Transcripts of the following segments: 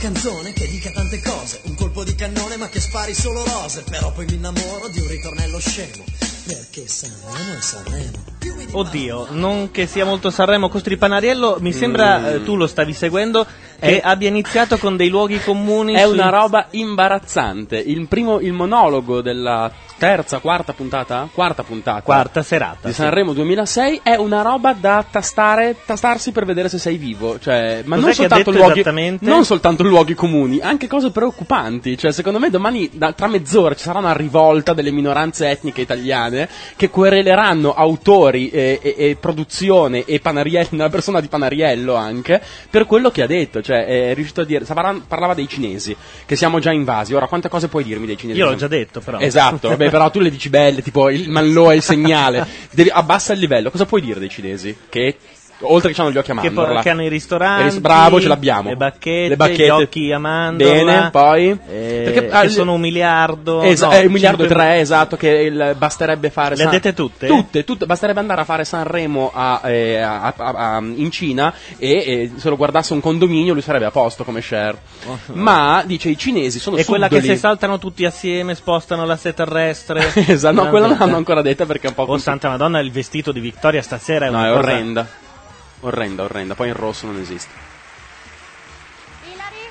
canzone che dica tante cose, un colpo di cannone ma che spari solo rose, però poi mi innamoro di un ritornello scemo, perché Sanremo è Sanremo. Oddio, non che sia molto Sanremo questo di Panariello, mi sembra, tu lo stavi seguendo, che abbia iniziato con dei luoghi comuni. È una roba imbarazzante. Il monologo della quarta serata di Sanremo 2006 è una roba da tastarsi per vedere se sei vivo, cioè, ma non soltanto luoghi comuni, anche cose preoccupanti. Cioè, secondo me domani tra mezz'ora ci sarà una rivolta delle minoranze etniche italiane che quereleranno autori e produzione e Panariello, una persona di Panariello anche, per quello che ha detto. Cioè, è riuscito a dire, parlava dei cinesi che siamo già invasi. Ora, quante cose puoi dirmi dei cinesi? Io l'ho già detto, però. Esatto, vabbè, però tu le dici belle, tipo il Manlò è il segnale. Abbassa il livello. Cosa puoi dire dei cinesi? Che oltre che hanno gli occhi a mandorla, che hanno i ristoranti, bravo, ce l'abbiamo, le bacchette, gli occhi a mandorla, bene, poi perché sono 1 miliardo, 1 miliardo e 3, esatto, che basterebbe fare. Le ha dette tutte? Tutte, basterebbe andare a fare Sanremo in Cina e se lo guardasse un condominio lui sarebbe a posto come share. Ma dice i cinesi sono subdoli. Quella che se saltano tutti assieme spostano l'asse terrestre. Esatto, no, quella non l'hanno ancora detta perché è un po'. Oh santa Madonna, il vestito di Vittoria stasera è una cosa orrenda. Orrenda, poi in rosso non esiste. Ilari?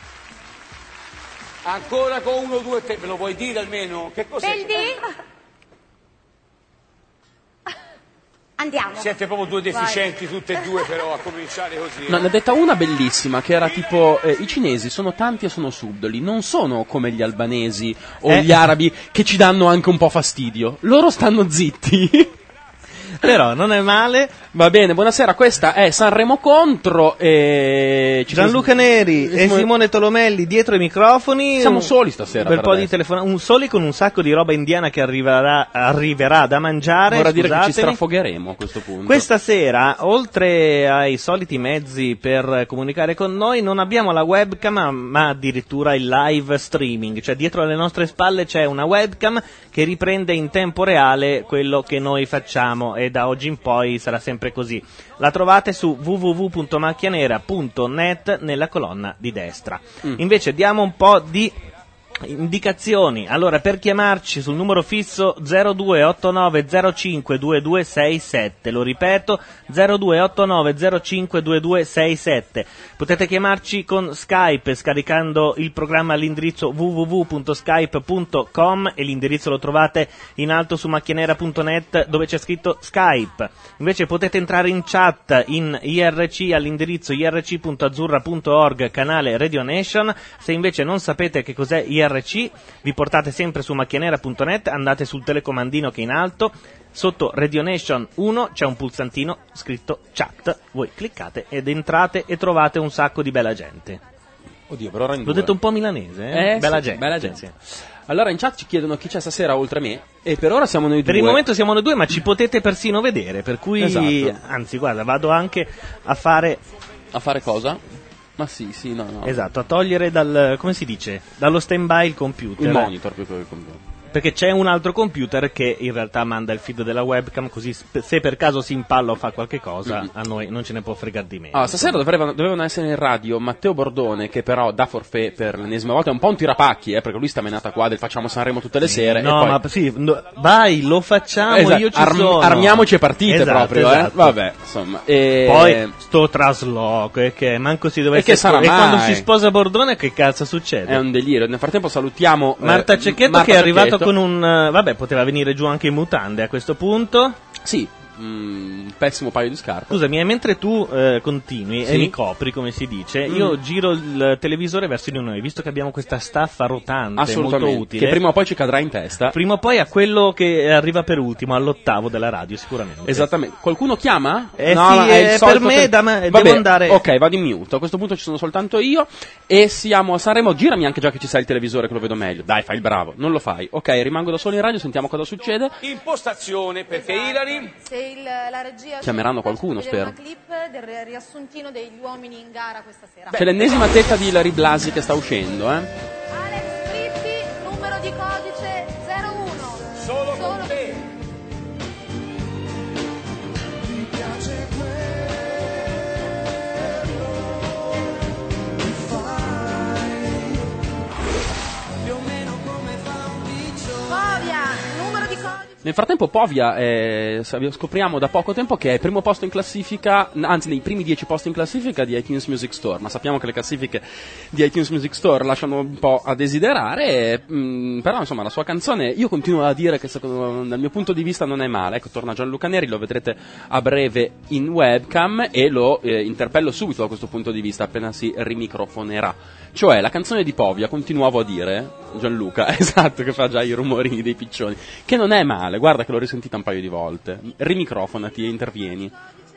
Ancora con 1, 2, 3, me lo vuoi dire almeno? Che cos'è? Beldi? Andiamo. Siete proprio due deficienti tutte e due, però, a cominciare così. No, ne ha detta una bellissima che era tipo i cinesi sono tanti e sono subdoli, non sono come gli albanesi o gli arabi che ci danno anche un po' fastidio. Loro stanno zitti. Però non è male. Va bene, buonasera, questa è Sanremo Contro Gianluca Neri e Simone Tolomelli dietro i microfoni. Siamo soli stasera. Per po' di telefonate, soli con un sacco di roba indiana che arriverà da mangiare. Vorrà dire che ci strafogheremo a questo punto. Questa sera, oltre ai soliti mezzi per comunicare con noi, non abbiamo la webcam, ma addirittura il live streaming. Cioè dietro alle nostre spalle c'è una webcam che riprende in tempo reale quello che noi facciamo, e da oggi in poi sarà sempre così. La trovate su www.macchianera.net nella colonna di destra. Invece diamo un po' di indicazioni. Allora, per chiamarci sul numero fisso 0289052267, lo ripeto, 0289052267. Potete chiamarci con Skype scaricando il programma all'indirizzo www.skype.com e l'indirizzo lo trovate in alto su macchianera.net dove c'è scritto Skype. Invece potete entrare in chat in IRC all'indirizzo irc.azzurra.org canale Radio Nation. Se invece non sapete che cos'è IRC, vi portate sempre su macchianera.net, andate sul telecomandino che è in alto, sotto Radio Nation 1 c'è un pulsantino scritto chat, voi cliccate ed entrate e trovate un sacco di bella gente. Oddio, però l'ho detto un po' milanese, bella sì, gente. Bella gente. Sì. Allora in chat ci chiedono chi c'è stasera oltre me e per ora siamo noi due. Per il momento siamo noi due, ma ci potete persino vedere, per cui esatto. Anzi guarda, vado anche a fare cosa? Ma sì, no. Esatto, a togliere come si dice? Dallo stand-by il computer. Il monitor più che il computer. Perché c'è un altro computer che in realtà manda il feed della webcam, così se per caso si impalla o fa qualche cosa, a noi non ce ne può fregare di meno. Stasera dovevano essere in radio Matteo Bordone, che però da forfait per l'ennesima volta, è un po' un tirapacchi, perché lui sta menata qua del facciamo Sanremo tutte le sere. No, e poi... ma sì, vai, lo facciamo, esatto, io ci sono. Armiamoci e partite proprio, esatto. Vabbè, insomma. Poi sto trasloco, che manco si dovesse... E che sarà mai? E quando si sposa Bordone che cazzo succede? È un delirio. Nel frattempo salutiamo Marta Cecchetto, che è arrivato con un... Vabbè, poteva venire giù anche in mutande a questo punto. Sì, un pessimo paio di scarpe. Scusami, mentre tu continui e mi copri, come si dice, io giro il televisore verso di noi, visto che abbiamo questa staffa rotante molto utile, che prima o poi ci cadrà in testa. Prima o poi a quello che arriva per ultimo, all'8º della radio, sicuramente. Esattamente. Qualcuno chiama? No, sì, è per me, devo andare. Ok, vado in mute. A questo punto ci sono soltanto io e siamo a Sanremo. Girami anche già che ci sai il televisore, che lo vedo meglio. Dai, fai il bravo. Non lo fai. Ok, rimango da solo in radio, sentiamo cosa succede. Impostazione, perché Ilari... La regia chiameranno qualcuno, spero. Una clip del riassuntino degli uomini in gara questa sera. C'è l'ennesima tetta di Ilari Blasi che sta uscendo, Alex Fritti, numero di codice 01. Solo con te. Mi piace quello che fai. Nel frattempo Povia scopriamo da poco tempo che è il primo posto in classifica, anzi nei primi 10 posti in classifica di iTunes Music Store, ma sappiamo che le classifiche di iTunes Music Store lasciano un po' a desiderare, però insomma la sua canzone, io continuo a dire che dal mio punto di vista non è male. Ecco, torna Gianluca Neri, lo vedrete a breve in webcam e lo interpello subito da questo punto di vista appena si rimicrofonerà. Cioè la canzone di Povia, continuavo a dire, Gianluca, esatto, che fa già i rumorini dei piccioni, che non è male. Guarda che l'ho risentita un paio di volte. Rimicrofonati e intervieni.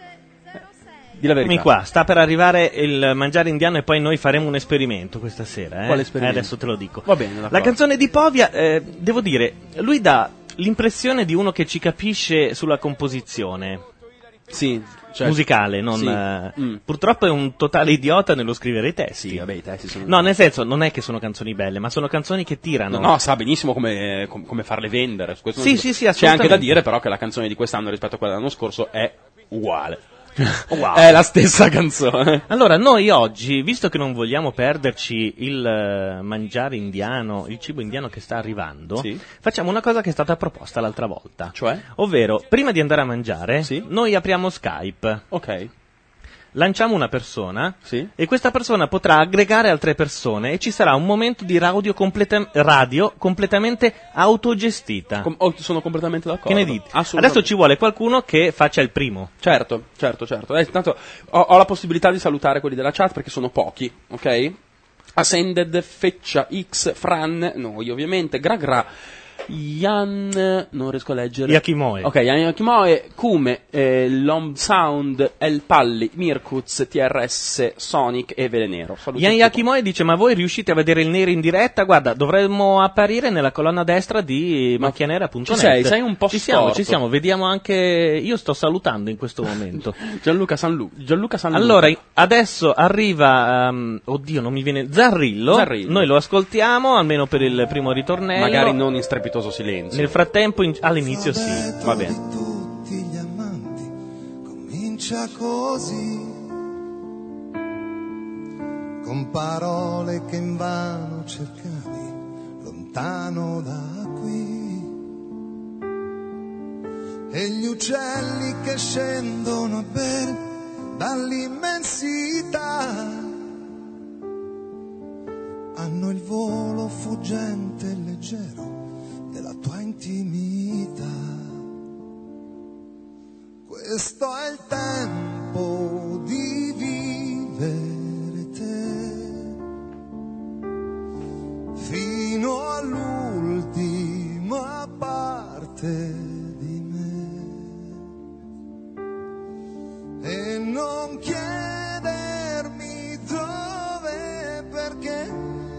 Di la verità. Eccomi qua, sta per arrivare il mangiare indiano e poi noi faremo un esperimento questa sera. Quale esperimento? Adesso te lo dico. Va bene, d'accordo. La canzone di Povia, devo dire, lui dà l'impressione di uno che ci capisce sulla composizione. Sì, certo. Musicale, non sì. Purtroppo è un totale idiota nello scrivere i testi. Sì, vabbè, i testi sono... No, nel senso, non è che sono canzoni belle, ma sono canzoni che tirano. No, sa benissimo come farle vendere. Questo sì, c'è anche da dire però che la canzone di quest'anno rispetto a quella dell'anno scorso è uguale. Wow. È la stessa canzone. Allora, noi oggi, visto che non vogliamo perderci il mangiare indiano, il cibo indiano che sta arrivando, sì, facciamo una cosa che è stata proposta l'altra volta. Cioè? Ovvero, prima di andare a mangiare, sì, noi apriamo Skype. Ok. Lanciamo una persona, sì, e questa persona potrà aggregare altre persone e ci sarà un momento di radio completamente autogestita. Sono completamente d'accordo. Che ne dite? Adesso ci vuole qualcuno che faccia il primo. Certo. Intanto ho la possibilità di salutare quelli della chat perché sono pochi, ok? Ascended, Feccia, X, Fran, noi ovviamente, Gragra, Ian, non riesco a leggere. Yakimoe. Ok, Ian Yakimoe, Kume, Lomb Sound, El Palli, Mirkuz, TRS, Sonic e Velenero. Ian Yakimoe dice: ma voi riuscite a vedere il nero in diretta? Guarda, dovremmo apparire nella colonna destra di macchianera.net. Ci sei un po' storto. Ci siamo, vediamo anche. Io sto salutando in questo momento. Gianluca Sanluca. Allora, adesso arriva oddio, non mi viene Zarrillo. Noi lo ascoltiamo almeno per il primo ritornello. Magari non in strepitoso silenzio. Nel frattempo, all'inizio sì, va bene. Tutti gli amanti comincia così, con parole che invano cercavi lontano da qui, e gli uccelli che scendono a bere dall'immensità hanno il volo fuggente e leggero della tua intimità. Questo è il tempo di vivere te fino all'ultima parte di me, e non chiedermi dove, perché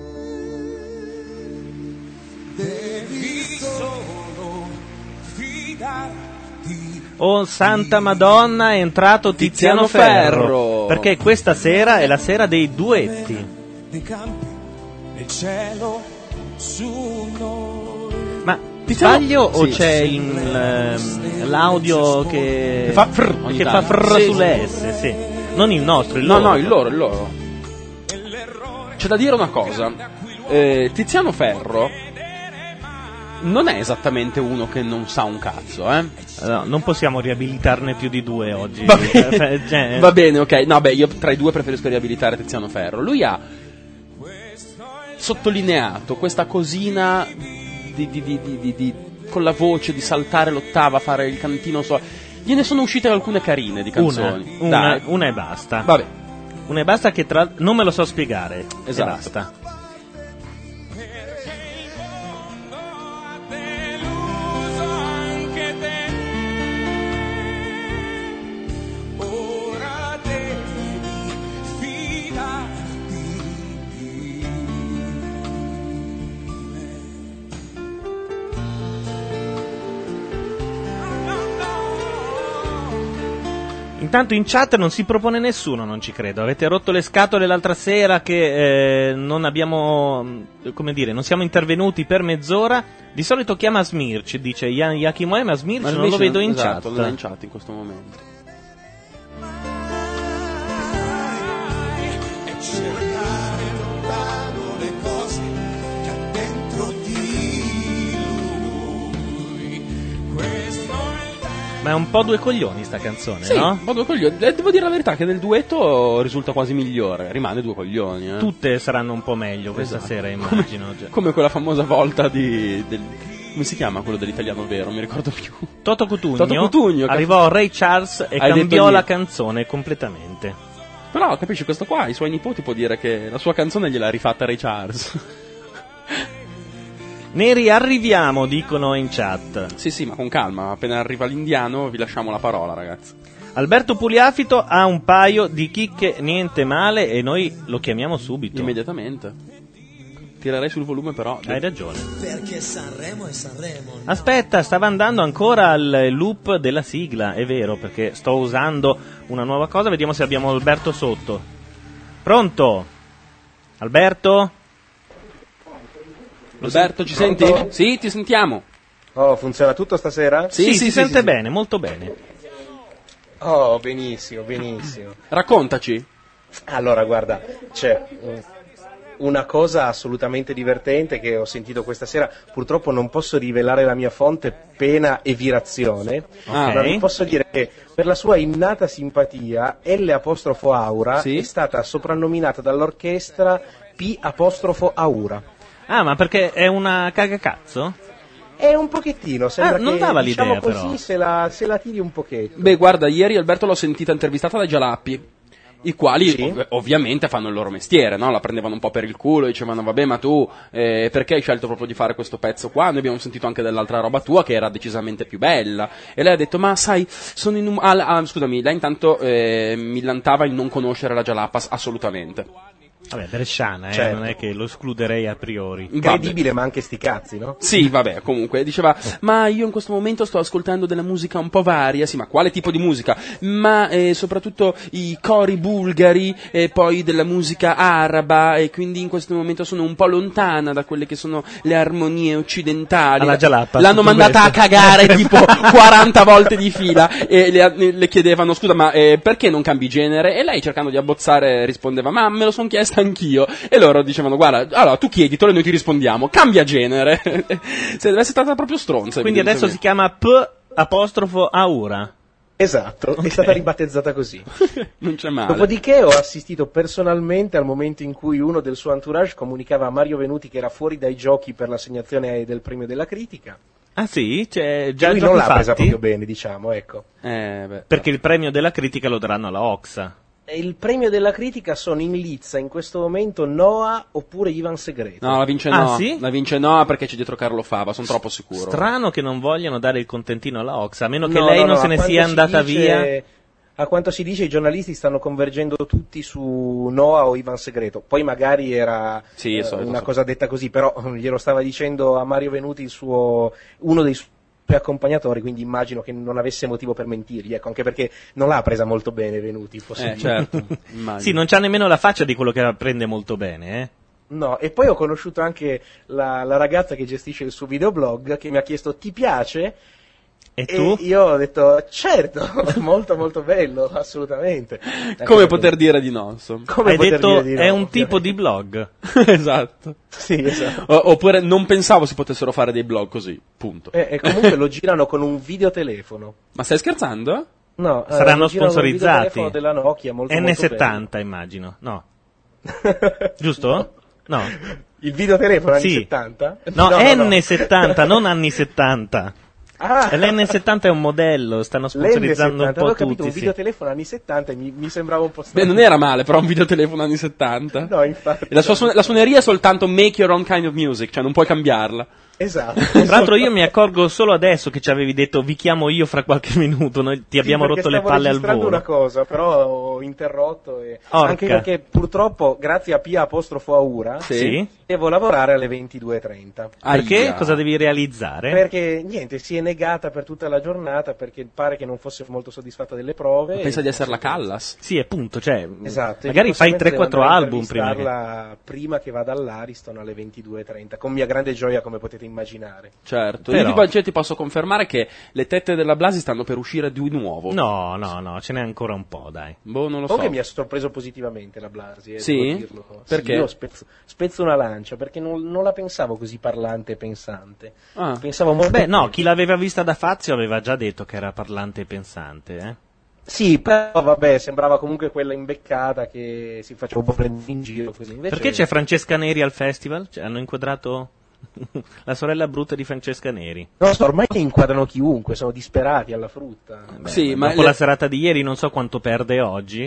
devi solo fidarti. Oh Santa Madonna, è entrato Tiziano Ferro, perché questa sera è la sera dei duetti. Dei campi nel cielo su noi. Ma ti sbaglio o c'è l'audio che fa frr sulle S? Sì. Non il nostro, il loro. No, il loro. C'è da dire una cosa. Tiziano Ferro non è esattamente uno che non sa un cazzo, No, non possiamo riabilitarne più di due oggi. Va bene, va bene, ok. No, beh, io tra i due preferisco riabilitare Tiziano Ferro. Lui ha sottolineato questa cosina di con la voce, di saltare l'ottava, fare il cantino Gliene sono uscite alcune carine di canzoni. Una e basta. Vabbè. Una e basta che non me lo so spiegare. Esatto. E basta. Intanto in chat non si propone nessuno, non ci credo. Avete rotto le scatole l'altra sera che non abbiamo, come dire, non siamo intervenuti per mezz'ora. Di solito chiama Smirch, dice Ian Yakimoe, ma Smirch non lo vedo in chat. Non è in chat in questo momento. E cercare lontano le cose che ha dentro di lui. Ma è un po' due coglioni sta canzone, sì, no? un po' due coglioni. Devo dire la verità che nel duetto risulta quasi migliore. Rimane due coglioni. Tutte saranno un po' meglio questa sera, immagino. Come quella famosa volta come si chiama quello dell'italiano vero? Non mi ricordo più. Toto Cutugno arrivò Ray Charles e cambiò la canzone completamente. Però capisci, questo qua ai suoi nipoti può dire che la sua canzone gliel'ha rifatta Ray Charles. Ne riarriviamo, dicono in chat. Sì, ma con calma, appena arriva l'indiano vi lasciamo la parola, ragazzi. Alberto Pugliafito ha un paio di chicche niente male e noi lo chiamiamo subito. Immediatamente. Tirerei sul volume però. Hai ragione. Perché Sanremo è Sanremo. Aspetta, stava andando ancora al loop della sigla, è vero, perché sto usando una nuova cosa, vediamo se abbiamo Alberto sotto. Pronto? Alberto? Alberto, ci senti? Sì, ti sentiamo. Oh, funziona tutto stasera? Sì, si sente bene, molto bene. Oh, benissimo. Raccontaci. Allora, guarda, c'è una cosa assolutamente divertente che ho sentito questa sera. Purtroppo non posso rivelare la mia fonte, pena evirazione, ma vi posso dire che per la sua innata simpatia L'_Aura è stata soprannominata dall'orchestra P'_Aura. Ah, ma perché è una cagacazzo? È un pochettino, sembra non che, dava diciamo l'idea, così, però. se la tiri un pochetto. Beh, guarda, ieri Alberto l'ho sentita intervistata dai Gialappi, i quali ovviamente fanno il loro mestiere, no? La prendevano un po' per il culo, dicevano vabbè, ma tu perché hai scelto proprio di fare questo pezzo qua? Noi abbiamo sentito anche dell'altra roba tua che era decisamente più bella. E lei ha detto ma sai, sono in scusami, lei intanto millantava il non conoscere la Jalapas assolutamente. Vabbè, bresciana, certo. Non è che lo escluderei a priori. Incredibile, ma anche sti cazzi, no? Sì, vabbè, comunque, diceva, ma io in questo momento sto ascoltando della musica un po' varia, sì, ma quale tipo di musica? Ma soprattutto i cori bulgari, e poi della musica araba, e quindi in questo momento sono un po' lontana da quelle che sono le armonie occidentali. Alla Jalapa, l'hanno mandata a cagare tipo 40 volte di fila, e le chiedevano, scusa, ma perché non cambi genere? E lei, cercando di abbozzare, rispondeva, ma me lo son chiesto anch'io. E loro dicevano, guarda, allora tu chieditelo e noi ti rispondiamo, cambia genere. Se deve essere stata proprio stronza. Quindi adesso si chiama P'_Aura. Esatto, è stata ribattezzata così. Non c'è male. Dopodiché ho assistito personalmente al momento in cui uno del suo entourage comunicava a Mario Venuti che era fuori dai giochi per l'assegnazione del premio della critica. Ah sì? C'è già lui giochi non l'ha fatti? presa proprio bene, diciamo, ecco. Perché il premio della critica lo daranno alla Oxa. Il premio della critica sono in lizza in questo momento Noah oppure Ivan Segreto. No, la vince Noah. Sì? La vince Noah perché c'è dietro Carlo Fava, sono troppo sicuro. Strano che non vogliano dare il contentino alla Oxa, a meno che lei non se ne sia andata via. A quanto si dice, i giornalisti stanno convergendo tutti su Noah o Ivan Segreto. Poi magari era una cosa detta così, però glielo stava dicendo a Mario Venuti uno dei suoi accompagnatori, quindi immagino che non avesse motivo per mentirgli, ecco, anche perché non l'ha presa molto bene Venuti, certo. Sì, non c'ha nemmeno la faccia di quello che la prende molto bene, No, e poi ho conosciuto anche la ragazza che gestisce il suo videoblog, che mi ha chiesto ti piace? E tu? Io ho detto certo, molto molto bello, assolutamente. Come poter dire di no, insomma. Hai detto è un tipo di blog. Esatto. Sì, esatto. Oppure non pensavo si potessero fare dei blog così, punto. E comunque lo girano con un videotelefono. Ma stai scherzando? No, saranno sponsorizzati. Un della Nokia, molto, N70 molto immagino, no. Giusto? No. Il videotelefono anni sì. 70? No, N70, non anni 70. Ah. L'N70 è un modello, stanno sponsorizzando un po' avevo tutti. Capito, un videotelefono anni 70 e mi sembrava un po' strano. Beh, non era male, però un videotelefono anni 70. No, infatti. La suoneria è soltanto make your own kind of music, cioè non puoi cambiarla. Esatto. Tra l'altro io mi accorgo solo adesso che ci avevi detto vi chiamo io fra qualche minuto, noi ti abbiamo rotto le palle al volo. Una cosa, però ho interrotto anche perché purtroppo grazie a P'_Aura devo lavorare alle 22:30. Perché? Cosa devi realizzare? Perché niente, si è negata per tutta la giornata perché pare che non fosse molto soddisfatta delle prove. Pensa di essere la Callas? Sì, appunto, cioè esatto, magari fai 3-4 album prima che vada all'Ariston alle 22:30. Con mia grande gioia, come potete potete immaginare. Certo, Però... io ti posso confermare che le tette della Blasi stanno per uscire di nuovo. No, ce n'è ancora un po', dai. Boh, non lo so. Che mi ha sorpreso positivamente la Blasi, sì? devo dirlo. Perché? Sì, io spezzo una lancia, perché non la pensavo così parlante e pensante. Pensavo molto... Beh, no, chi l'aveva vista da Fazio aveva già detto che era parlante e pensante, eh? Sì, però vabbè, sembrava comunque quella imbeccata che si faceva un po' prendere in giro così. Invece... Perché c'è Francesca Neri al festival? Cioè, hanno inquadrato la sorella brutta di Francesca Neri. Non so, ormai inquadrano chiunque, sono disperati alla frutta. Beh, sì, ma dopo la serata di ieri non so quanto perde oggi.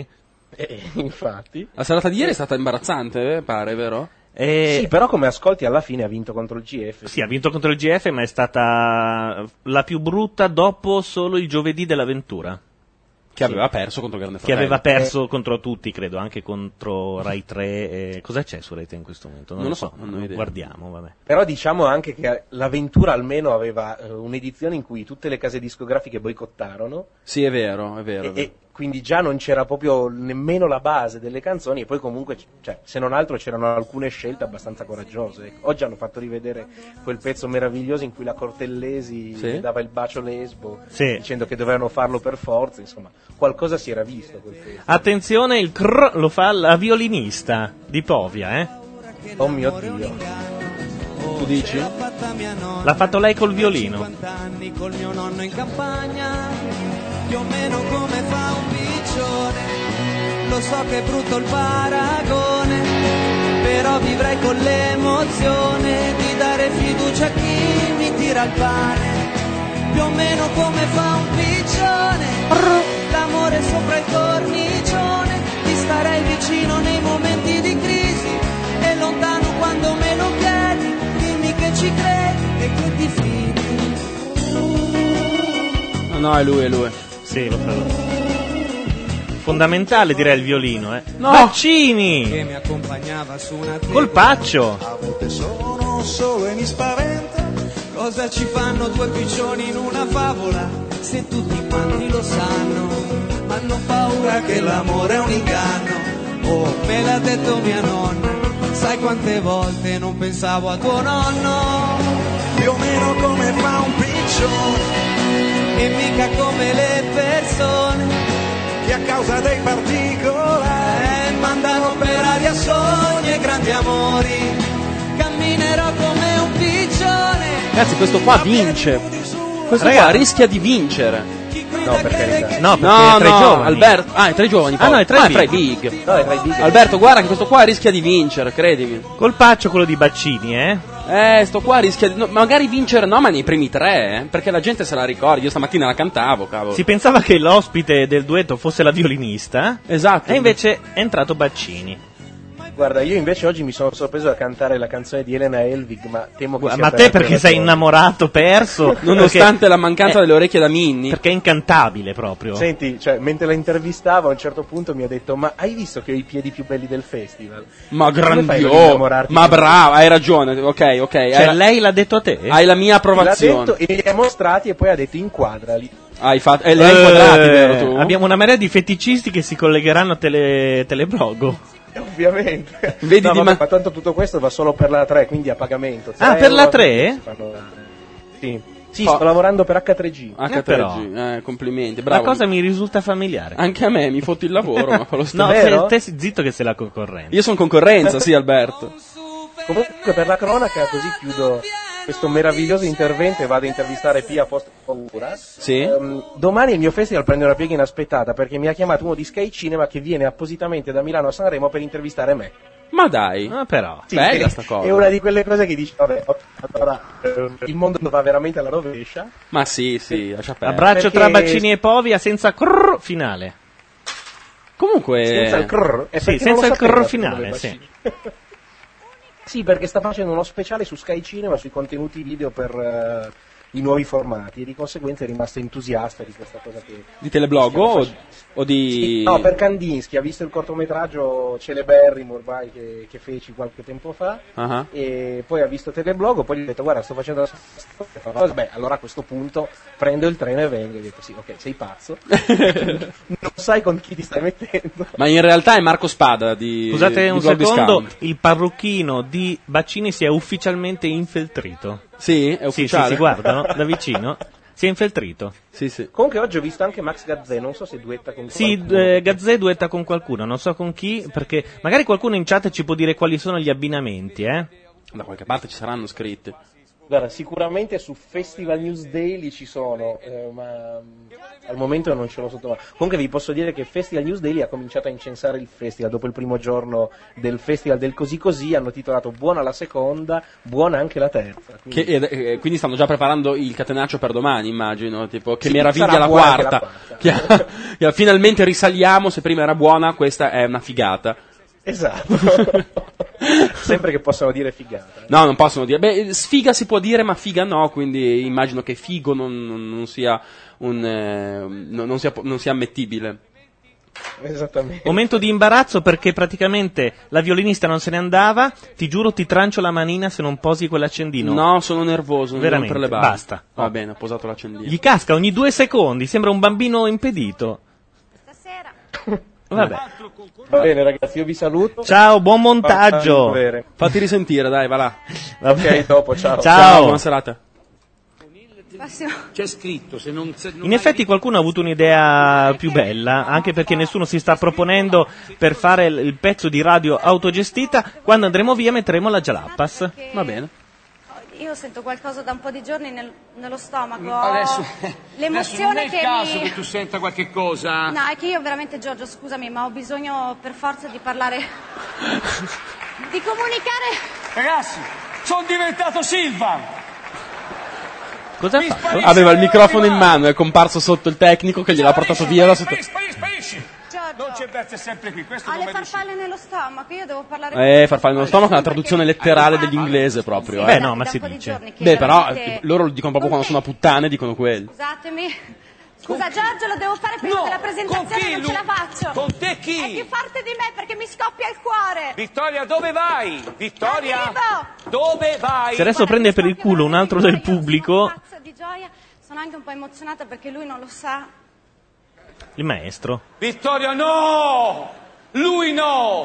Infatti. La serata di ieri è stata imbarazzante, pare, vero? Sì, però come ascolti alla fine ha vinto contro il GF. Sì, ha vinto contro il GF, ma è stata la più brutta dopo solo il giovedì dell'avventura. Che aveva perso contro Grande Fratello. Fratello. Che aveva perso contro tutti, credo, anche contro Rai 3. Cosa c'è su Rai 3 in questo momento? Non lo so, non guardiamo, vabbè. Però diciamo anche che l'avventura almeno aveva un'edizione in cui tutte le case discografiche boicottarono. Sì, è vero. E quindi già non c'era proprio nemmeno la base delle canzoni, e poi comunque, cioè, se non altro c'erano alcune scelte abbastanza coraggiose. Oggi hanno fatto rivedere quel pezzo meraviglioso in cui la Cortellesi dava il bacio lesbo, dicendo che dovevano farlo per forza, insomma, qualcosa si era visto quel pezzo. Attenzione, il crrr lo fa la violinista di Povia, Oh mio Dio. Tu dici? L'ha fatto lei col violino. 50 anni col mio nonno in campagna, più o meno come fa un piccione. Lo so che è brutto il paragone, però vivrei con l'emozione di dare fiducia a chi mi tira il pane. Più o meno come fa un piccione, l'amore sopra il cornicione. Ti starei vicino nei momenti di crisi e lontano quando me lo chiedi. Dimmi che ci credi e che ti fidi. No, è lui. Sì, lo fa. Fondamentale, direi, il violino, No! Baccini! Che mi accompagnava su una Colpaccio! A volte sono solo e mi spaventa. Cosa ci fanno due piccioni in una favola? Se tutti quanti lo sanno, hanno paura che l'amore è un inganno. Oh, me l'ha detto mia nonna. Sai quante volte non pensavo a tuo nonno? Più o meno come fa un piccione, e mica come le persone che a causa dei particolari mandano per aria sogni e grandi amori. Camminerò come un piccione. Ragazzi, questo qua vince. Questo qua rischia di vincere. No, per carità. No, perché è tra i giovani. Alberto. È tra i giovani. Ah, no, è tra i big. No, è tra i big. Alberto, guarda che questo qua rischia di vincere, credimi. Colpaccio quello di Baccini, sto qua rischia di... No, magari vincere no, ma nei primi 3, perché la gente se la ricorda. Io stamattina la cantavo, cavolo. Si pensava che l'ospite del duetto fosse la violinista. Esatto. E invece è entrato Baccini. Guarda, io invece oggi mi sono sorpreso a cantare la canzone di Elena Elvig, ma temo che sia ma te perché sei innamorato, perso? Nonostante la mancanza delle orecchie da Minnie. Perché è incantabile proprio. Senti, cioè, mentre la intervistavo a un certo punto mi ha detto: ma hai visto che ho i piedi più belli del festival? Ma grandioso, ma brava, hai ragione, ok. Cioè, lei l'ha detto a te? Hai la mia approvazione. L'ha detto e li ha mostrati e poi ha detto inquadrali. Hai fatto, e lei inquadrati, vero tu? Abbiamo una marea di feticisti che si collegheranno a Teleblogo. Ovviamente. Vedi ma tanto tutto questo va solo per la 3, quindi a pagamento. Per la 3? Sì, sto lavorando per H3G. H3G, complimenti, bravo. La cosa mi risulta familiare. Anche a me, mi fotti il lavoro, ma fa lo stesso. No, te zitto che sei la concorrenza. Io sono concorrenza, sì, Alberto. Comunque per la cronaca, così chiudo questo meraviglioso intervento e vado a intervistare Pia Post Paura. Sì. Domani il mio festival prende una piega inaspettata perché mi ha chiamato uno di Sky Cinema che viene appositamente da Milano a Sanremo per intervistare me. Ma dai, però sì, bella sta cosa. È una di quelle cose che dici, vabbè, allora, il mondo va veramente alla rovescia. Ma sì, lascia perdere. Abbraccio tra Baccini e Povia senza crrr finale. Comunque senza il crrr, senza il crrr finale, sì. Sì, perché sta facendo uno speciale su Sky Cinema sui contenuti video per i nuovi formati e di conseguenza è rimasto entusiasta di questa cosa che... Di Teleblog o di... Sì, no, per Kandinsky, ha visto il cortometraggio Celeberrimo ormai che feci qualche tempo fa e poi ha visto Teleblog, poi gli ho detto guarda sto facendo la storia, beh allora a questo punto prendo il treno e vengo, e ho detto sì ok sei pazzo, non sai con chi ti stai mettendo. Ma in realtà è Marco Spada di... Scusate un secondo, il parrucchino di Baccini si è ufficialmente infeltrito. Sì, è ufficiale. Sì, si guardano da vicino. Si è infeltrito. Sì. Comunque oggi ho visto anche Max Gazzè, non so se duetta con qualcuno. Sì, Gazzè duetta con qualcuno, non so con chi, perché magari qualcuno in chat ci può dire quali sono gli abbinamenti, Da qualche parte ci saranno scritti. Guarda, sicuramente su Festival News Daily ci sono, ma al momento non ce l'ho sotto mano. Comunque vi posso dire che Festival News Daily ha cominciato a incensare il festival. Dopo il primo giorno del festival del Così Così hanno titolato buona la seconda, buona anche la terza. Quindi, quindi stanno già preparando il catenaccio per domani, immagino, tipo che sì, meraviglia la quarta. Finalmente risaliamo, se prima era buona, questa è una figata. Esatto. Sempre che possano dire figata. No, non possono dire. Beh, sfiga si può dire, ma figa no, quindi immagino che figo non sia non sia ammettibile. Esattamente. Momento di imbarazzo perché praticamente la violinista non se ne andava. Ti giuro, ti trancio la manina se non posi quell'accendino. No, sono nervoso. Veramente, non per le balle. basta. Va bene, ho posato l'accendino. Gli casca ogni 2 secondi, sembra un bambino impedito. Stasera. Vabbè. Va bene ragazzi, io vi saluto. Ciao, buon montaggio. Fatti risentire, dai, va là. Ok, dopo, ciao. Ciao, buona serata. C'è scritto, se non in effetti qualcuno ha avuto un'idea più bella, anche perché nessuno si sta proponendo per fare il pezzo di radio autogestita. Quando andremo via metteremo la Jalapas. Va bene. Io sento qualcosa da un po' di giorni nello stomaco. Adesso L'emozione non è il caso che tu senta qualche cosa. No, è che io veramente, Giorgio, scusami, ma ho bisogno per forza di parlare, di comunicare. Ragazzi, sono diventato Silvan. Cosa ha fatto? Aveva il microfono in mano, è comparso sotto il tecnico che gliel'ha portato via. Sparisci. Non c'è verso sempre qui, questo Ho non le mi riuscì. farfalle nello stomaco, io devo parlare Farfalle nello stomaco è una traduzione letterale dell'inglese proprio. Beh, no, ma si dice. Beh, però loro lo dicono proprio quando sono puttane, dicono quello. Scusatemi. Scusa Giorgio, lo devo fare prima della presentazione, non ce la faccio. Con te chi? È più forte di me perché mi scoppia il cuore. Vittoria, dove vai? Vittoria, Arrivo. dove vai? Se adesso prende per il culo un altro del pubblico, Sono pazza di gioia, sono anche un po' emozionata perché lui non lo sa. il maestro. Vittoria, no! Lui no!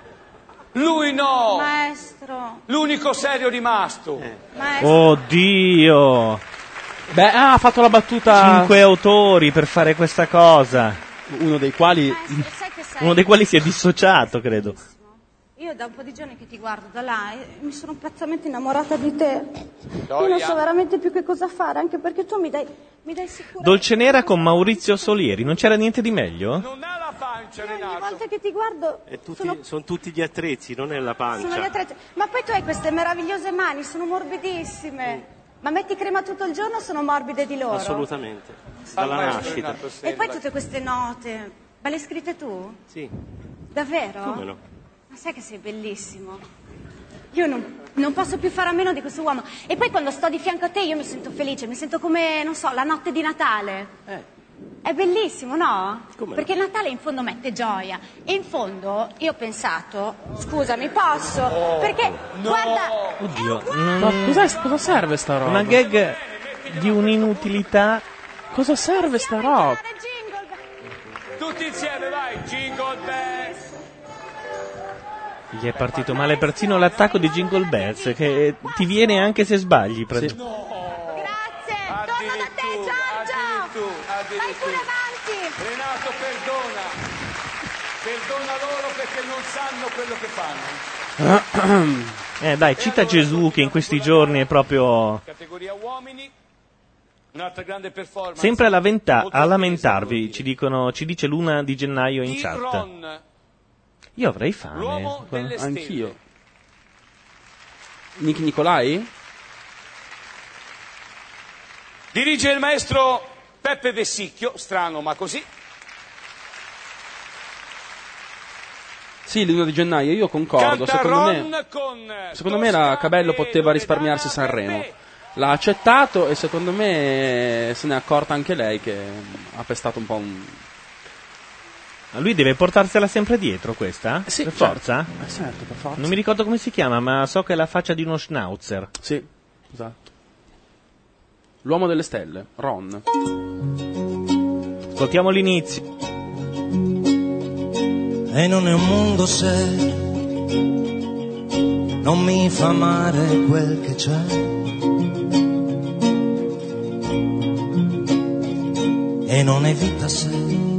Lui no! Maestro. L'unico serio rimasto. Maestro. Oddio! Beh, ha fatto la battuta. 5 autori per fare questa cosa. Uno dei quali si è dissociato, credo. Io da un po' di giorni che ti guardo da là e mi sono piazzamente innamorata di te. Io non so veramente più che cosa fare, anche perché tu mi dai sicurezza. Dolce Nera con Maurizio Solieri, non c'era niente di meglio? Non ha la pancia, Ogni Renato. volta che ti guardo Sono tutti gli attrezzi, non è la pancia. sono gli attrezzi. Ma poi tu hai queste meravigliose mani, sono morbidissime. Ma metti crema tutto il giorno, sono morbide di loro. Assolutamente, dalla nascita. E poi tutte queste note, ma le hai scritte tu? Sì, Davvero? come no? Ma sai che sei bellissimo? Io non posso più fare a meno di questo uomo. E poi quando sto di fianco a te io mi sento felice, mi sento come, non so, la notte di Natale. È bellissimo, no? Come no? Perché il Natale in fondo mette gioia. E in fondo io ho pensato, scusami, posso? Perché, guarda, Oddio. Ma cosa serve sta roba? Una gag di un'inutilità. Cosa serve sta roba? Tutti insieme, vai, Jingle Bells. Gli è partito male persino l'attacco di Jingle Bells, che ti viene anche se sbagli. Grazie, torno da te, Giorgio. Vai pure avanti. Renato, perdona loro perché non sanno quello che fanno. Dai, cita Gesù che in questi giorni è proprio Categoria uomini, un'altra grande performance. sempre a lamentarvi, ci dice Luna di Gennaio in chat. Ron, Io avrei fame. l'uomo delle stelle. Anch'io. Nick Nicolai? Dirige il maestro Peppe Vessicchio, strano ma così. Sì, l'1 di gennaio, io concordo. Secondo me la Cabello poteva risparmiarsi Sanremo. L'ha accettato e secondo me se ne è accorta anche lei che ha pestato un po' un... Ma lui deve portarsela sempre dietro questa? Sì, per certo. forza? Certo, per forza. Non mi ricordo come si chiama, ma so che è la faccia di uno schnauzer. Sì, esatto. L'uomo delle stelle, Ron. Ascoltiamo l'inizio. E non è un mondo se non mi fa male quel che c'è. e non è vita se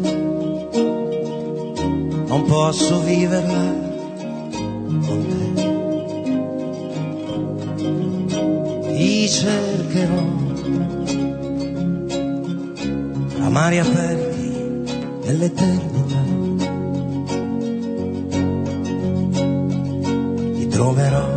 non posso viverla con te. Ti cercherò tra mari aperti dell'eternità, ti troverò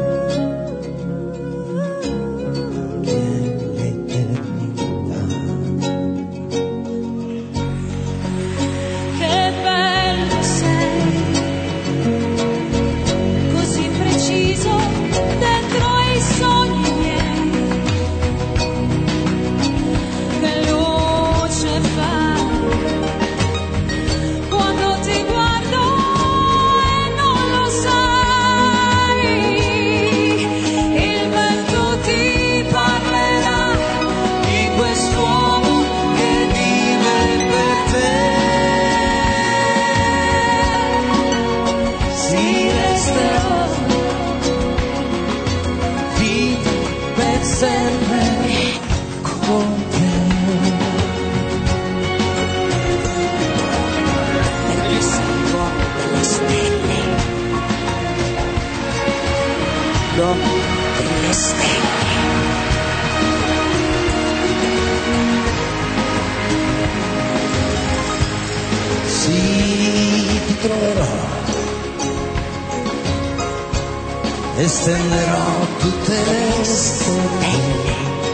estenderò tutte le stelle,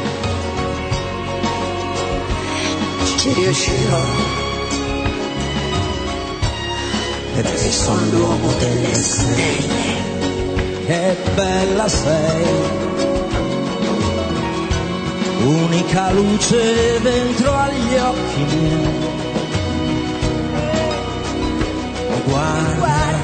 ci riuscirò, perché sono l'uomo delle stelle. Che bella sei, unica luce dentro agli occhi miei. Guarda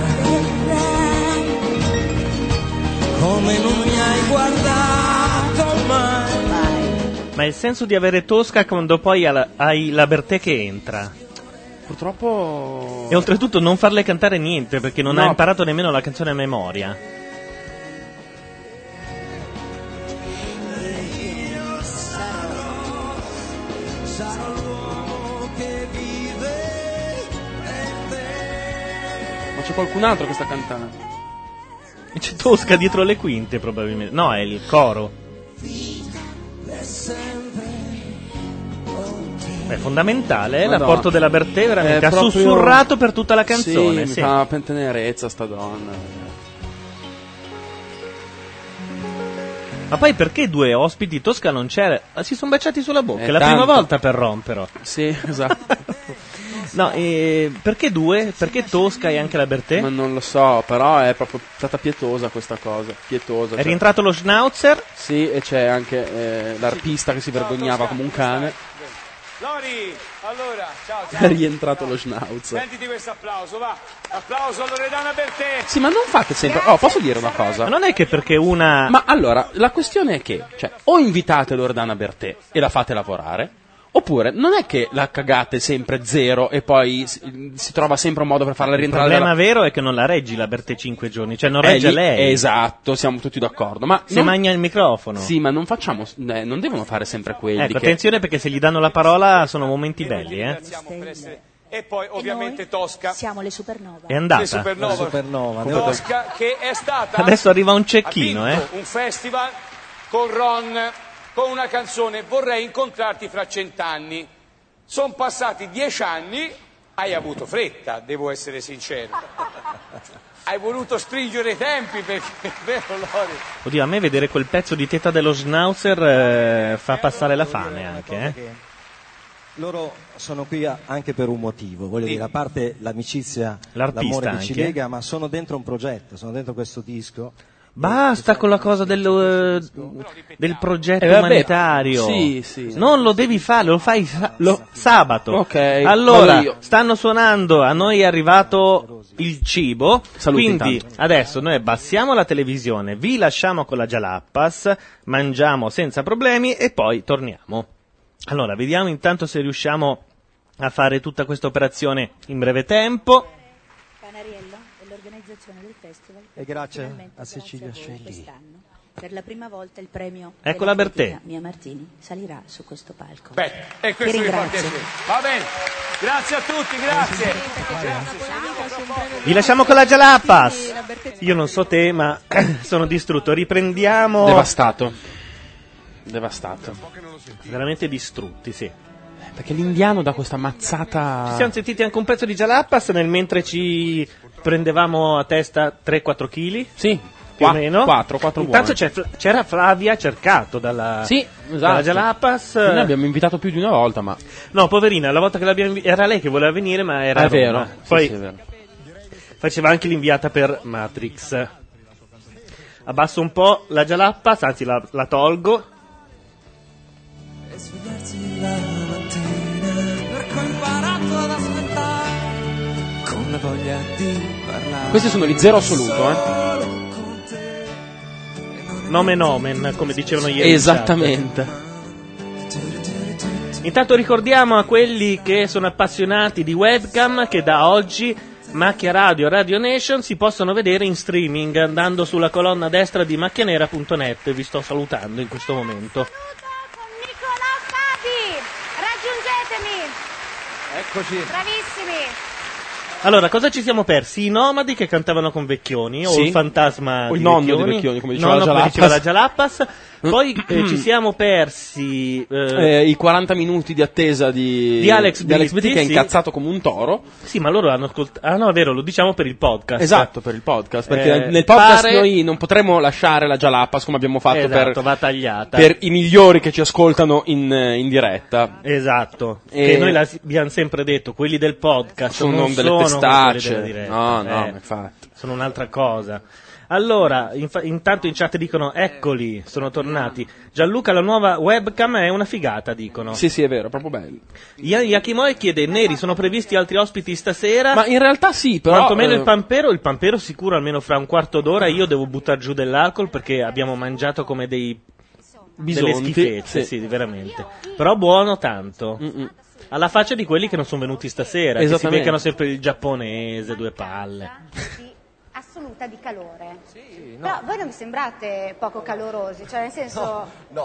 come non mi hai guardato mai. Ma il senso di avere Tosca quando poi hai la Bertè che entra. Purtroppo. E oltretutto non farle cantare niente, perché non ha imparato nemmeno la canzone a memoria. Ma c'è qualcun altro che sta cantando? E c'è Tosca dietro le quinte, probabilmente. No, è il coro. È fondamentale, l'apporto della Bertè, veramente. Ha sussurrato per tutta la canzone. Sì, mi fa tenerezza sta donna. Ma poi perché due ospiti? Tosca non c'era. Si sono baciati sulla bocca, è la prima volta per rompero. Sì, esatto. No, perché due? Perché Tosca e anche la Bertè? Ma non lo so, però è proprio stata pietosa questa cosa. Pietosa. È rientrato lo Schnauzer? Sì, e c'è anche l'arpista che si vergognava come un cane. Lori, allora, ciao. È rientrato lo Schnauzer. Sentiti questo applauso, va. Applauso a Loredana Bertè. Sì, ma non fate sempre. Oh, posso dire una cosa? Ma non è che perché una. Ma allora, la questione è che, cioè, o invitate Loredana Bertè e la fate lavorare, oppure non è che la cagate sempre zero e poi si trova sempre un modo per farla rientrare. Il problema vero è che non la reggi la Bertè 5 giorni, cioè non regge lei. Esatto, siamo tutti d'accordo. Ma se magna il microfono. Sì, ma non facciamo, non devono fare sempre quelli. Ecco, attenzione perché se gli danno la parola sono momenti belli, E poi ovviamente Tosca. Siamo le supernova. È andata. Le supernova. Tosca che è stata. Adesso arriva un cecchino, un festival con Ron, con una canzone Vorrei incontrarti fra 100 anni. Sono passati 10 anni, hai avuto fretta, devo essere sincero. Hai voluto stringere i tempi perché, vero Lori? Oddio, a me vedere quel pezzo di teta dello Schnauzer fa passare la fame anche, Loro sono qui anche per un motivo, voglio dire, a parte l'amicizia, l'artista l'amore che ci anche. lega, ma sono dentro un progetto, sono dentro questo disco. Basta con la cosa del progetto umanitario. Sì. Non lo devi fare, lo fai sabato. Ok. Allora, stanno suonando, a noi è arrivato il cibo. Saluti quindi intanto. adesso noi abbassiamo la televisione, vi lasciamo con la Jalapas, mangiamo senza problemi e poi torniamo. Allora, vediamo intanto se riusciamo a fare tutta questa operazione in breve tempo. Panariello e l'organizzazione del festival. E grazie a Cecilia Scegli. Per la prima volta il premio Eccola della Bertè. critica Mia Martini salirà su questo palco. Beh, e questo mi fa piacere. Va bene, grazie a tutti, grazie. Vi lasciamo con la Jalapas. Io non so te, ma sono distrutto. Riprendiamo. Devastato. Veramente distrutti, sì. Perché l'indiano dà questa mazzata. Ci siamo sentiti anche un pezzo di Jalapas nel mentre ci prendevamo a testa 3-4 kg. Sì. Più o meno. 4 Intanto c'era Flavia Cercato dalla Jalapas. Noi abbiamo invitato più di una volta, ma no, poverina, la volta che l'abbiamo era lei che voleva venire, ma era è vero. Poi sì, è vero. Faceva anche l'inviata per Matrix. Abbasso un po' la Jalapas, anzi la tolgo. E svegliarsi la mattina perché ho imparato ad aspettare con la voglia di parlare. Questi sono gli zero assoluto, Nomen omen, come dicevano ieri. Esattamente. Intanto ricordiamo a quelli che sono appassionati di webcam che da oggi Macchia Radio e Radio Nation si possono vedere in streaming andando sulla colonna destra di macchianera.net. Vi sto salutando in questo momento. Nicolò Fabi, raggiungetemi. Eccoci. Bravissimi. Allora, cosa ci siamo persi? I Nomadi che cantavano con Vecchioni, o Sì. il fantasma O il di nonno Vecchioni, di Vecchioni, come diceva nonno, la come Jalapas. diceva la Jalapas. Poi ci siamo persi I 40 minuti di attesa di Alex Britti, che è sì. incazzato come un toro. Sì, ma loro hanno ascoltato. Ah no, è vero, lo diciamo per il podcast. Esatto, per il podcast. Perché nel podcast noi non potremo lasciare la Jalapas come abbiamo fatto va tagliata. per i migliori che ci ascoltano in diretta. Esatto. Che noi abbiamo sempre detto, quelli del podcast sono non delle sono pestacce. quelli della diretta. No, infatti. Sono un'altra cosa. Allora, intanto in chat dicono, eccoli, sono tornati. Gianluca, la nuova webcam è una figata, dicono. Sì, è vero, è proprio bello. Yakimoe chiede, Neri, sono previsti altri ospiti stasera? Ma in realtà sì, però quantomeno il pampero sicuro, almeno fra un quarto d'ora. Io devo buttare giù dell'alcol perché abbiamo mangiato come delle bisonti, schifezze, sì, veramente. Però buono tanto. Alla faccia di quelli che non sono venuti stasera, che si beccano sempre il giapponese, 2 palle. Assoluta di calore. Sì, no. Però voi non mi sembrate poco calorosi, cioè nel senso...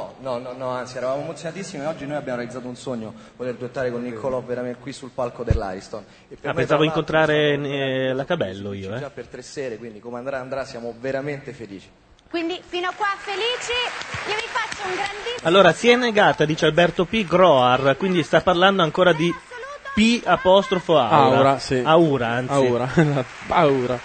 No, anzi eravamo emozionatissimi e oggi noi abbiamo realizzato un sogno, poter duettare con Niccolò veramente qui sul palco dell'Ariston. Pensavo incontrare la Cabello io. Già per 3 sere, quindi come andrà siamo veramente felici. Quindi fino a qua felici, io vi faccio un grandissimo... Allora, si è negata, dice Alberto P. Groar, quindi sta parlando ancora di P apostrofo Aura. Aura, sì. Aura, anzi. Aura. Paura.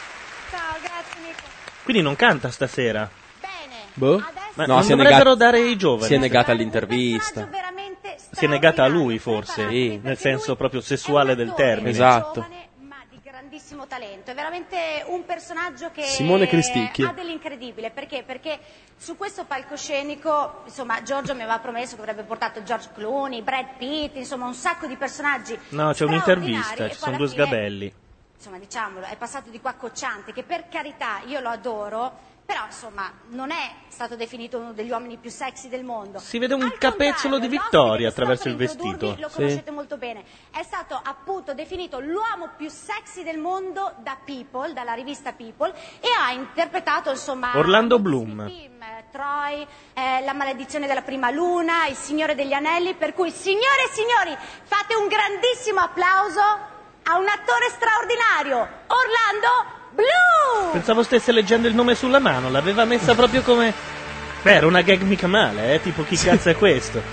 Ciao, grazie Nico. Quindi non canta stasera? Bene. Boh. Ma non dovrebbero dare i giovani? Si è negata all'intervista. Si è negata a lui, forse? Sì. Nel senso proprio sessuale del termine. Esatto. Ma di grandissimo talento, è veramente un personaggio che Simone Cristicchi. ha dell'incredibile, perché su questo palcoscenico, insomma, Giorgio mi aveva promesso che avrebbe portato George Clooney, Brad Pitt, insomma, un sacco di personaggi. No, c'è un'intervista, ci sono 2 sgabelli. Insomma, diciamolo, è passato di qua Cocciante, che per carità io lo adoro, però insomma non è stato definito uno degli uomini più sexy del mondo. Si vede un capezzolo di Vittoria attraverso il vestito. Lo conoscete molto bene. È stato appunto definito l'uomo più sexy del mondo da People, dalla rivista People, e ha interpretato insomma Orlando Bloom. Film, Troy, La maledizione della prima luna, Il Signore degli Anelli, per cui signore e signori fate un grandissimo applauso a un attore straordinario, Orlando Bloom! Pensavo stesse leggendo il nome sulla mano, l'aveva messa proprio come... Beh, era una gag mica male, tipo chi cazzo è questo?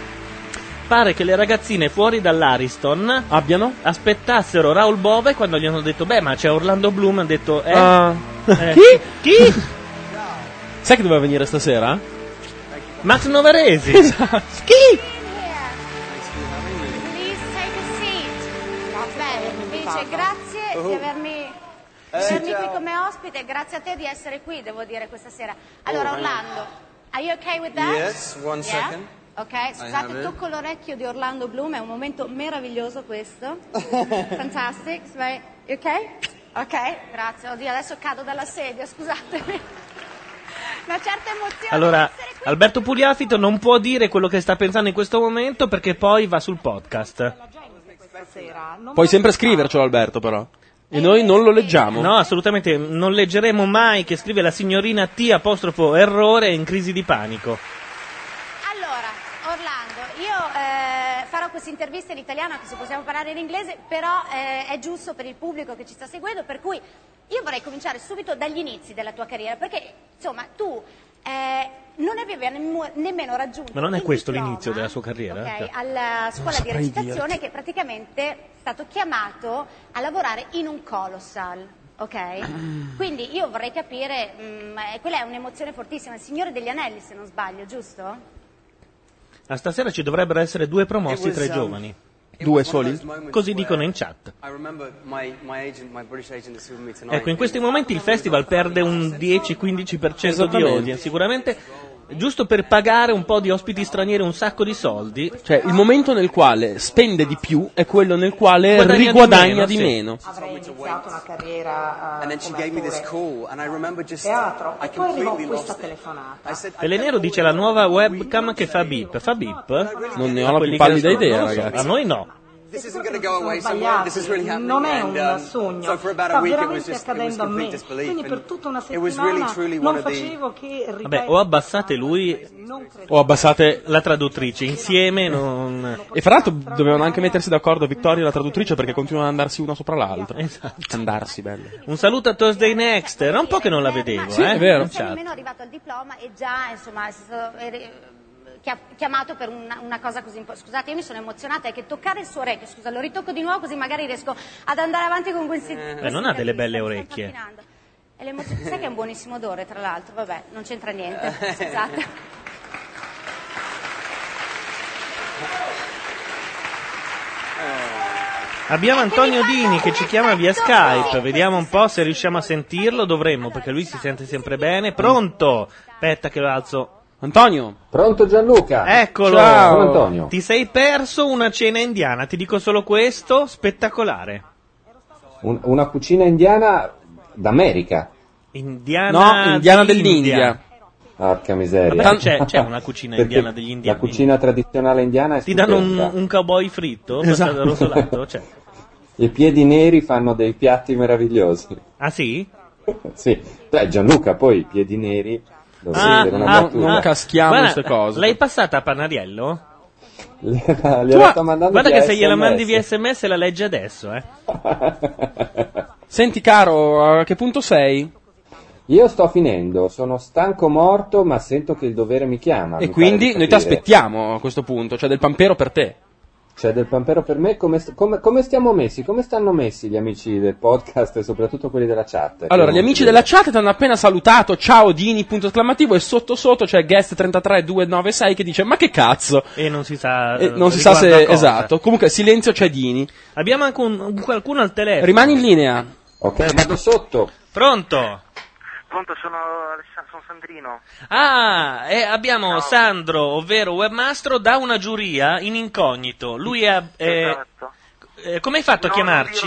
Pare che le ragazzine fuori dall'Ariston aspettassero Raoul Bove quando gli hanno detto, beh, ma c'è Orlando Bloom, hanno detto, Chi? Sai chi doveva venire stasera? Max Novaresi! Esatto. Chi? Dice grazie di avermi qui come ospite, grazie a te di essere qui, devo dire, questa sera. Allora, Orlando, are you okay with that? Yes, one second. Ok, scusate, tocco l'orecchio di Orlando Bloom, è un momento meraviglioso questo. Fantastic, right? You okay? Ok, grazie. Oddio, adesso cado dalla sedia, scusatemi. Una certa emozione. Allora, Alberto Pugliafito non può dire quello che sta pensando in questo momento perché poi va sul podcast. Puoi sempre scrivercelo, Alberto, però. E noi non lo leggiamo. No, assolutamente, non leggeremo mai, che scrive la signorina T'_errore in crisi di panico. Allora, Orlando, io farò questa intervista in italiano, anche se possiamo parlare in inglese, però è giusto per il pubblico che ci sta seguendo, per cui io vorrei cominciare subito dagli inizi della tua carriera, perché insomma tu non avevi nemmeno raggiunto. Ma non è il questo diploma, l'inizio della sua carriera? Okay, alla scuola di recitazione, che praticamente è stato chiamato a lavorare in un colossal. Ok? Quindi io vorrei capire, quella è un'emozione fortissima, il Signore degli Anelli, se non sbaglio, giusto? A stasera ci dovrebbero essere 2 promossi tra i giovani. 2 soli? Così dicono in chat. Ecco, in questi momenti il festival perde un 10-15% di audience, sicuramente giusto per pagare un po' di ospiti stranieri un sacco di soldi. Cioè, il momento nel quale spende di più è quello nel quale riguadagna di meno. Avrei iniziato una carriera come attore teatro e poi arrivò questa telefonata. Pelenero dice la nuova webcam che fa beep. Fa beep? Non ne ho la più pallida idea, ragazzi. A noi no. Non è un sogno, sta veramente accadendo a me. Quindi per tutta una settimana non facevo che ripetere. Vabbè, o abbassate lui o abbassate la traduttrice insieme. E fra l'altro dovevano anche mettersi d'accordo Vittoria e la traduttrice, perché continuano ad andarsi uno sopra l'altro. Esatto. Andarsi, bello. Un saluto a Thursday Next. Era un po' che non la vedevo, sì, è vero. Non sei nemmeno arrivato al diploma e già, insomma, è stato chiamato per una cosa così importante. Scusate, io mi sono emozionata, è che toccare il suo orecchio, scusa, lo ritocco di nuovo così magari riesco ad andare avanti con questi. Non ha delle belle orecchie. E sai che è un buonissimo odore, tra l'altro, vabbè, non c'entra niente, scusate. Abbiamo Antonio Dini che ci chiama via Skype, vediamo un po' se riusciamo a sentirlo, dovremmo, perché lui si sente sempre bene. Pronto? Aspetta che lo alzo. Antonio. Pronto Gianluca. Eccolo. Ciao. Sono Antonio. Ti sei perso una cena indiana, ti dico solo questo, spettacolare. Una cucina indiana d'America. Indiana dell'India. Porca miseria. Vabbè, c'è una cucina indiana degli indiani. La cucina tradizionale indiana è Ti danno un cowboy fritto, esatto. rosolato, cioè. I piedi neri fanno dei piatti meravigliosi. Ah sì? Sì. Gianluca, poi i piedi neri. Non caschiamo queste cose. L'hai passata a Panariello? Gliela sto mandando. Guarda che se gliela mandi via SMS la legge adesso, Senti caro, a che punto sei? Io sto finendo, sono stanco morto, ma sento che il dovere mi chiama. E quindi noi ti aspettiamo a questo punto, cioè del pampero per te. C'è del pampero per me? Come stiamo messi? Come stanno messi gli amici del podcast e soprattutto quelli della chat? Allora, gli amici della chat ti hanno appena salutato, ciao Dini, punto esclamativo, e sotto c'è guest 33296 che dice ma che cazzo? E non si sa non si sa se esatto. Comunque silenzio, c'è Dini. Abbiamo anche qualcuno al telefono. Rimani in linea. Ok, vado sotto. Pronto? Pronto, sono Sandrino. Abbiamo Sandro, ovvero webmastro, da una giuria in incognito. Lui è... Esatto. Come hai fatto a chiamarci?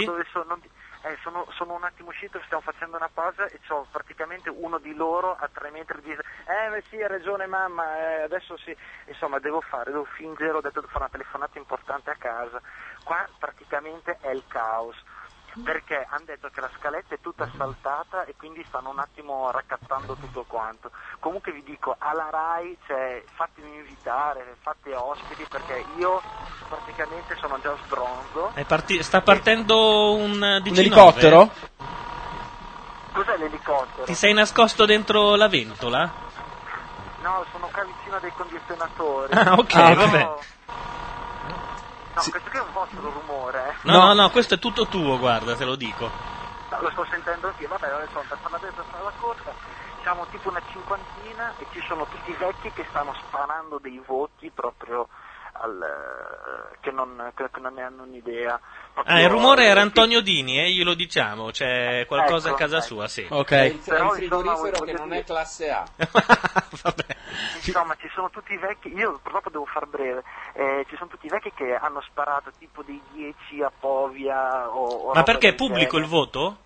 Sono un attimo uscito, stiamo facendo una cosa e c'ho praticamente uno di loro a 3 metri di... sì, hai ragione mamma, adesso sì, insomma devo fingere, ho detto devo fare una telefonata importante a casa. Qua praticamente è il caos. Perché hanno detto che la scaletta è tutta saltata e quindi stanno un attimo raccattando tutto quanto. Comunque vi dico, alla RAI, fatemi invitare, fate ospiti, perché io praticamente sono già sbronzo. Sta partendo un DC-9. Un elicottero? Cos'è l'elicottero? Ti sei nascosto dentro la ventola? No, sono qua vicino a dei condizionatori. Ah, ok, vabbè. No, questo qui è un vostro rumore, No, questo è tutto tuo, guarda, te lo dico. No, lo sto sentendo anch'io, vabbè, adesso per fare la corsa, siamo tipo una cinquantina e ci sono tutti i vecchi che stanno sparando dei voti proprio che non ne hanno un'idea. Il rumore era Antonio Dini, glielo diciamo, c'è qualcosa a casa sua, sì. Ok. È il frigorifero che non è classe A. Vabbè. Insomma, ci sono tutti i vecchi, io purtroppo devo far breve, ci sono tutti i vecchi che hanno sparato tipo dei 10 a Povia o Ma perché è pubblico il voto?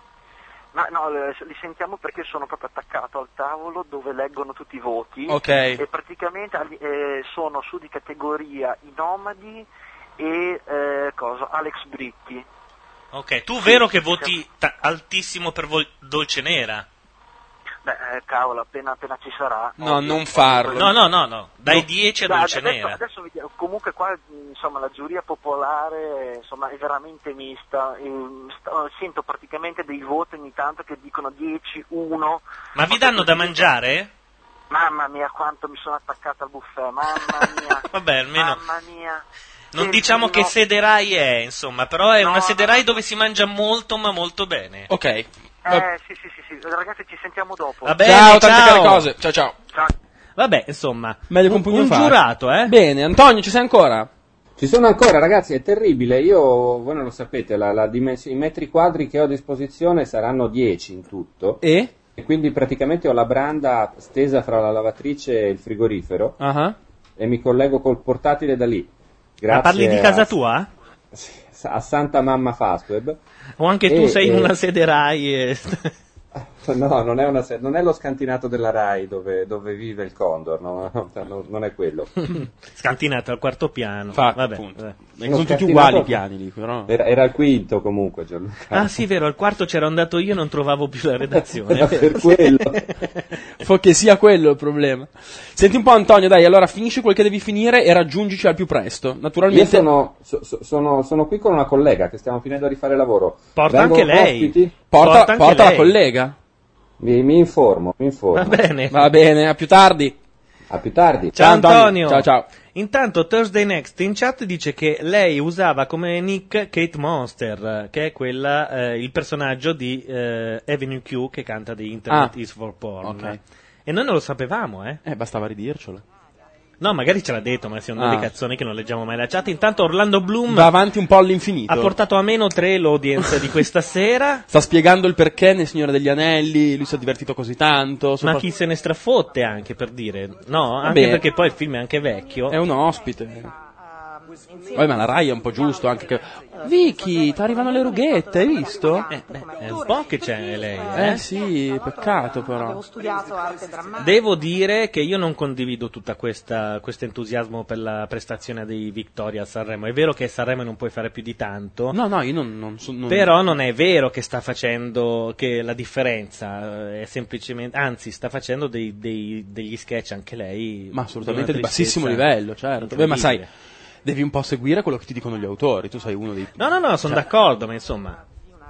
No, li sentiamo perché sono proprio attaccato al tavolo dove leggono tutti i voti. Ok. E praticamente sono su di categoria i Nomadi e Alex Britti. Ok, tu vero che voti altissimo per Dolce Nera? Beh, cavolo, appena ci sarà. No, non farlo. No. Dai 10 a Dolce Nera. Adesso vediamo. Comunque qua, insomma, la giuria popolare, insomma, è veramente mista. Sento praticamente dei voti ogni tanto che dicono 10, 1. Ma vi danno da mangiare? Mamma mia, quanto mi sono attaccato al buffet, mamma mia. Vabbè, almeno. Mamma mia. Non diciamo che sede Rai è, insomma, però è una sede Rai dove si mangia molto, ma molto bene. Ok. Sì, ragazzi, ci sentiamo dopo. Va bene, ciao, tante care cose. Ciao. Vabbè, insomma, meglio con pugno un fare. giurato, Bene, Antonio, ci sei ancora? Ci sono ancora, ragazzi, è terribile. Voi non lo sapete, i metri quadri che ho a disposizione saranno 10 in tutto. E quindi praticamente ho la branda stesa fra la lavatrice e il frigorifero. E mi collego col portatile da lì. Grazie. Ma parli di casa tua? A Santa Mamma Fastweb. O anche tu sei in una sede Rai? No, non è lo scantinato della Rai dove vive il Condor, non è quello. Scantinato al quarto piano. Vabbè. Sono tutti uguali i piani lì, però. Era il quinto comunque, Gianluca. Ah sì, vero, al quarto c'ero andato io e non trovavo più la redazione. Per quello. Che sia quello il problema. Senti un po', Antonio, dai, allora finisci quel che devi finire e raggiungici al più presto. Naturalmente. Io sono qui con una collega che stiamo finendo di fare lavoro. Porta anche lei. Porta la collega. Mi informo. Va bene, a più tardi. A più tardi. Ciao Antonio. Ciao. Intanto Thursday Next in chat dice che lei usava come nick Kate Monster, che è quella il personaggio di Avenue Q che canta di Internet is for Porn. Okay. E noi non lo sapevamo, bastava ridircelo. No, magari ce l'ha detto, ma sono dei cazzoni che non leggiamo mai la chat. Intanto Orlando Bloom va avanti un po' all'infinito. Ha portato a meno 3 l'audience di questa sera. Sta spiegando il perché nel Signore degli Anelli, lui si è divertito così tanto. Ma chi se ne strafotte anche, per dire. No, anche perché poi il film è anche vecchio. È un ospite. Poi ma la Rai è un po' giusto anche che... Vicky, ti arrivano le rughette, hai visto? È un po' che c'è lei. Sì, peccato però. Avevo studiato arte drammatica. Devo dire che io non condivido tutta questo entusiasmo per la prestazione dei Victoria a Sanremo. È vero che a Sanremo non puoi fare più di tanto. No, io non. Però non è vero che sta facendo che la differenza è semplicemente, anzi sta facendo degli sketch anche lei. Ma assolutamente di bassissimo livello, certo. Ma sai, devi un po' seguire quello che ti dicono gli autori, tu sei uno dei... No, sono d'accordo, ma insomma...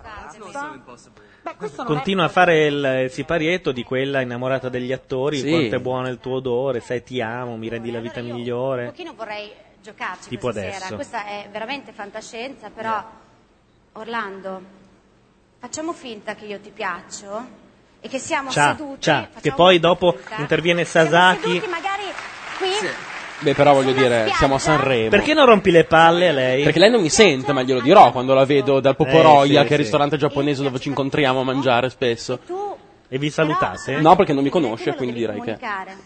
Continua a fare il siparietto di quella innamorata degli attori, quanto è buono il tuo odore, sai ti amo, mi rendi la vita migliore. Un pochino vorrei giocarci tipo questa adesso. Sera, questa è veramente fantascienza, però Orlando, facciamo finta che io ti piaccio e che siamo seduti. Che poi dopo interviene Sasaki. Siamo seduti magari qui. Sì. Beh, però voglio dire, siamo a Sanremo. Perché non rompi le palle a lei? Perché lei non mi sente, ma glielo dirò quando la vedo dal Poporoia, che è il ristorante giapponese dove ci incontriamo a mangiare spesso. E vi salutate? No, perché non mi conosce, quindi direi che...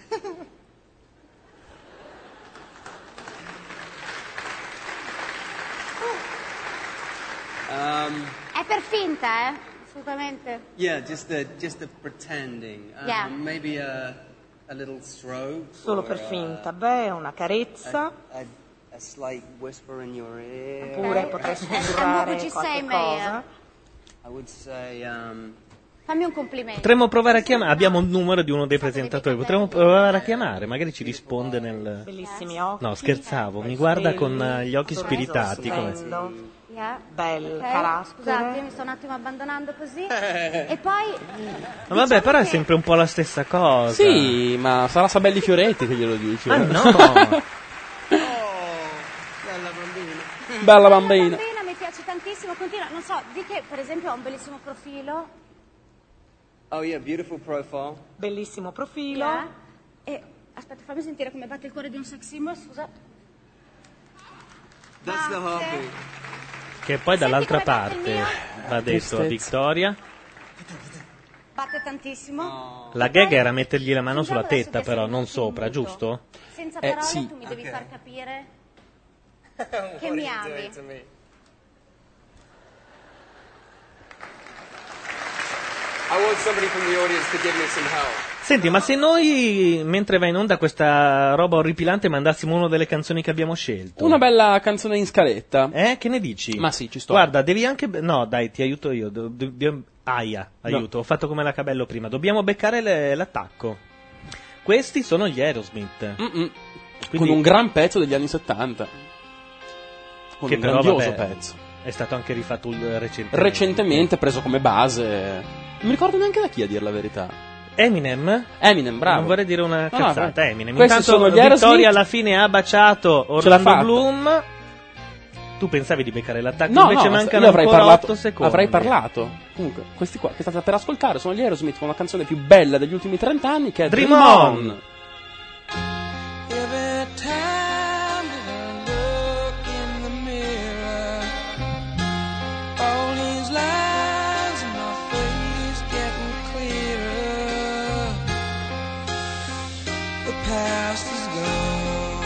È per finta, assolutamente. Yeah, just the pretending. Yeah. Maybe a little stroke. Solo per finta, una carezza. A slight whisper in your ear. Oppure potrei sussurrare qualche cosa. I would say Fammi un complimento. Potremmo provare a chiamare, abbiamo un numero di uno dei presentatori, potremmo provare a chiamare, magari ci risponde nel... Bellissimi occhi. No, scherzavo, mi guarda con gli occhi spiritati. Come... Bel Okay. carattere. Scusate, mi sto un attimo abbandonando così. E poi Ma vabbè, però è sempre un po' la stessa cosa. Sì, ma sarà Sabelli Fioretti che glielo dice. Ma no. Bella bambina. Mi piace tantissimo, continua, non so, di che per esempio ha un bellissimo profilo. Oh yeah, beautiful profile. Bellissimo profilo. E aspetta, fammi sentire come batte il cuore di un sex symbol, scusa. That's the heartbeat. Che poi dall'altra parte va detto a Victoria. Batte tantissimo. La gag era mettergli la mano sulla tetta, però, non sopra, giusto? Senza parole sì. tu mi devi far capire che mi ami. I want somebody from the audience to give me some help. Senti, ma se noi, mentre va in onda questa roba orripilante, mandassimo una delle canzoni che abbiamo scelto? Una bella canzone in scaletta. Che ne dici? Ma sì, ci sto. Guarda, devi anche... No, dai, ti aiuto io. Aiuto. Ho fatto come la Cabello prima. Dobbiamo beccare l'attacco. Questi sono gli Aerosmith. Quindi... Con un gran pezzo degli anni 70. Con che un però, grandioso pezzo. È stato anche rifatto recentemente, preso come base. Non mi ricordo neanche da chi, a dire la verità. Eminem, bravo. Non vorrei dire una cazzata. Eminem. Questi Intanto sono gli Vittoria Aerosmith. alla fine ha baciato Orlando Bloom. Tu pensavi di beccare l'attacco, invece mancano ancora 8 secondi. Avrei parlato. Comunque, questi qua che state per ascoltare sono gli Aerosmith con una canzone più bella degli ultimi 30 anni, che è Dream On. Every time that I look in the mirror, all these lines in my face getting clearer. The past is gone,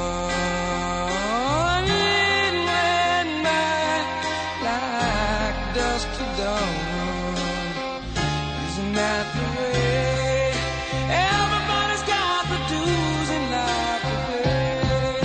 it went by like dusk to dawn. Isn't that the way? Everybody's got the dues in life to pay.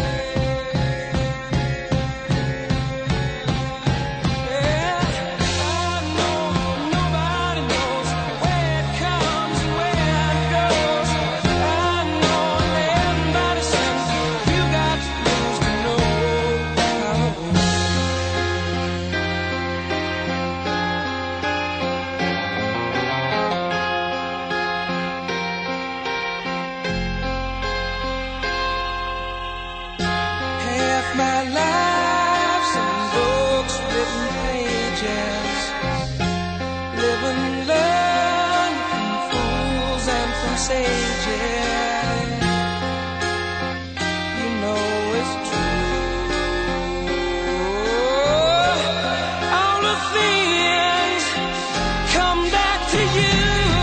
Yeah, I know nobody knows where it comes and where it goes. I know everybody says you got to lose to know how it goes. Half my life's in books, written pages. Live and learn from fools and from sages. You know it's true. All the things come back to you.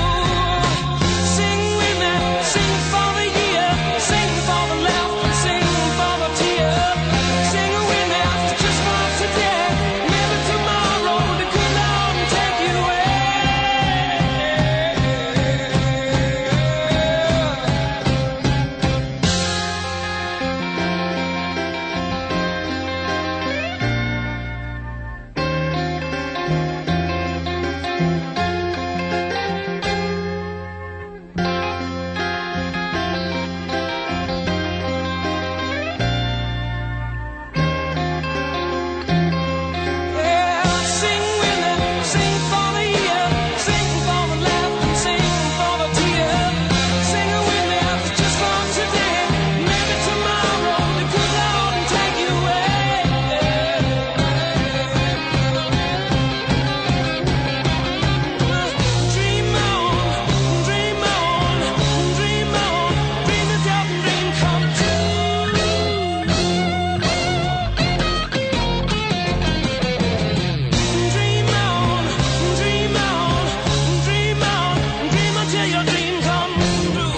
Sing with me, sing for the year, sing for the laughter, sing for the tear. Sing with me, just for today. Maybe tomorrow the good Lord will take you away. Yeah, sing with me, sing for the year, sing for the laughter, sing for the tear. Sing with me, just for today. Maybe tomorrow the good Lord will take you away. Dream on, dream on, dream on, dream the devil dream come true. Dream on, dream on, dream on, dream until your dream comes true.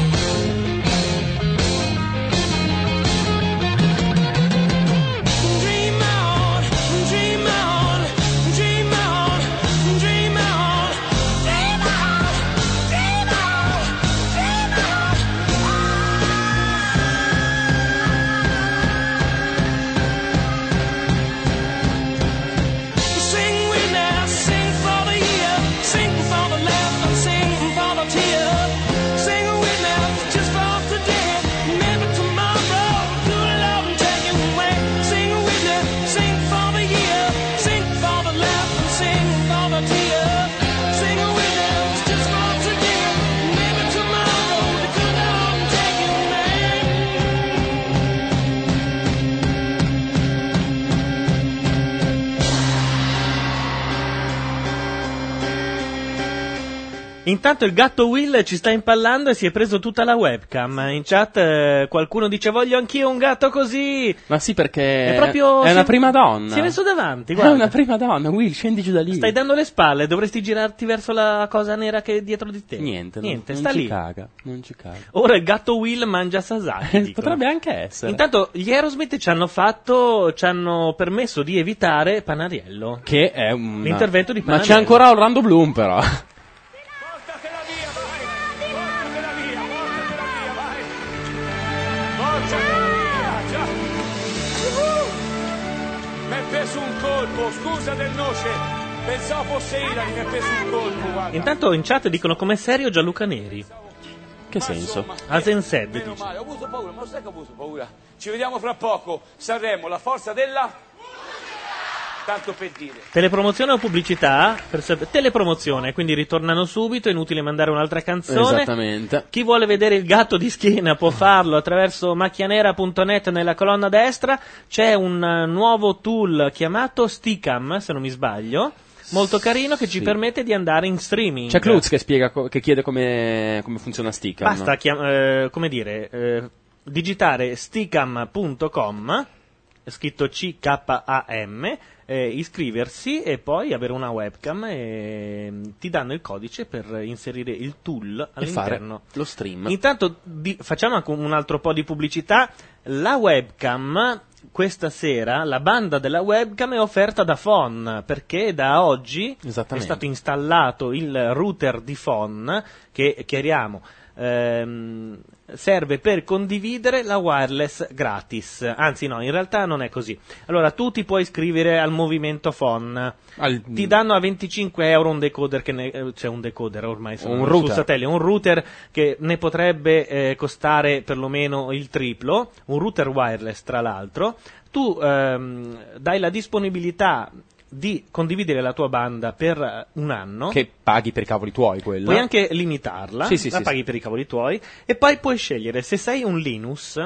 Dream on, dream on, dream on, dream on, dream on, dream on, dream on. Sing with me, sing for the year, sing for the laughter, sing for the tear. Sing with me, just for today. Maybe tomorrow, good Lord will take you away. Sing with me, sing for the year, sing for the laughter, sing for the tear. Sing with me, just for today. Maybe tomorrow, the good Lord will take you away. Intanto il gatto Will ci sta impallando e si è preso tutta la webcam. In chat qualcuno dice voglio anch'io un gatto così. Ma sì, perché È proprio è una prima donna. Si è messo davanti, È guarda. una prima donna, Will, scendi giù da lì. Stai dando le spalle, dovresti girarti verso la cosa nera che è dietro di te. Niente, Niente, non sta ci lì. caga, non ci caga. Ora il gatto Will mangia Sasaki. dicono. Potrebbe anche essere. Intanto gli Aerosmith ci hanno permesso di evitare Panariello. Che è L'intervento di Ma Panariello. c'è ancora Orlando Bloom, però. colpo, scusa del noce, pensavo fosse Ilari, mi ha preso un colpo, guarda. Intanto in chat dicono com'è serio Gianluca Neri. Che senso? Asensed dice. Male, ho avuto paura, ma lo sai che ho avuto paura? Ci vediamo fra poco, Sanremo, la forza della... Tanto per dire. Telepromozione o pubblicità? Telepromozione, quindi ritornano subito, è inutile mandare un'altra canzone. Esattamente. Chi vuole vedere il gatto di schiena può farlo attraverso macchianera.net nella colonna destra. C'è un nuovo tool chiamato Steadicam, se non mi sbaglio, molto carino, che ci permette di andare in streaming. C'è Klutz che spiega, che chiede come funziona Steadicam. Basta digitare steadicam.com, scritto CKAM, iscriversi e poi avere una webcam e ti danno il codice per inserire il tool all'interno. E fare lo stream. Intanto facciamo anche un altro po' di pubblicità. La webcam questa sera, la banda della webcam è offerta da FON, perché da oggi è stato installato il router di FON che, chiariamo, serve per condividere la wireless gratis. Anzi no, in realtà non è così. Allora tu ti puoi iscrivere al movimento FON, ti danno a 25 euro un decoder c'è un decoder ormai sul satellite, un router che ne potrebbe costare perlomeno il triplo, un router wireless tra l'altro. Tu dai la disponibilità di condividere la tua banda per un anno. Che paghi per i cavoli tuoi, quella. Puoi anche limitarla, paghi per i cavoli tuoi, e poi puoi scegliere se sei un Linux,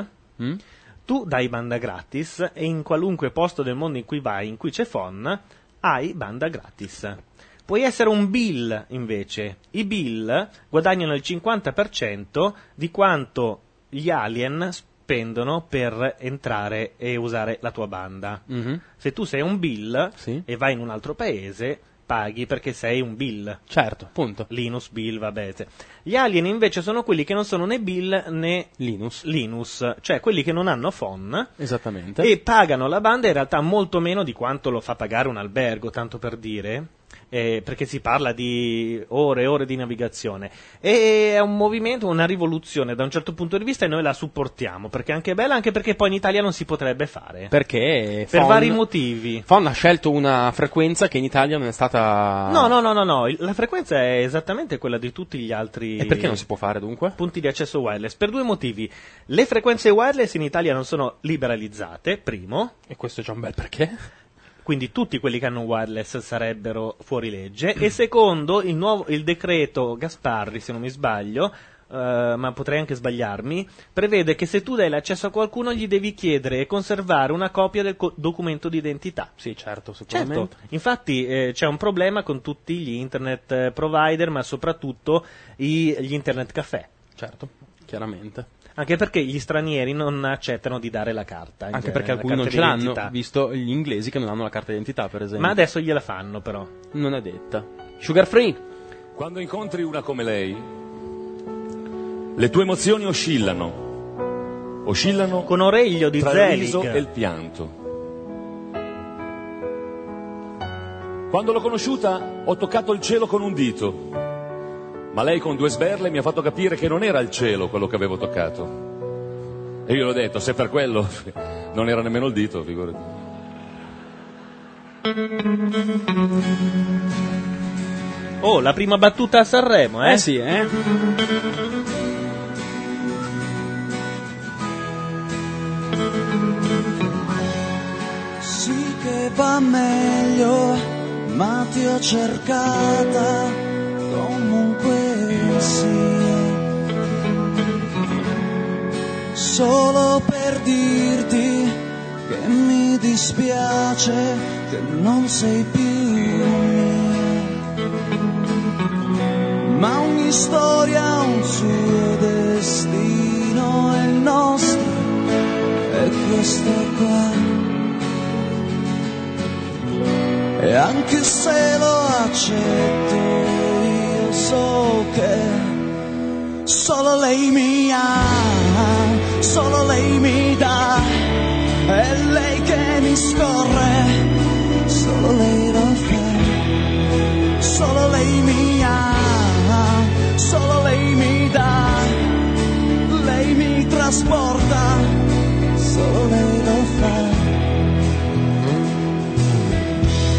tu dai banda gratis e in qualunque posto del mondo in cui vai, in cui c'è FON, hai banda gratis. Puoi essere un Bill invece. I Bill guadagnano il 50% di quanto gli alien spendono per entrare e usare la tua banda. Se tu sei un Bill e vai in un altro paese, paghi perché sei un Bill. Certo, punto. Linus, Bill, vabbè. Gli alien invece sono quelli che non sono né Bill né Linus, cioè quelli che non hanno FON. Esattamente. E pagano la banda in realtà molto meno di quanto lo fa pagare un albergo, tanto per dire. Perché si parla di ore e ore di navigazione, e è un movimento, una rivoluzione da un certo punto di vista, e noi la supportiamo perché è anche bella, anche perché poi in Italia non si potrebbe fare, perché per vari motivi. FON ha scelto una frequenza che in Italia non è stata... No, la frequenza è esattamente quella di tutti gli altri. E perché non si può fare dunque? Punti di accesso wireless, per due motivi. Le frequenze wireless in Italia non sono liberalizzate, primo, e questo è già un bel perché. Quindi tutti quelli che hanno wireless sarebbero fuori legge. E secondo, il decreto Gasparri, se non mi sbaglio, ma potrei anche sbagliarmi, prevede che se tu dai l'accesso a qualcuno gli devi chiedere e conservare una copia del documento di identità. Sì, certo, sicuramente. Certo. Infatti c'è un problema con tutti gli internet provider, ma soprattutto gli internet caffè. Certo, chiaramente. Anche perché gli stranieri non accettano di dare la carta. Anche perché alcuni non ce l'hanno, visto gli inglesi che non hanno la carta d'identità, per esempio. Ma adesso gliela fanno, però. Non è detta. Sugar free. Quando incontri una come lei, le tue emozioni oscillano con Oreglio di tra Zelig, il riso e il pianto. Quando l'ho conosciuta ho toccato il cielo con un dito, ma lei con due sberle mi ha fatto capire che non era il cielo quello che avevo toccato. E io l'ho detto, se per quello non era nemmeno il dito, figurati. Oh, la prima battuta a Sanremo, eh? Sì, Sì che va meglio, ma ti ho cercata comunque sia, solo per dirti che mi dispiace che non sei più mia, ma ogni storia ha un suo destino e il nostro è questo qua. E anche se lo accetto, io so che solo lei mi ha, solo lei mi dà, è lei che mi scorre, solo lei lo fa, solo lei mi ha, solo lei mi dà, lei mi trasporta, solo lei lo fa.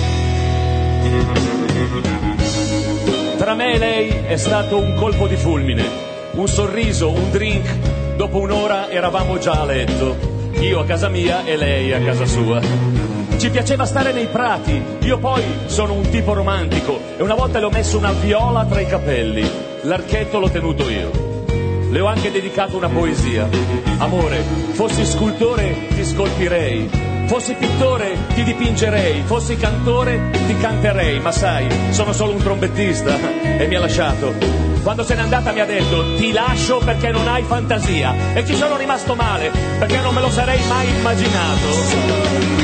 Tra me e lei è stato un colpo di fulmine, un sorriso, un drink. Dopo un'ora eravamo già a letto, io a casa mia e lei a casa sua. Ci piaceva stare nei prati, io poi sono un tipo romantico e una volta le ho messo una viola tra i capelli, l'archetto l'ho tenuto io. Le ho anche dedicato una poesia. Amore, fossi scultore ti scolpirei, fossi pittore ti dipingerei, fossi cantore ti canterei, ma sai, sono solo un trombettista e mi ha lasciato. Quando se n'è andata mi ha detto ti lascio perché non hai fantasia, e ci sono rimasto male perché non me lo sarei mai immaginato.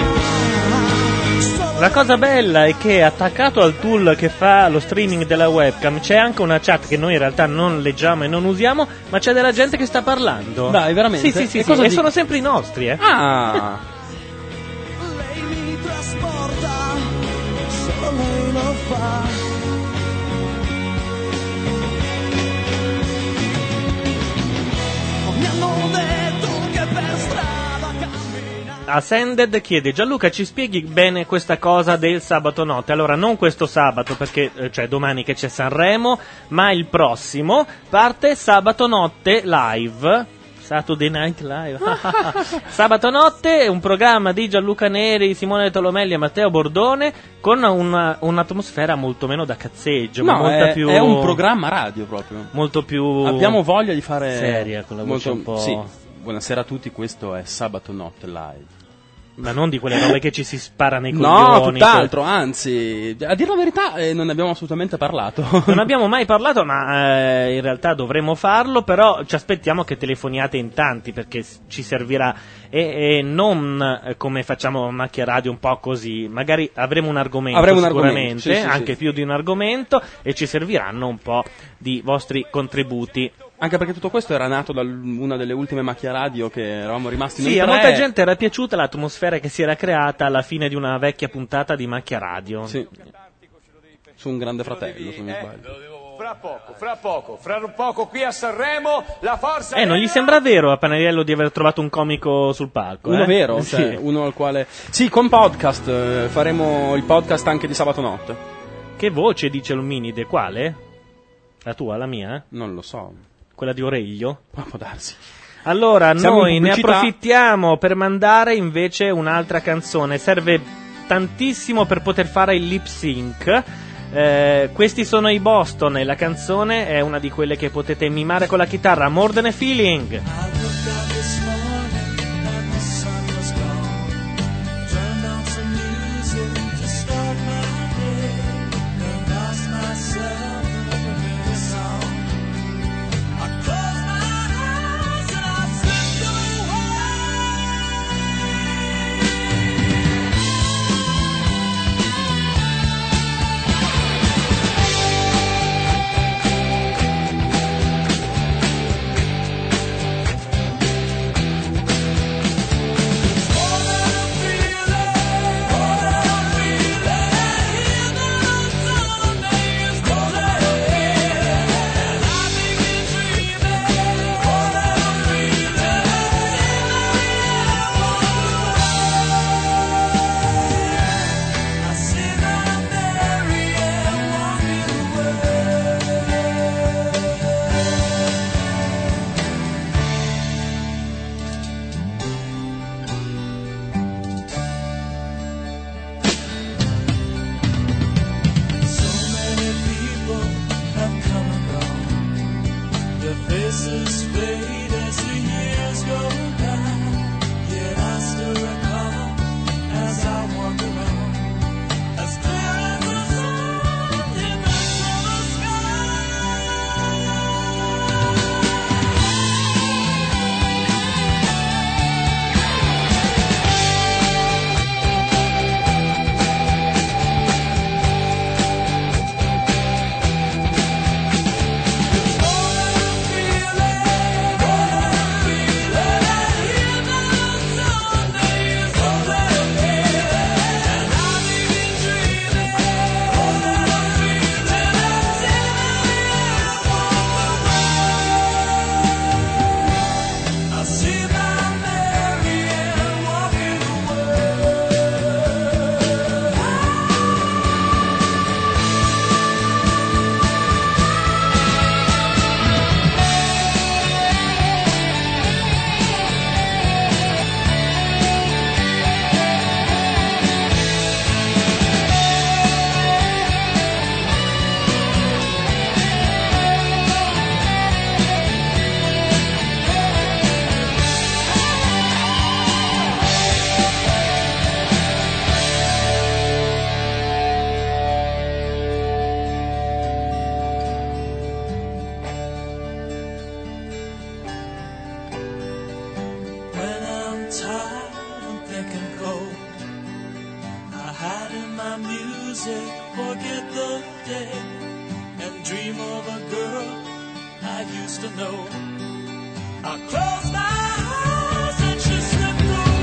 La cosa bella è che attaccato al tool che fa lo streaming della webcam c'è anche una chat che noi in realtà non leggiamo e non usiamo, ma c'è della gente che sta parlando. Dai, veramente? Sì, e sono sempre i nostri, Ah! Lei mi trasporta, solo lei lo fa. Mi hanno detto che per strada cammina. Ascended chiede: Gianluca, ci spieghi bene questa cosa del sabato notte? Allora, non questo sabato, perché cioè domani che c'è Sanremo, ma il prossimo parte sabato notte live. Saturday Night Live. Sabato notte è un programma di Gianluca Neri, Simone Tolomelli e Matteo Bordone, con un'atmosfera molto meno da cazzeggio, no, ma molta più. È un programma radio proprio. Molto più. Abbiamo voglia di fare. Seria, con la voce un po'. Sì. Buonasera a tutti, questo è Sabato Notte Live. Ma non di quelle robe che ci si spara nei coglioni. No, tutt'altro, anzi, a dire la verità non ne abbiamo assolutamente parlato. Non abbiamo mai parlato, ma in realtà dovremo farlo, però ci aspettiamo che telefoniate in tanti, perché ci servirà, e non come facciamo Macchia Radio un po' così, magari avremo un argomento sicuramente, sì, anche più di un argomento, e ci serviranno un po' di vostri contributi. Anche perché tutto questo era nato da una delle ultime Macchia Radio che eravamo rimasti noi tre. Sì, a molta gente era piaciuta l'atmosfera che si era creata alla fine di una vecchia puntata di Macchia Radio. Sì. Su un Grande Fratello, se non sbaglio. Fra poco qui a Sanremo la forza. Non gli sembra vero a Panariello di aver trovato un comico sul palco? Uno vero, sì. Cioè, uno al quale. Sì, con podcast, faremo il podcast anche di sabato notte. Che voce dice Luminide? Quale? La tua, la mia? Non lo so. Quella di Oreglio? Può darsi. Allora, siamo noi ne approfittiamo per mandare invece un'altra canzone. Serve tantissimo per poter fare il lip sync. Questi sono i Boston e la canzone è una di quelle che potete mimare con la chitarra. More Than a Feeling. music, forget the day, and dream of a girl I used to know. I close my eyes and she slipped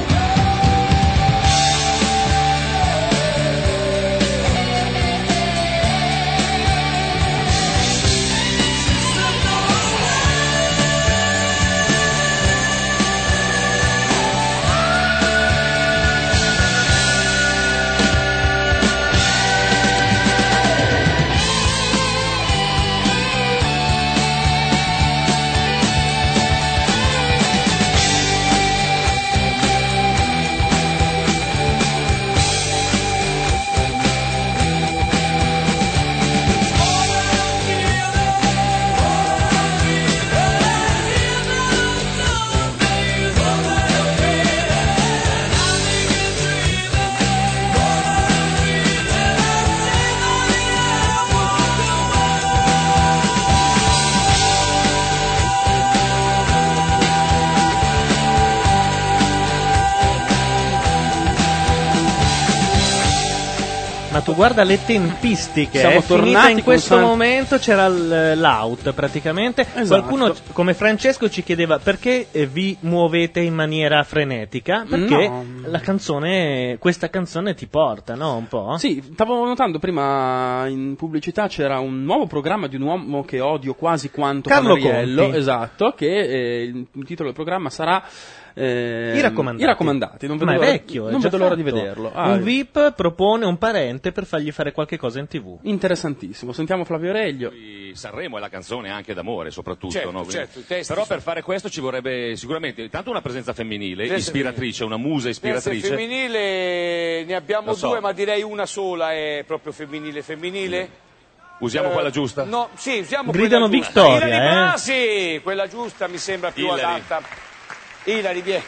Ma tu guarda le tempistiche, siamo finita in questo momento, c'era l'out praticamente. Esatto. Qualcuno come Francesco ci chiedeva perché vi muovete in maniera frenetica, perché la canzone, questa canzone ti porta, no? Un po'? Sì, stavo notando prima in pubblicità c'era un nuovo programma di un uomo che odio quasi quanto Carlo Panariello, Conti. esatto, che il titolo del programma sarà I raccomandati. Non Ma è vedo vecchio, non è già vedo l'ora di fatto. vederlo. Un VIP propone un parente per fargli fare qualche cosa in TV. Interessantissimo. Sentiamo Flavio Reglio. Sanremo è la canzone anche d'amore, soprattutto. Certo, no? certo, i testi Però sono- per fare questo ci vorrebbe sicuramente tanto una presenza femminile, Presenza ispiratrice, una musa Terza ispiratrice. femminile ne abbiamo Lo so. due, ma direi una sola è proprio femminile. Usiamo quella giusta? No, sì, usiamo Gridano quella giusta. vittoria, Ilary eh. Blasi, quella giusta mi sembra più Ilary. adatta. Ilary, vieni.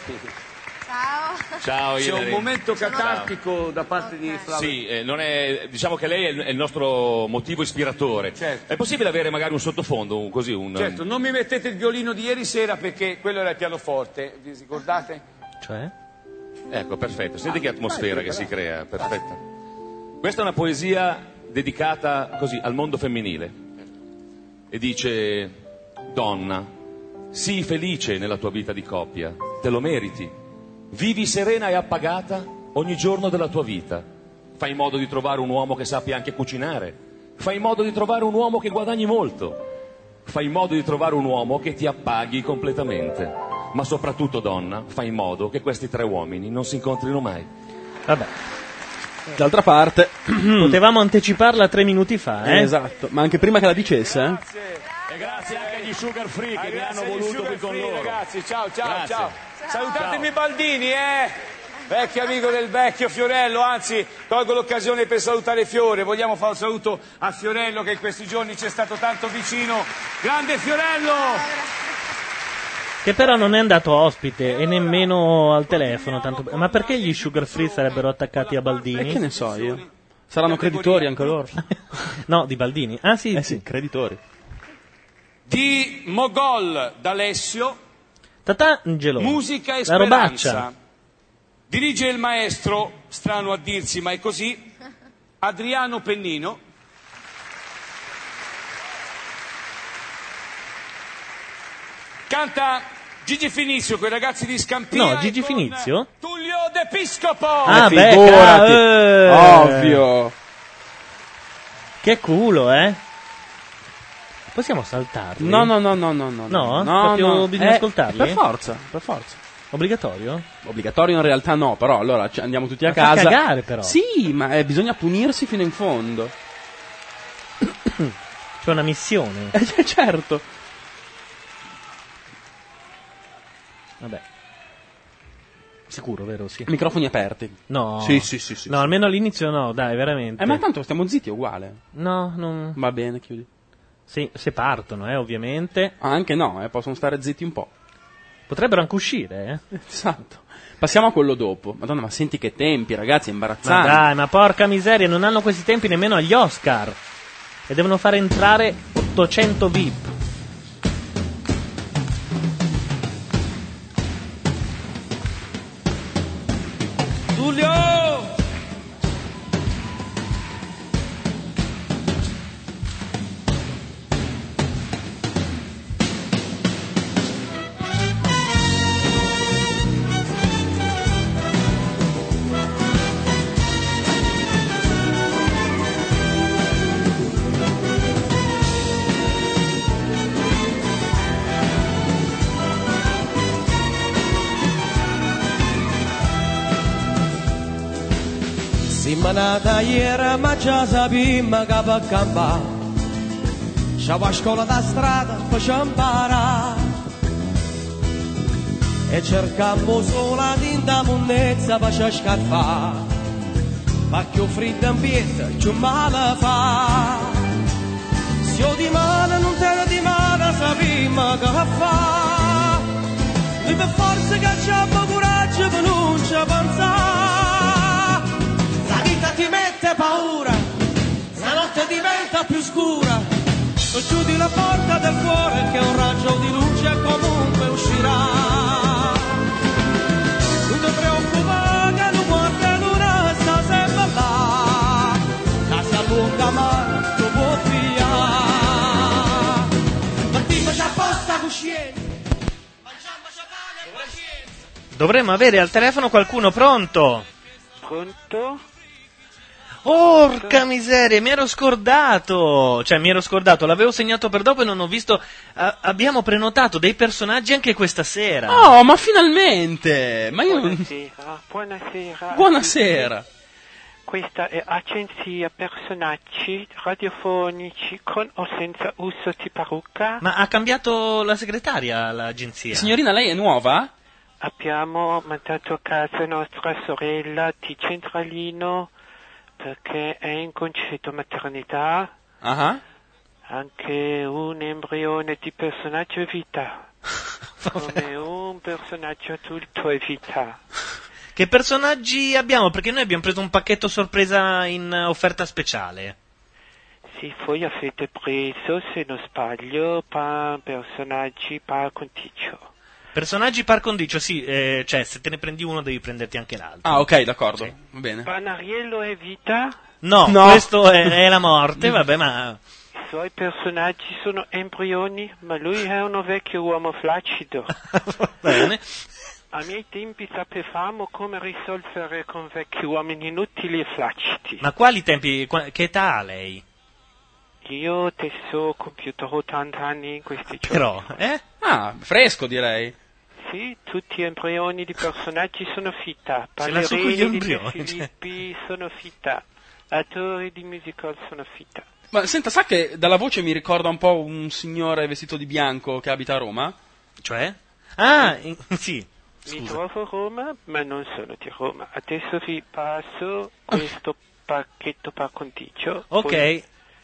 Ciao C'è Ilary. un momento catartico da parte di Flavio. Sì, diciamo che lei è il nostro motivo ispiratore. Certo. È possibile avere magari un sottofondo, così un... Certo, non mi mettete il violino di ieri sera perché quello era il pianoforte, vi ricordate? Cioè? Ecco, perfetto. Senti che atmosfera che si crea, perfetta. Questa è una poesia dedicata così al mondo femminile. E dice: donna, sii felice nella tua vita di coppia, te lo meriti. Vivi serena e appagata ogni giorno della tua vita. Fai in modo di trovare un uomo che sappia anche cucinare. Fai in modo di trovare un uomo che guadagni molto. Fai in modo di trovare un uomo che ti appaghi completamente. Ma soprattutto, donna, fai in modo che questi tre uomini non si incontrino mai. Vabbè. D'altra parte, potevamo anticiparla 3 minuti fa, eh? Esatto, ma anche prima che la dicesse, E grazie anche agli Sugar Free che mi hanno voluto qui con loro. Ragazzi, ciao, Grazie. ciao. Salutatemi Baldini, vecchio amico del vecchio Fiorello, anzi colgo l'occasione per salutare Fiore, vogliamo fare un saluto a Fiorello che in questi giorni ci è stato tanto vicino. Grande Fiorello! Che però non è andato ospite e nemmeno al telefono. Ma perché gli Sugar Free sarebbero attaccati a Baldini? E che ne so io? Saranno creditori anche loro? No, di Baldini. Ah sì, sì, creditori. Di Mogol d'Alessio, Tatangelo, musica e la robaccia. speranza. Dirige il maestro, strano a dirsi ma è così, Adriano Pennino. Canta Gigi Finizio con i ragazzi di Scampia. No, Gigi Finizio? Tullio De Piscopo. Ah, beh, figurati. Ovvio. Che culo, Possiamo saltarli? No. No? Proprio bisogna ascoltarli? Per forza. Obbligatorio? Obbligatorio in realtà no, però allora andiamo tutti a Ma casa. fa cagare però. Sì, ma bisogna punirsi fino in fondo. C'è una missione. Certo. Vabbè. Sicuro, vero? Sì. Microfoni aperti. No. Sì. No, almeno all'inizio no, dai, veramente. Ma tanto stiamo zitti, è uguale. No, non... Va bene, chiudi. Sì, se partono, ovviamente. Anche no, possono stare zitti un po'. Potrebbero anche uscire, Esatto. Passiamo a quello dopo. Madonna, ma senti che tempi, ragazzi, è Ma imbarazzante. dai, ma porca miseria, non hanno questi tempi nemmeno agli Oscar. E devono fare entrare 800 VIP. Tullio! Siamo nata ieri ma già sappiamo che per campare. Ciao a scuola da strada facciamo imparare. E cercammo sola tinta monnezza per scarfare. Ma più freddo ambiente più male fa. Se io di mano non te di mano sappiamo che fa. Noi per forza che abbiamo coraggio per non ci pensare. La vita ti mette paura, la notte diventa più scura. Non chiudi la porta del cuore che un raggio di luce comunque uscirà. Non ti preoccupare che non guarda l'una sta sempre là. La si allunga ma tu può via. Partiamoci apposta cuscienti. Dovremmo avere al telefono qualcuno pronto. Pronto? Porca miseria, mi ero scordato. Cioè, mi ero scordato, l'avevo segnato per dopo e non ho visto. Abbiamo prenotato dei personaggi anche questa sera. Oh, ma finalmente! Ma io Buonasera. Buonasera. Questa è agenzia personaggi radiofonici con o senza uso di parrucca. Ma ha cambiato la segretaria l'agenzia? Signorina, lei è nuova? Abbiamo mandato a casa nostra sorella di Centralino perché è in congedo maternità. Anche un embrione di personaggio è vita. Come un personaggio adulto è vita. Che personaggi abbiamo? Perché noi abbiamo preso un pacchetto sorpresa in offerta speciale. Sì, voi avete preso, se non sbaglio, personaggi par condicio. Personaggi par condicio, sì, cioè se te ne prendi uno devi prenderti anche l'altro. Ah, ok, d'accordo, sì. Va bene. Panariello è vita? No, questo è la morte, vabbè, ma... I suoi personaggi sono embrioni, ma lui è uno vecchio uomo flaccido. Va bene. A miei tempi sapevamo come risolvere con vecchi uomini inutili e flaccidi. Ma quali tempi? Che età ha lei? Io adesso ho compiuto 80 anni in questi giorni. Però, Ah, fresco direi. Sì, tutti embrioni di personaggi sono fita. Ce l'ha su con gli Ballerini di embrioni, Filippi sono fita. Attori di musical sono fita. Ma senta, sa che dalla voce mi ricorda un po' un signore vestito di bianco che abita a Roma? Cioè? Ah, sì. Mi trovo a Roma, ma non sono di Roma. Adesso vi passo questo pacchetto par condicio. Ok.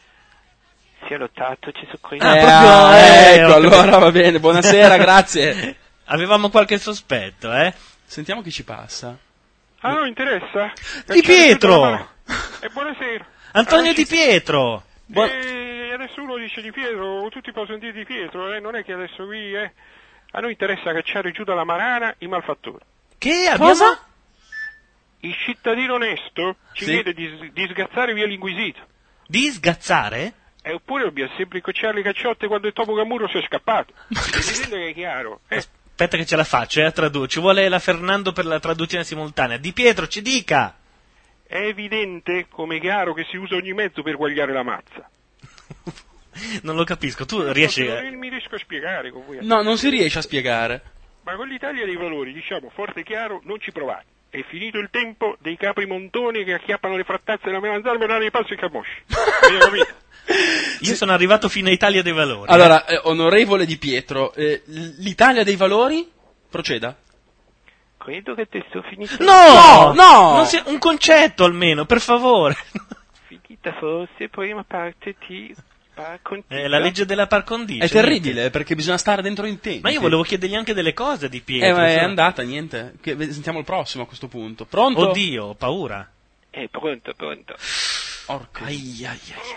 Si è lottato Gesù Cristo. Ecco, allora va bene, buonasera, grazie. Avevamo qualche sospetto, Sentiamo chi ci passa. Ah, non interessa? Di Pietro! Buonasera. Antonio Di Pietro! Adesso uno dice Di Pietro, tutti possono dire Di Pietro, non è che adesso qui, A noi interessa cacciare giù dalla Marana i malfattori. Che abbiamo? Il cittadino onesto ci chiede di sgazzare via l'Inquisito. Di sgazzare? Oppure dobbiamo sempre incrociare le cacciotte quando il topo Camurro si è scappato. Vedete che è chiaro. Aspetta che ce la faccio, a tradurre. Ci vuole la Fernando per la traduzione simultanea. Di Pietro, ci dica! È evidente, come chiaro, che si usa ogni mezzo per guagliare la mazza. Non lo capisco, tu riesci... Non mi riesco a spiegare con voi. No, non si riesce a spiegare. Ma con l'Italia dei valori, diciamo, forte e chiaro, non ci provate. È finito il tempo dei capri montoni che acchiappano le frattazze della melanzana per dare i passi ai camosci. Avete capito? Io sono arrivato fino a Italia dei Valori. Allora, onorevole Di Pietro, l'Italia dei Valori? Proceda. Credo che adesso finito. No! Non un concetto almeno, per favore. Finita forse, prima parte di par condicio. La legge della par condicio. È terribile, perché bisogna stare dentro in tempo. Ma io volevo chiedergli anche delle cose di Pietro. Ma è andata, niente. Sentiamo il prossimo a questo punto. Pronto? Oddio, ho paura. Pronto. Orca. Ai.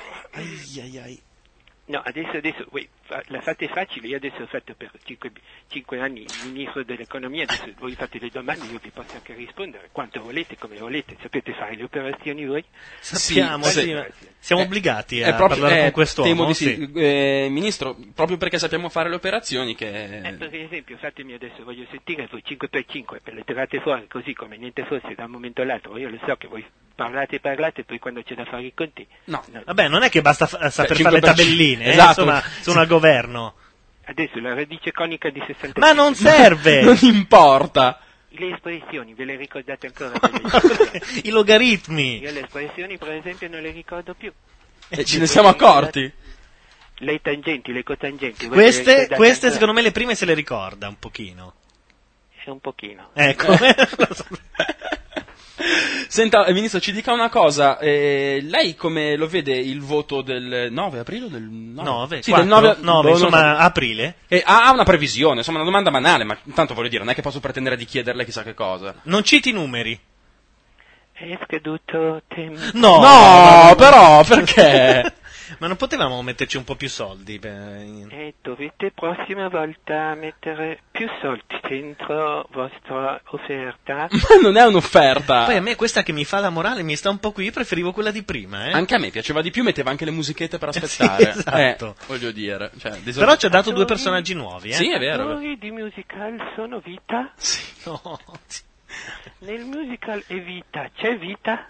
No, adesso, voi la fate facile, io adesso ho fatto per 5 anni il ministro dell'economia, adesso voi fate le domande, io vi posso anche rispondere, quanto volete, come volete, sapete fare le operazioni voi? Sappiamo, siamo obbligati a parlare con quest'uomo. Temo di sì. Ministro, proprio perché sappiamo fare le operazioni che... per esempio, fatemi adesso, voglio sentire voi 5x5, le tirate fuori così come niente fosse da un momento all'altro, io lo so che voi parlate, poi quando c'è da fare i conti... No. Vabbè, non è che basta saper fare le tabelline, esatto. Insomma, sono al governo. Adesso la radice conica di 60. Ma non serve! Non importa. Le espressioni, ve le ricordate ancora? I logaritmi. Io le espressioni, per esempio, non le ricordo più. E ce ne siamo accorti. Le tangenti, le cotangenti. Queste secondo me le prime se le ricorda un pochino. Un pochino. Ecco. Senta, Ministro, ci dica una cosa. Lei come lo vede il voto del 9 aprile o del 9? Sì, del 9, insomma, aprile. Ha una previsione, insomma, una domanda banale, ma intanto voglio dire, non è che posso pretendere di chiederle chissà che cosa. Non citi i numeri. È scaduto tempo. No, però, perché? Ma non potevamo metterci un po' più soldi? Dovete prossima volta mettere più soldi dentro vostra offerta. Ma non è un'offerta. Poi a me questa che mi fa la morale mi sta un po' qui, preferivo quella di prima. Anche a me piaceva di più, metteva anche le musichette per aspettare. Sì, esatto. Voglio dire. Però ci ha dato 2 personaggi nuovi. Sì, è vero. I attori di musical sono vita? Sì. No. Nel musical è vita, c'è vita?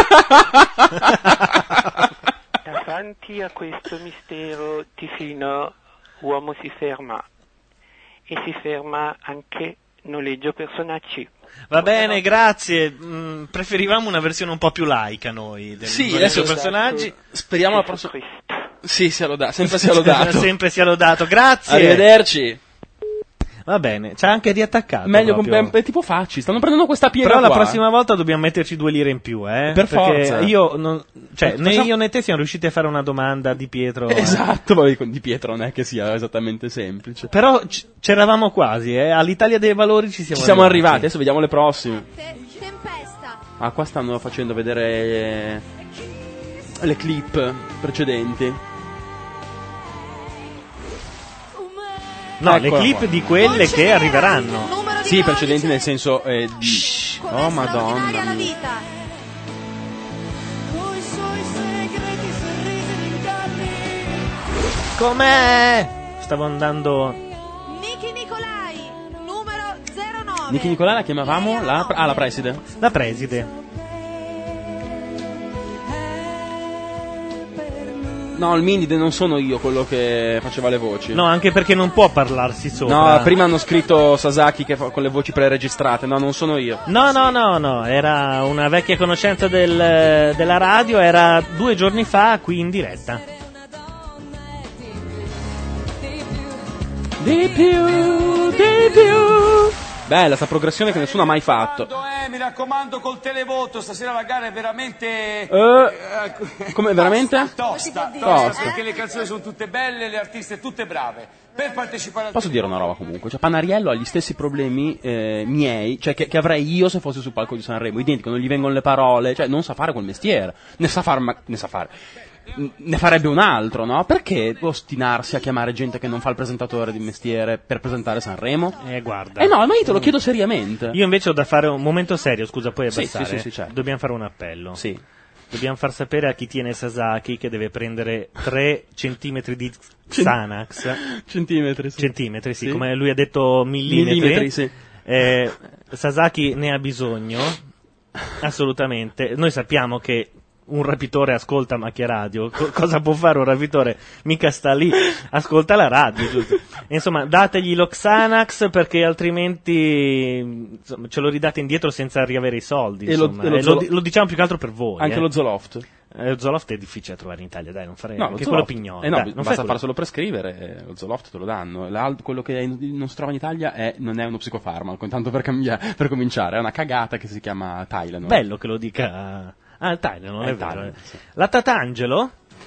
Davanti a questo mistero divino uomo si ferma, e si ferma anche noleggio personaggi. Va bene, grazie. Preferivamo una versione un po' più laica noi del noleggio personaggi. Speriamo la prossima. Sì, sempre sia lodato. Sempre sia lodato, grazie. Arrivederci. Va bene, c'ha anche riattaccato. Meglio è tipo facci, stanno prendendo questa piega. Però qua. La prossima volta dobbiamo metterci 2 lire in più, Per forza. Io non, né io né te siamo riusciti a fare una domanda di Pietro. Esatto, di Pietro non è che sia esattamente semplice. Però c'eravamo quasi, all'Italia dei Valori ci siamo arrivati. Adesso vediamo le prossime. Tempesta. Qua stanno facendo vedere le clip precedenti. No, le clip di quelle che arriveranno. Sì, precedenti nel senso oh madonna mia. Com'è? Stavo andando. Niki Nicolai, numero 09. Niki Nicolai la chiamavamo la preside. La preside. No, il Minide non sono io quello che faceva le voci. No, anche perché non può parlarsi sopra. No, prima hanno scritto Sasaki che con le voci preregistrate. No, non sono io. No, era una vecchia conoscenza della radio, era 2 giorni fa qui in diretta. Di più. Bella sta progressione che nessuno ha mai fatto. Mi raccomando col televoto, stasera la gara è veramente... come veramente? Tosta, perché le canzoni sono tutte belle, le artiste tutte brave. Per partecipare al... Posso dire una roba comunque? Panariello ha gli stessi problemi miei, cioè che avrei io se fossi sul palco di Sanremo, identico, non gli vengono le parole, cioè non sa fare quel mestiere, ne farebbe un altro, no? Perché ostinarsi a chiamare gente che non fa il presentatore di mestiere per presentare Sanremo? Guarda. No, ma io te lo chiedo seriamente. Io invece ho da fare un momento serio, scusa, puoi abbassare? Sì, certo. Dobbiamo fare un appello. Sì. Dobbiamo far sapere a chi tiene Sasaki che deve prendere 3 centimetri di Xanax. Centimetri, sì, come lui ha detto millimetri, sì. Sasaki ne ha bisogno, assolutamente. Noi sappiamo che un rapitore ascolta Macchia Radio. Cosa può fare un rapitore? Mica sta lì, ascolta la radio, giusto? Insomma, dategli lo Xanax perché altrimenti ce lo ridate indietro senza riavere i soldi. Lo diciamo più che altro per voi. Anche lo Zoloft. Lo Zoloft è difficile da trovare in Italia, dai, non fare no, anche quello pignolo. No, basta fare solo prescrivere, lo Zoloft te lo danno. Quello che non si trova in Italia non è uno psicofarmaco, intanto per cominciare, è una cagata che si chiama Tylenol. Bello che lo dica. Il Tylenol, è vero. Tylenol, sì. La Tatangelo?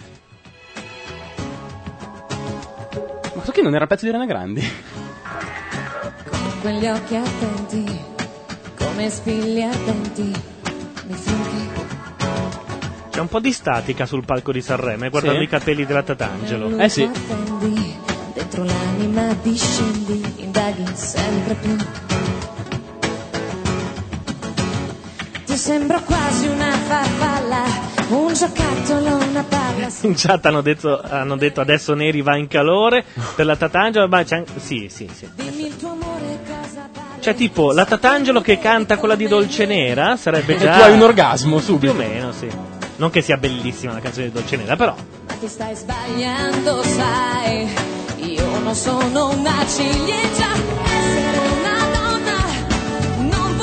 Ma so che non era il pezzo di Rene Grandi? Con quegli occhi attenti, come spilli ardenti, mi fuggi. C'è un po' di statica sul palco di Sanremo, guardando i capelli della Tatangelo. Sì. Attendi, dentro l'anima discendi, indaghi sempre più. Ti sembro quasi una farfalla, un giocattolo, una palla. In chat hanno detto adesso Neri va in calore per la Tatangelo, ma c'è sì. Dimmi il tuo amore cosa vale. Cioè tipo la Tatangelo che canta quella di Dolce Nera sarebbe già... E tu hai un orgasmo subito. Più o meno, sì. Non che sia bellissima la canzone di Dolce Nera, però... Ma ti stai sbagliando, sai, io non sono una ciliegia. Essere una donna non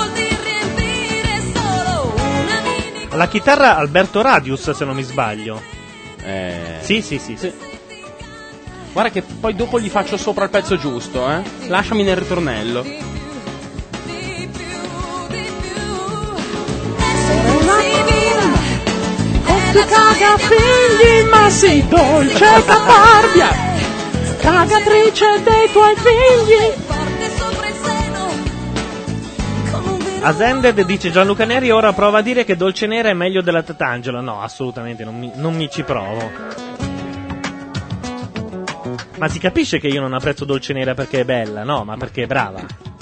La chitarra Alberto Radius, se non mi sbaglio. Sì. Guarda che poi dopo gli faccio sopra il pezzo giusto, Lasciami nel ritornello. Tu caga figli, ma sei dolce e caparbia, cagatrice dei tuoi figli. Ascended dice Gianluca Neri, ora prova a dire che Dolce Nera è meglio della Tatangelo. No, assolutamente, non mi ci provo. Ma si capisce che io non apprezzo Dolce Nera perché è bella, no, ma perché è brava.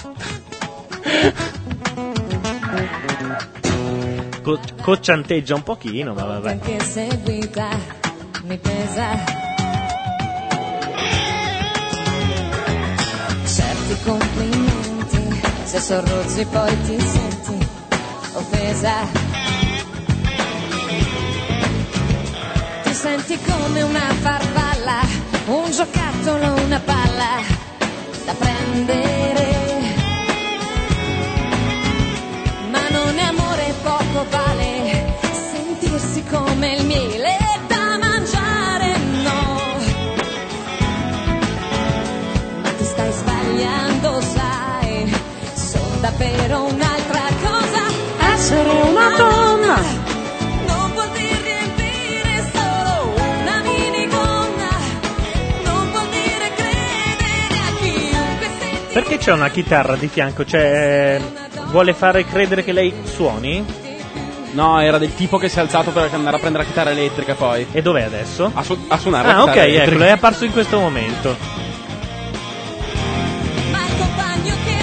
Coccianteggia un pochino, ma vabbè. Anche seguita mi pesa. Certi complimenti, se sorrozzi poi ti senti offesa. Ti senti come una farfalla, un giocattolo, una palla da prendere. Ma non è amore, poco vale sentirsi come il miele da mangiare, no. Ma ti stai sbagliando, sai, sono davvero un'altra cosa. Essere una donna non vuol dire riempire solo una minigonna, non vuol dire credere a chiunque senti. Perché c'è una chitarra di fianco? Vuole fare credere che lei suoni? No, era del tipo che si è alzato per andare a prendere la chitarra elettrica poi. E dov'è adesso? A suonare la chitarra elettrica. Eccolo, è apparso in questo momento. Ma il compagno che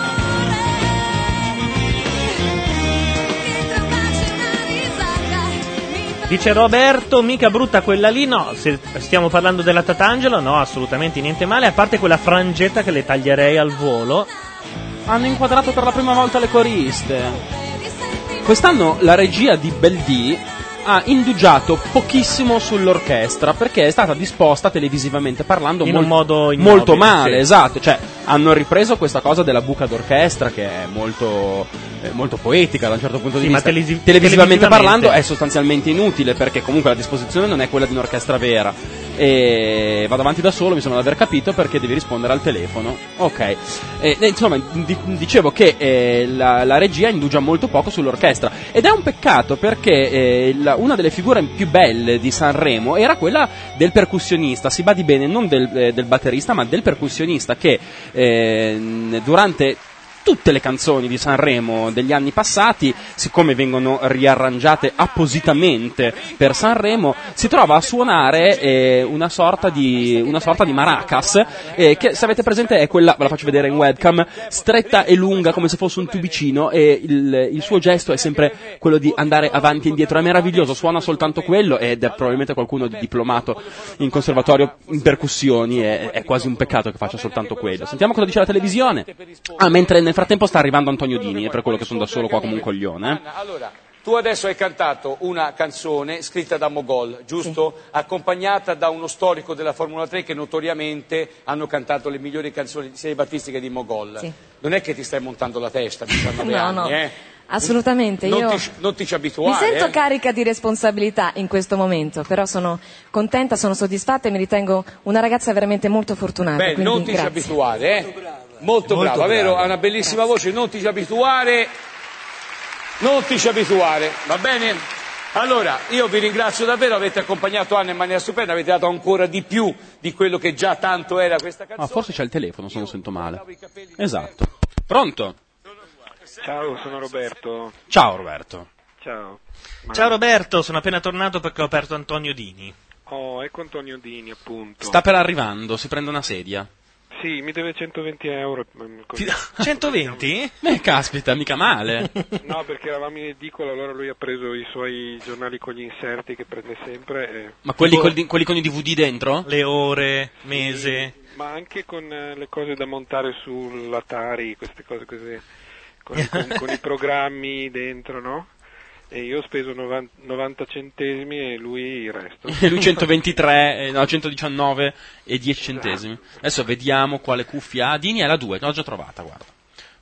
Dice Roberto, mica brutta quella lì. No, se stiamo parlando della Tatangelo, no, assolutamente niente male. A parte quella frangetta che le taglierei al volo. Hanno inquadrato per la prima volta le coriste. Quest'anno la regia di Bel D ha indugiato pochissimo sull'orchestra perché è stata disposta televisivamente parlando in un modo ignobile, molto male, sì. Esatto, cioè hanno ripreso questa cosa della buca d'orchestra che è molto poetica da un certo punto di vista. Ma televisivamente parlando è sostanzialmente inutile perché comunque la disposizione non è quella di un'orchestra vera. E vado avanti da solo, mi sembra di aver capito perché devi rispondere al telefono. Ok, insomma dicevo che la regia indugia molto poco sull'orchestra ed è un peccato perché una delle figure più belle di Sanremo era quella del percussionista, si badi bene, non del batterista ma del percussionista che durante tutte le canzoni di Sanremo degli anni passati, siccome vengono riarrangiate appositamente per Sanremo, si trova a suonare una sorta di maracas, che se avete presente è quella, ve la faccio vedere in webcam, stretta e lunga come se fosse un tubicino, e il suo gesto è sempre quello di andare avanti e indietro, è meraviglioso, suona soltanto quello ed è probabilmente qualcuno di diplomato in conservatorio in percussioni, è quasi un peccato che faccia soltanto quello. Sentiamo cosa dice la televisione. Mentre nel frattempo sta arrivando Antonio Dini, è per quello che sono da solo qua come un coglione. Allora, tu adesso hai cantato una canzone scritta da Mogol, giusto? Sì. Accompagnata da uno storico della Formula 3 che notoriamente hanno cantato le migliori canzoni sia di Battisti che di Mogol. Sì. Non è che ti stai montando la testa a 19 anni, Assolutamente, non ti ci abituare. Mi sento carica di responsabilità in questo momento, però sono contenta, sono soddisfatta e mi ritengo una ragazza veramente molto fortunata. Beh, non ti ci abituare, Molto brava, vero? Ha una bellissima voce, non ti ci abituare, va bene? Allora, io vi ringrazio davvero, avete accompagnato Anna in maniera stupenda, avete dato ancora di più di quello che già tanto era questa canzone. Forse c'è il telefono, se non sento male. Esatto. Pronto? Ciao, sono Roberto. Ciao Roberto. Ciao. Ciao Roberto, sono appena tornato perché ho aperto Antonio Dini. Oh, ecco Antonio Dini, appunto. Sta per arrivando, si prende una sedia. Sì, mi deve 120 euro. 120? Caspita, mica male. No, perché eravamo in edicola, allora lui ha preso i suoi giornali con gli inserti che prende sempre. Ma quelli con i DVD dentro? Le ore, mese. Sì, ma anche con le cose da montare sull'Atari, queste cose così. Con i programmi dentro, no? E io ho speso 90 centesimi e lui il resto. E lui 119 e 10 centesimi. Adesso vediamo quale cuffia ha. Dini è la 2, l'ho già trovata, guarda.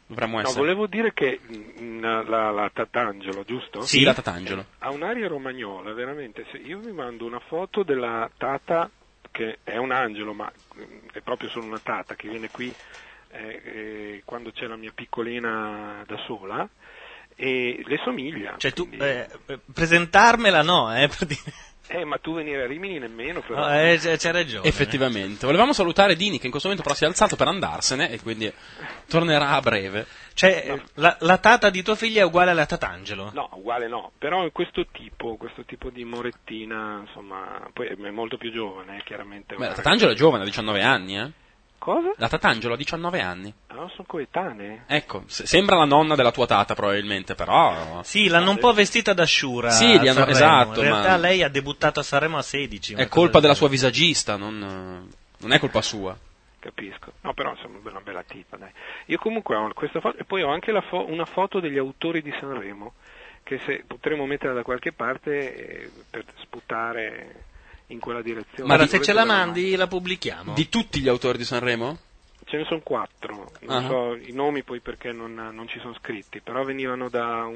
dovremmo essere. No, volevo dire che la Tatangelo, giusto? Sì, la Tatangelo. Ha un'aria romagnola, veramente. Se io vi mando una foto della Tata, che è un angelo, ma è proprio solo una Tata, che viene qui quando c'è la mia piccolina da sola, e le somiglia. Cioè tu, presentarmela no, per dire... Ma tu venire a Rimini nemmeno, però. C'è ragione. Effettivamente. Volevamo salutare Dini, che in questo momento però si è alzato per andarsene, e quindi tornerà a breve. Cioè, la tata di tua figlia è uguale alla Tatangelo? No, uguale no, però questo tipo di morettina, insomma, poi è molto più giovane, chiaramente. Beh, la Tatangelo è giovane, ha 19 anni, Cosa? La Tatangelo ha 19 anni. No, sono coetanee. Ecco, sembra la nonna della tua tata probabilmente, però... Sì, l'hanno un po' vestita da Shura. Sì, esatto. In realtà lei ha debuttato a Sanremo a 16. È colpa della sua visagista, non è colpa sua. Capisco. No, però insomma una bella tipa, dai. Io comunque ho questa foto, e poi ho anche una foto degli autori di Sanremo, che se potremo mettere da qualche parte per sputare in quella direzione. Ma se ce la mandi la pubblichiamo. Di tutti gli autori di Sanremo? Ce ne sono 4, non so i nomi poi perché non ci sono scritti, però venivano da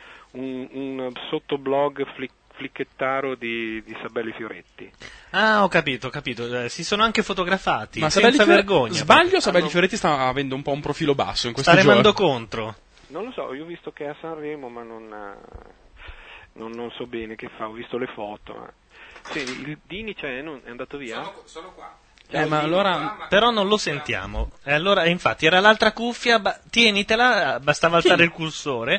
un sottoblog flicchettaro di Sabelli Fioretti. Ah, ho capito, si sono anche fotografati, ma senza vergogna. Sbaglio, Sabelli Fioretti sta avendo un po' un profilo basso in questi giorni. Sta remando contro. Non lo so, io ho visto che è a Sanremo, ma non so bene che fa, ho visto le foto. Sì, il Dini è andato via? Sono qua. Ma allora, però non lo sentiamo. Allora, infatti, era l'altra cuffia. Tienitela, bastava alzare il cursore.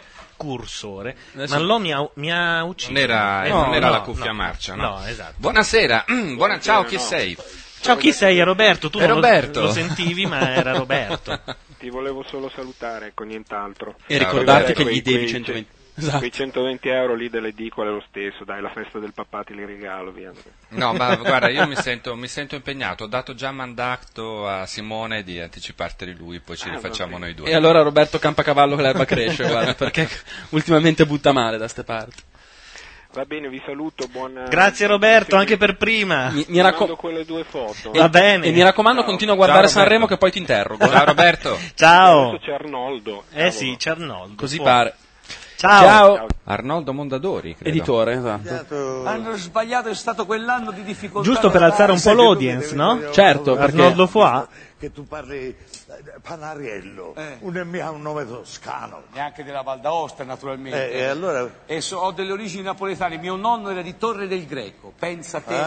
Ma Lo mi ha ucciso. Non era la cuffia marcia, no? No, esatto. Buonasera. Ciao, chi sei? Ciao, chi sei? È Roberto. Tu non lo sentivi, ma era Roberto. Ti volevo solo salutare, con nient'altro. E ricordarti che gli devi 120. Esatto. Quei 120 euro lì dell'edicola è lo stesso, dai, la festa del papà ti li regalo, via. No, ma guarda, io mi sento impegnato, ho dato già mandato a Simone di anticiparteli lui, poi ci rifacciamo noi due. E allora Roberto Campacavallo che l'erba cresce, guarda, perché ultimamente butta male da ste parti. Va bene, vi saluto, Grazie Roberto, anche per prima. Mi raccomando quelle 2 foto. Va bene. E mi raccomando, continua a guardare Sanremo che poi ti interrogo. Ciao Roberto. Ciao. Adesso c'è Arnoldo. Sì, c'è Arnoldo. Così pare. Ciao. Arnoldo Mondadori, credo. Editore, esatto. Hanno sbagliato, è stato quell'anno di difficoltà. Giusto per alzare un po' l'audience, no? Certo, Arnoldo Foà. Che tu parli Panariello, un nome toscano. Neanche della Val d'Aosta, naturalmente. E allora? Ho delle origini napoletane, mio nonno era di Torre del Greco, pensa te.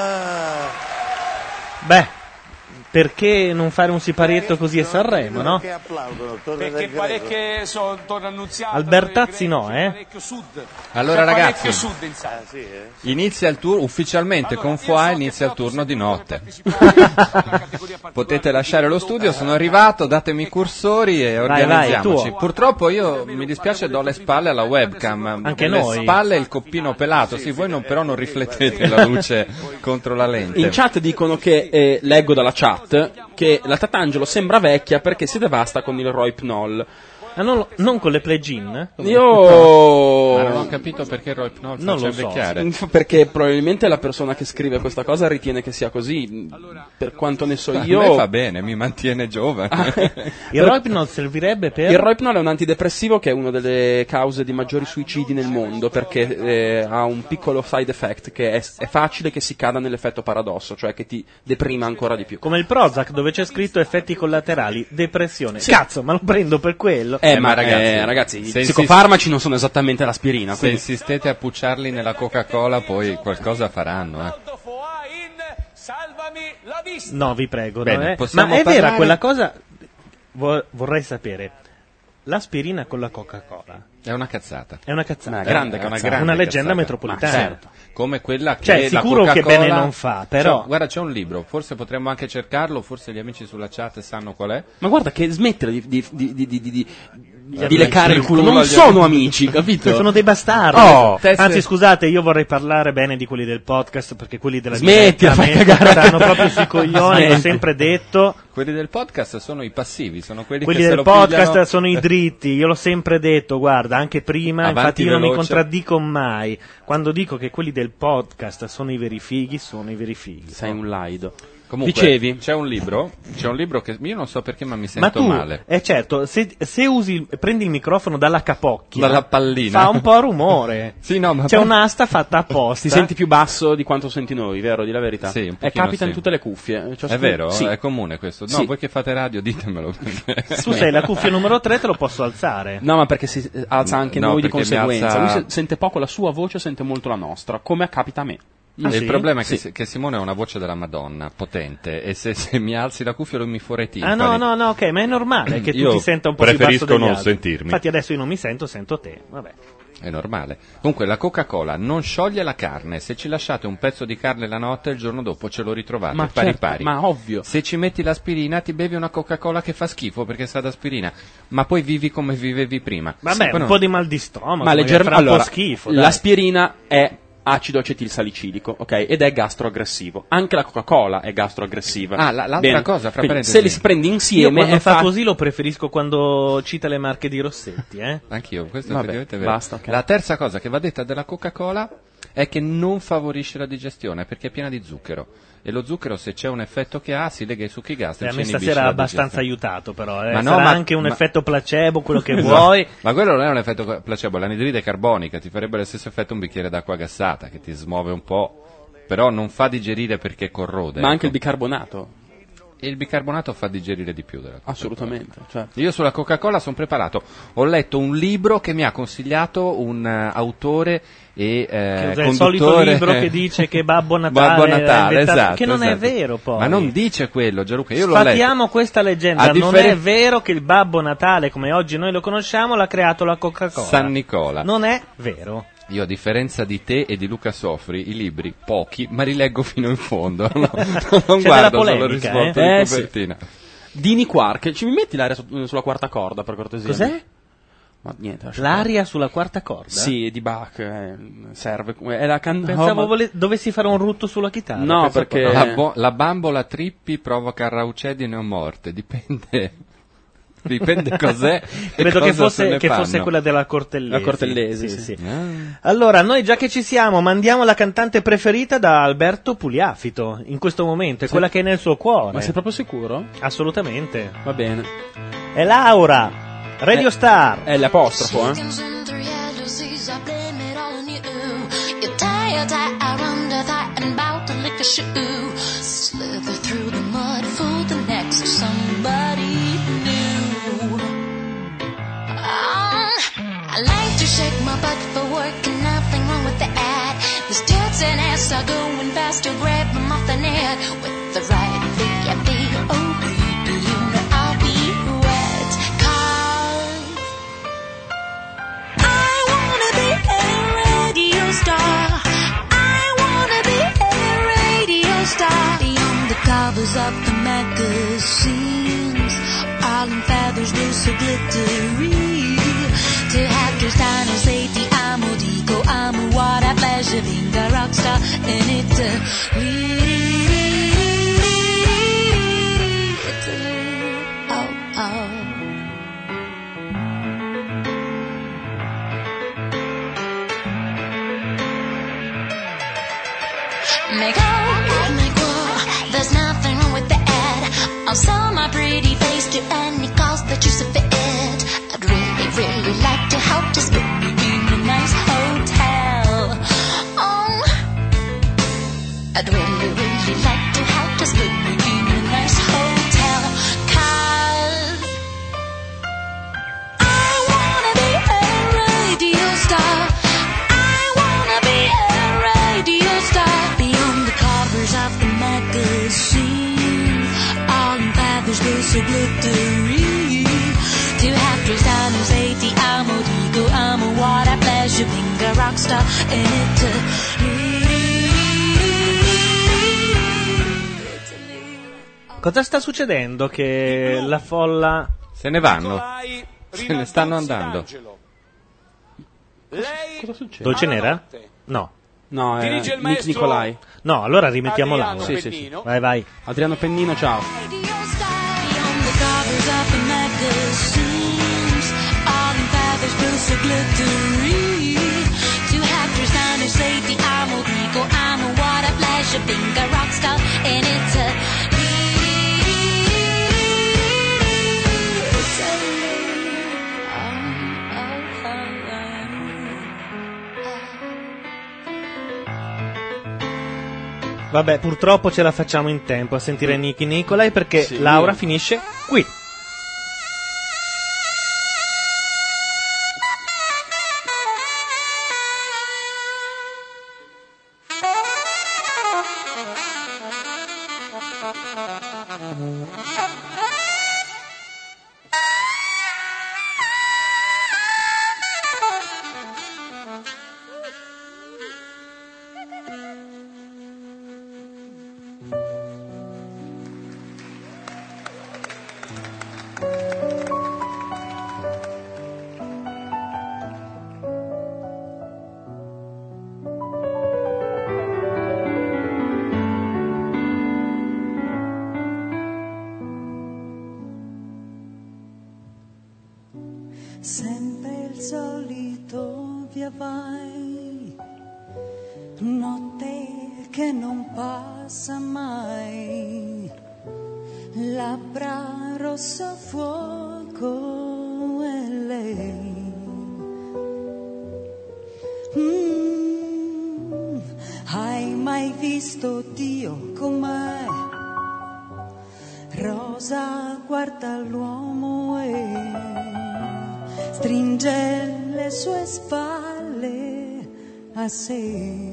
Beh, perché non fare un siparietto così a Sanremo, no? Che applaudono, perché parecchie sono Torre Annunziata. Albertazzi no, parecchio sud. Allora ragazzi, sud, inizia il tour ufficialmente con Foà, inizia il turno di notte. Potete lasciare lo studio, sono arrivato, datemi i cursori e organizziamoci. Purtroppo io mi dispiace, do le spalle alla webcam. Anche le noi. spalle e il coppino pelato, sì, voi però non riflettete la luce contro la lente. In chat dicono che leggo dalla chat che la Tatangelo sembra vecchia perché si devasta con il Rohypnol. Non con le play-in? Io ma non ho capito perché Rohypnol faccia invecchiare. Perché probabilmente la persona che scrive questa cosa ritiene che sia così. Per quanto ne so io. A me fa bene, mi mantiene giovane. Il Rohypnol servirebbe per? Il Rohypnol è un antidepressivo che è una delle cause di maggiori suicidi nel mondo, perché ha un piccolo side effect che è facile che si cada nell'effetto paradosso, cioè che ti deprima ancora di più. Come il Prozac, dove c'è scritto effetti collaterali, depressione. Sì. Cazzo, ma lo prendo per quello. Ma ragazzi, i psicofarmaci non sono esattamente l'aspirina. Se insistete a pucciarli nella Coca-Cola, poi qualcosa faranno. Salvami la vista. No, vi prego. Bene, ma è vera quella cosa? Vorrei sapere. L'aspirina con la Coca-Cola è una cazzata. È una cazzata. Una grande cazzata. Una leggenda metropolitana. Certo. Come quella che cioè, la sicuro Coca-Cola... che bene non fa, però... guarda, c'è un libro, forse potremmo anche cercarlo, forse gli amici sulla chat sanno qual è. Ma guarda che smettila di leccare il culo, non sono amici, capito? Sono dei bastardi. Anzi, scusate, io vorrei parlare bene di quelli del podcast, perché quelli della diretta stanno proprio sui coglioni, l'ho sempre detto. Quelli del podcast sono i passivi, sono quelli che se del lo podcast pigliano... sono i dritti, io l'ho sempre detto, guarda, anche prima, Avanti infatti io non veloce. mi contraddico mai. Quando dico che quelli del podcast sono i veri fighi, sono i veri fighi. Sei un laido. Comunque, dicevi, c'è un libro che io non so perché, ma mi sento male. Certo, se prendi il microfono dalla capocchia, dalla pallina, fa un po' rumore. Sì, no, ma c'è un'asta fatta apposta. Ti senti più basso di quanto senti noi, vero? Di la verità. Sì, capita in tutte le cuffie. È vero? Sì. È comune questo? No, voi che fate radio ditemelo. Tu sei la cuffia numero 3, te lo posso alzare. No, ma perché si alza anche noi di conseguenza. Lui sente poco la sua voce, sente molto la nostra, come capita a me. Il problema è che Simone ha una voce della Madonna, potente, e se mi alzi la cuffia lui mi fuori i timpani. No, ok, ma è normale che tu ti senta un po' più basso preferisco degli non altri. sentirmi. Infatti adesso io non mi sento te, vabbè. È normale. Comunque la Coca-Cola non scioglie la carne, se ci lasciate un pezzo di carne la notte il giorno dopo ce lo ritrovate, ma pari certo, pari. Ma ovvio. Se ci metti l'aspirina ti bevi una Coca-Cola che fa schifo perché sa d'aspirina, ma poi vivi come vivevi prima. Vabbè, un po' di mal di stomaco, ma leggermente un po' schifo. L'aspirina è acido acetilsalicilico, ok? Ed è gastroaggressivo. Anche la Coca-Cola è gastroaggressiva. L'altra cosa, fra parentesi. Se li si prendi insieme... Io quando fa così lo preferisco quando cita le marche di Rossetti, Anch'io, questo Vabbè, effettivamente è vero. basta, okay. La terza cosa che va detta della Coca-Cola è che non favorisce la digestione perché è piena di zucchero. E lo zucchero, se c'è un effetto che ha, si lega ai succhi gastrici. A me stasera ha abbastanza aiutato, però. Ma anche un effetto placebo, quello che vuoi. Ma quello non è un effetto placebo, l'anidride carbonica ti farebbe lo stesso effetto un bicchiere d'acqua gassata, che ti smuove un po', però non fa digerire perché corrode. Ma anche il bicarbonato. E il bicarbonato fa digerire di più della Coca-Cola. Assolutamente. Certo. Io sulla Coca-Cola sono preparato. Ho letto un libro che mi ha consigliato un autore e conduttore. Il solito libro che dice che Babbo Natale, esatto, che non è vero poi. Ma non dice quello, Gianluca, io l'ho Sfatiamo letto. questa leggenda, non è vero che il Babbo Natale come oggi noi lo conosciamo l'ha creato la Coca-Cola. San Nicola. Non è vero. Io, a differenza di te e di Luca Sofri, i libri, pochi, ma li leggo fino in fondo. Non guardo solo il risvolto di copertina. Sì. Dini Quark, ci mi metti l'aria sulla quarta corda, per cortesia? Cos'è? Ma niente, l'aria sulla quarta corda? Sì, di Bach, serve. È la Pensavo dovessi fare un rutto sulla chitarra. No, perché... La bambola Trippi provoca raucedine o morte, dipende cos'è. Credo che fosse quella della Cortellesi. La Cortellesi, sì. Allora, noi già che ci siamo, mandiamo la cantante preferita da Alberto Pugliafito. In questo momento, è quella che è nel suo cuore. Ma sei proprio sicuro? Assolutamente. Va bene. È Laura, Radio Star. È l'apostrofo, I like to shake my butt for work and nothing wrong with that. These tits and ass are going fast, you'll grab them off the net. With the right V-I-V-O, baby, you know I'll be wet. 'Cause I wanna be a radio star. I wanna be a radio star. Beyond the covers of the magazines, all in feathers, blue so glittery. To have Tristano say ti amo, dico amo, what a pleasure being a rock star in Italy. Oh, oh. Make war, there's nothing wrong with that. I'll sell my pretty face to any cause that you see fit. I'd really like to help, just put me in a nice hotel. Oh, I'd really like to help, just put me in a nice hotel. 'Cause I wanna be a radio star. I wanna be a radio star. Beyond the covers of the magazine, all in feathers, blue so glittery. To have Tristano say ti amo, dico amo, what a pleasure being a rock star in Italy. Cosa sta succedendo? Che la folla... Se ne vanno. Se ne stanno andando. Cosa succede? Dolce Nera? No. No, è Nick Nicolai. No, allora rimettiamo Adriano Laura. Pennino. Sì. Vai. Adriano Pennino, ciao. So glittery to have Tristano say ti amo, dico amo, what a pleasure being a rock star in Italy. Vabbè, purtroppo ce la facciamo in tempo a sentire Nicky Nicolai perché Laura finisce qui. Sempre il solito via vai, notte che non passa mai, labbra rosso fuoco e lei. Hai mai visto Dio com'è? Rosa guarda l'uomo e stringe le sue spalle a sé.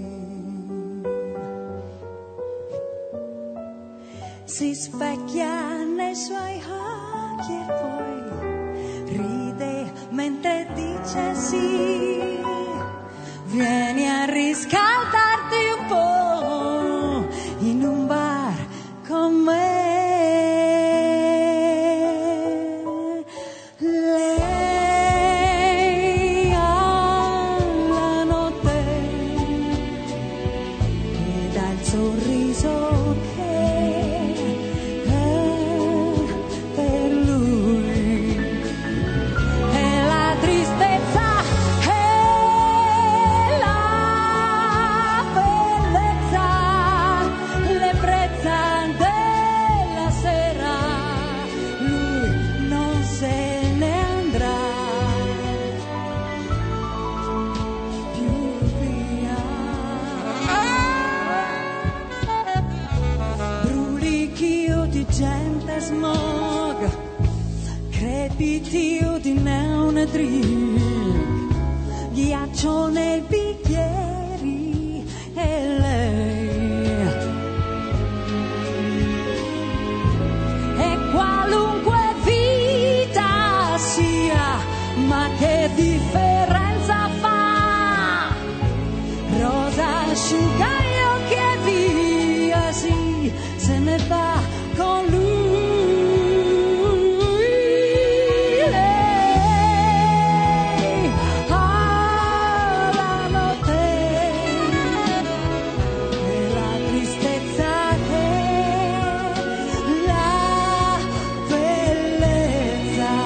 Si specchia nei suoi occhi e poi ride mentre dice sì. Vieni a riscaldarti un po' in un bar con me. Smog, crepitio di neon e drink, ghiaccio nei bicchieri e lei. E qualunque vita sia, ma che differenza fa? Rosa asciuga gli occhi e via, sì, se ne va con lui. Lei ha la notte e la tristezza che la bellezza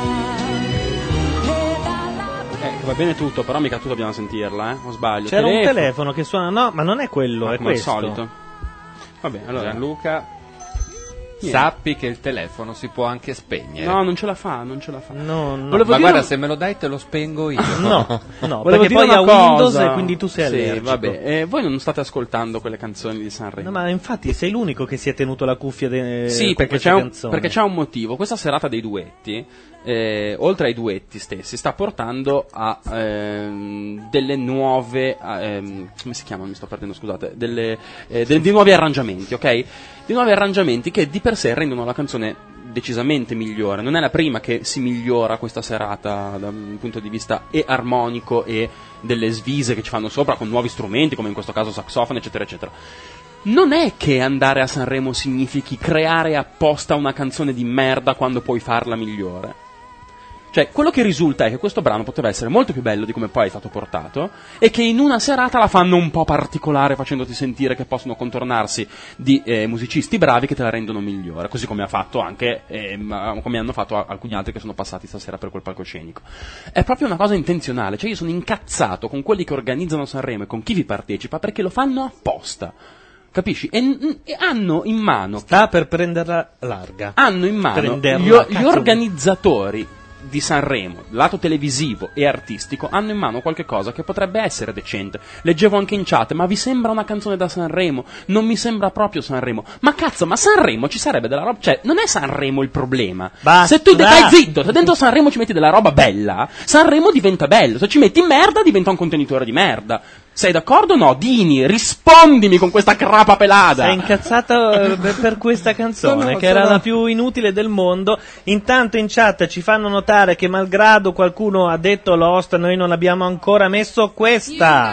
va bene tutto, però mica tutto dobbiamo sentirla, o sbaglio? C'era un telefono che suona, no, ma non è quello, è come questo. al solito. Va bene, allora Gianluca, sappi che il telefono si può anche spegnere. No, non ce la fa, non ce la fa. No, no. Ma guarda, se me lo dai te lo spengo io. No, no, volevo perché dire poi ha una Windows cosa. e quindi tu sei allergico. Vabbè, voi non state ascoltando quelle canzoni di Sanremo. No, ma infatti sei l'unico che si è tenuto la cuffia sì, con perché c'è un motivo. Questa serata dei duetti, oltre ai duetti stessi, sta portando a delle nuove come si chiamano? Mi sto perdendo, scusate. Di nuovi arrangiamenti, ok? Di nuovi arrangiamenti che di per sé rendono la canzone decisamente migliore. Non è la prima che si migliora questa serata da un punto di vista e armonico e delle svise che ci fanno sopra con nuovi strumenti, come in questo caso saxofono, eccetera eccetera. Non è che andare a Sanremo significhi creare apposta una canzone di merda quando puoi farla migliore. Cioè, quello che risulta è che questo brano poteva essere molto più bello di come poi è stato portato, e che in una serata la fanno un po' particolare, facendoti sentire che possono contornarsi di musicisti bravi che te la rendono migliore, così come ha fatto anche come hanno fatto alcuni altri che sono passati stasera per quel palcoscenico. È proprio una cosa intenzionale, cioè io sono incazzato con quelli che organizzano Sanremo e con chi vi partecipa, perché lo fanno apposta. Capisci? E hanno in mano... Sta per prenderla larga. Hanno in mano gli organizzatori di Sanremo, lato televisivo e artistico, hanno in mano qualche cosa che potrebbe essere decente. Leggevo anche in chat, ma vi sembra una canzone da Sanremo? Non mi sembra proprio Sanremo. Ma cazzo, ma Sanremo ci sarebbe della roba, cioè non è Sanremo il problema. Basta. Se tu stai zitto, se dentro Sanremo ci metti della roba bella, Sanremo diventa bello. Se ci metti merda, diventa un contenitore di merda. Sei d'accordo o no? Dini, rispondimi con questa crapa pelada. Sei incazzato per questa canzone, che era la più inutile del mondo. Intanto in chat ci fanno notare che malgrado qualcuno ha detto Lost, noi non abbiamo ancora messo questa.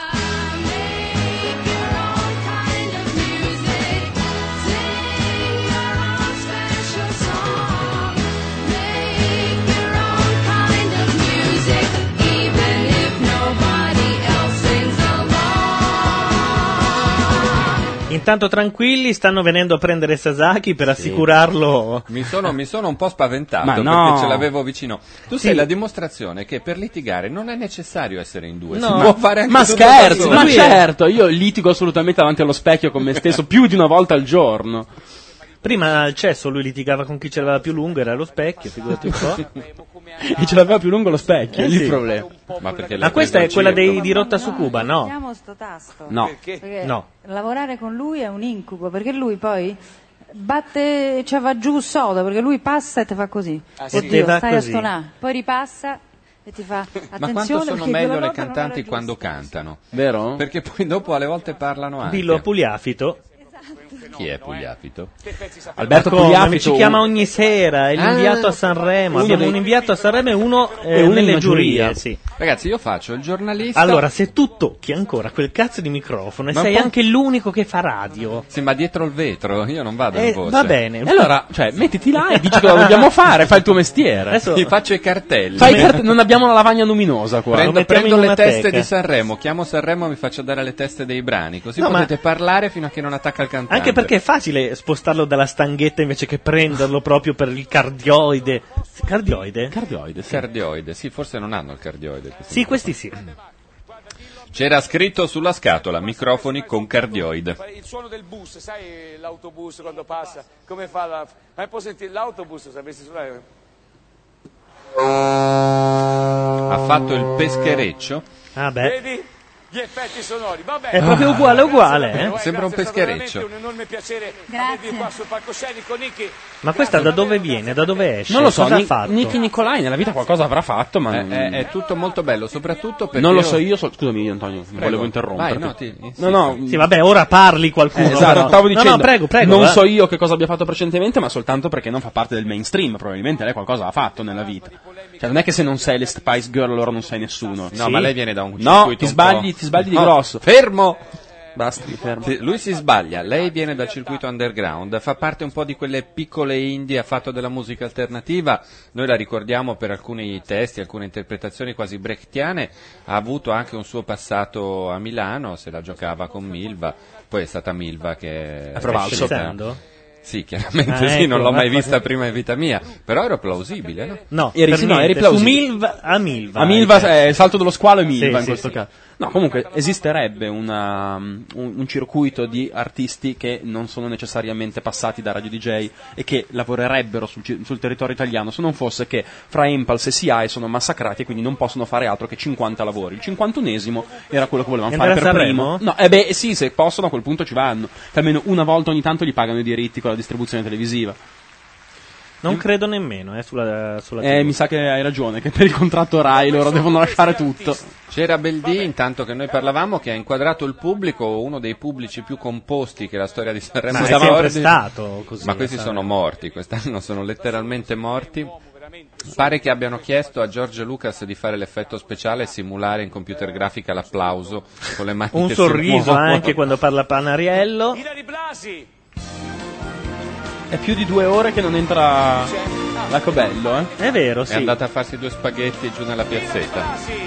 Intanto tranquilli, stanno venendo a prendere Sasaki per assicurarlo. Mi sono un po' spaventato Ma no. perché ce l'avevo vicino. Tu sei la dimostrazione che per litigare non è necessario essere in due. No. Si può fare anche ma tutto scherzo, da ma soli. certo, io litigo assolutamente davanti allo specchio con me stesso più di una volta al giorno. Prima al cesso lui litigava con chi ce l'aveva più lungo, era lo specchio, figurati un po'. E ce l'aveva più lungo lo specchio, Sì. il problema. Ma perché Ma questa è quella di Rotta su Cuba, no? Mettiamo sto tasto. No. Perché No. lavorare con lui è un incubo, perché lui poi batte, cioè va giù sodo, perché lui passa e ti fa così. sì. Oddio, E va stai a così. stonare. Poi ripassa e ti fa attenzione. Ma quanto sono perché meglio quella le nota non cantanti era quando cantano? Vero? Perché poi dopo alle volte parlano anche. Dillo a Pugliafito. Chi è Pugliafito? Alberto Come? Pugliafito Ci chiama ogni sera, è l'inviato a Sanremo. Abbiamo un inviato a Sanremo e uno uno nelle in giurie. giuria. Sì. Ragazzi, io faccio il giornalista. Allora, se tu tocchi ancora quel cazzo di microfono e Ma sei poi- anche l'unico che fa radio. Sì, ma dietro il vetro, io non vado in voce. Va bene. E allora, cioè, mettiti là e dici cosa dobbiamo fare, fai il tuo mestiere. Adesso Ti faccio i cartelli. Non abbiamo la lavagna luminosa qua. Lo mettiamo Prendo in le una teste teca. di Sanremo, chiamo Sanremo e mi faccio dare le teste dei brani, così No, potete parlare fino a che non attacca il cantante. Anche perché è facile spostarlo dalla stanghetta invece che prenderlo proprio per il cardioide. Cardioide? Cardioide, sì. Cardioide, sì, forse non hanno il cardioide. Sì, questi sì. C'era scritto sulla scatola, microfoni con cardioide. Il suono del bus, sai l'autobus quando passa? Come fa la... Ma può sentire l'autobus, sapessi suonare? Ha fatto il peschereccio. Ah beh. Vedi? Gli effetti sonori, vabbè. È proprio uguale, Sembra un Grazie, è stato peschereccio. veramente un enorme piacere avervi qua sul palcoscenico, Nicky. Ma questa da dove viene? Da dove esce? Non lo so, Cosa ha fatto? Nicky Nicolai nella vita qualcosa avrà fatto, ma È tutto molto bello, soprattutto perché non lo so io, scusami Antonio, Prego. volevo interromperti. Vai, no, Sì, vabbè, ora parli qualcuno. esatto, però. stavo dicendo, No, prego, non va. so io che cosa abbia fatto precedentemente, ma soltanto perché non fa parte del mainstream, probabilmente lei qualcosa ha fatto nella vita. Cioè non è che se non sei le Spice Girl allora non sei nessuno. No, ma lei viene da un No, circuito ti sbagli di No, grosso. Fermo! Basta, mi fermo. Sì, lui si sbaglia, lei viene dal circuito underground, fa parte un po' di quelle piccole indie, ha fatto della musica alternativa, noi la ricordiamo per alcuni testi, alcune interpretazioni quasi brechtiane, ha avuto anche un suo passato a Milano, se la giocava con Milva, poi è stata Milva che Ha provato. Sì, chiaramente sì, ecco, non l'ho mai ma- vista prima in vita mia, però ero plausibile, no? No, Eri- per sì, no, niente. eri plausibile. Su Milva, a Milva. A Milva è il salto dello squalo e Milva Sì, in sì, questo sì. caso. No, comunque esisterebbe un circuito di artisti che non sono necessariamente passati da Radio DJ e che lavorerebbero sul territorio italiano se non fosse che fra Impulse e SIAE sono massacrati e quindi non possono fare altro che 50 lavori. Il 51esimo era quello che volevano fare Andare per a primo. Sanremo? No, sì, se possono a quel punto ci vanno. Che almeno una volta ogni tanto gli pagano i diritti con la distribuzione televisiva. Non credo nemmeno, sulla TV. Mi sa che hai ragione, che per il contratto Rai loro devono lasciare tutto. C'era Beldì, intanto che noi parlavamo, che ha inquadrato il pubblico, uno dei pubblici più composti che la storia di Sanremo Ma è ricordi. sempre stato così. Ma questi sono morti, quest'anno sono letteralmente morti. Pare che abbiano chiesto a George Lucas di fare l'effetto speciale e simulare in computer grafica l'applauso con le mani Un che si sorriso muovono. anche quando parla Panariello. Ilari Blasi. È più di 2 ore che non entra Lacobello, eh? È vero, È sì. andata a farsi 2 spaghetti giù nella piazzetta.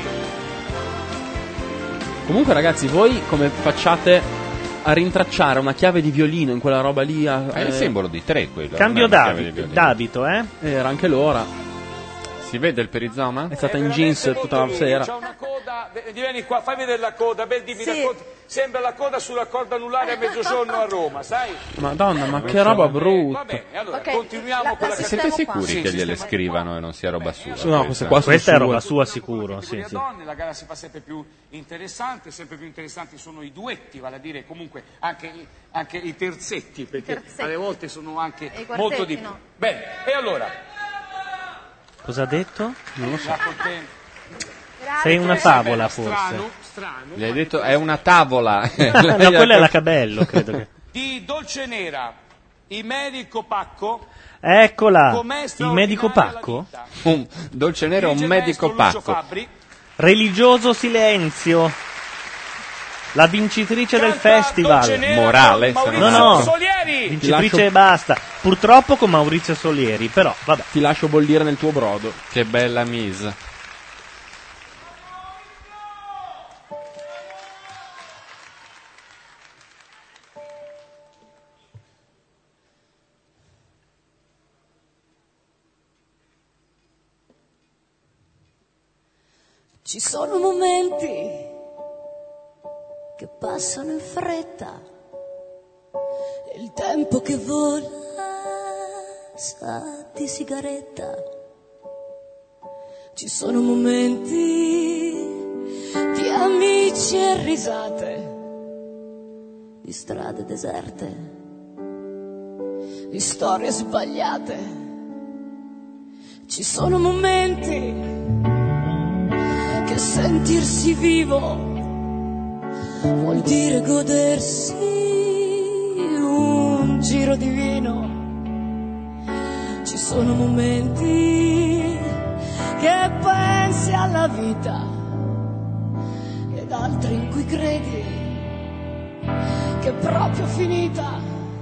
Comunque ragazzi, voi come facciate a rintracciare una chiave di violino in quella roba lì? È il simbolo di 3 quello. Cambio non è una chiave di violino. d'abito, Era anche l'ora. Si vede il perizoma? È stata in jeans tutta la sera. C'ha una coda, vieni qua, fai vedere la coda, bel dimmi Sì. racconti. sembra la coda sulla corda anulare a mezzogiorno a Roma, sai? Madonna, ma che roba brutta. Va bene, allora continuiamo con la Siete sicuri Sì, che sì, gliele sì. scrivano e non sia roba sua? No, questa è roba sua sicuro, sì, sì. Donne, la gara si fa sempre più interessante, sempre più interessanti sono i duetti, vale a dire comunque anche i terzetti, perché alle volte sono anche molto di più. no. Bene, e allora? Cosa ha detto? Non lo so. Sei una favola, forse. Strano. Gli hai detto è una tavola. No, quella è la Cabello, credo che. Di Dolce Nera, il medico Pacco. Eccola, Com'è il medico straordinaria Pacco? Un Dolce Nera, un Dirige medico il maestro Lucio Pacco. Fabbri. Religioso silenzio. La vincitrice del Dolce festival. Nera Morale, con se non No, Maurizio no. Solieri. Vincitrice e basta. Purtroppo con Maurizio Solieri, però vabbè. Ti lascio bollire nel tuo brodo. Che bella mise. Ci sono momenti che passano in fretta, il tempo che vola sa di sigaretta. Ci sono momenti di amici e risate, di strade deserte, di storie sbagliate. Ci sono momenti che sentirsi vivo vuol dire godersi un giro di vino. Ci sono momenti che pensi alla vita ed altri in cui credi che è proprio finita.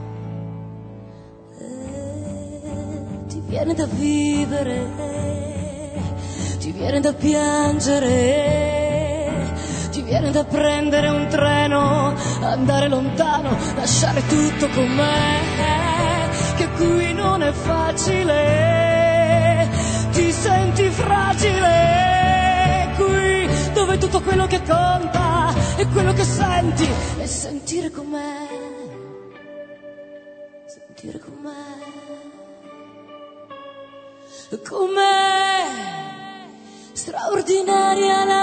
Ti viene da vivere, ti viene da piangere, ti viene da prendere un treno, andare lontano, lasciare tutto con me, che qui non è facile, ti senti fragile, qui dove tutto quello che conta è quello che senti, e sentire com'è, sentire com'è straordinaria la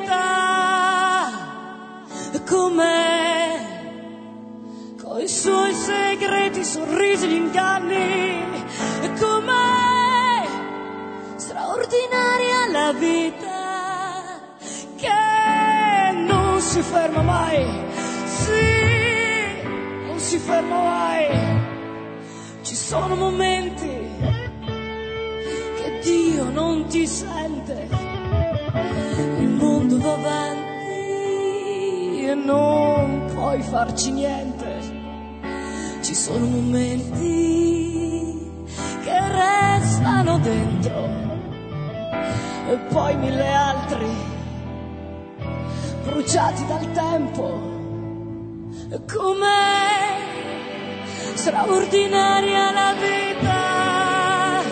vita, com'è, coi suoi segreti, sorrisi, gli inganni, com'è straordinaria la vita, che non si ferma mai, sì, non si ferma mai. Ci sono momenti che Dio non ti sente, il mondo va avanti e non puoi farci niente. Ci sono momenti che restano dentro e poi mille altri bruciati dal tempo. Com'è straordinaria la vita,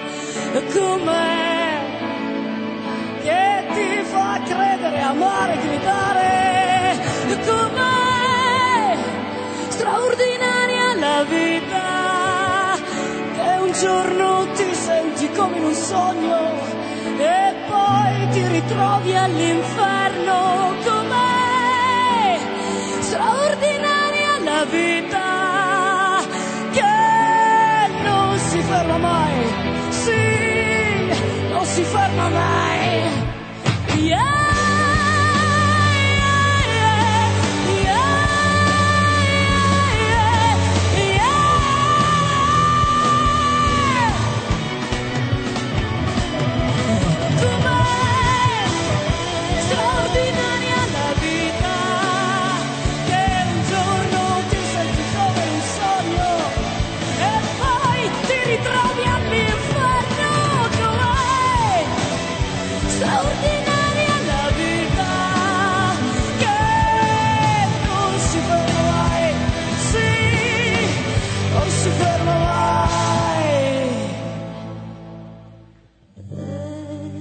com'è che ti fa credere, amare, gridare, com'è straordinaria la vita, che un giorno ti senti come in un sogno e poi ti ritrovi all'inferno. Com'è straordinaria la vita, che non si ferma mai, sì, non si ferma mai. Yeah.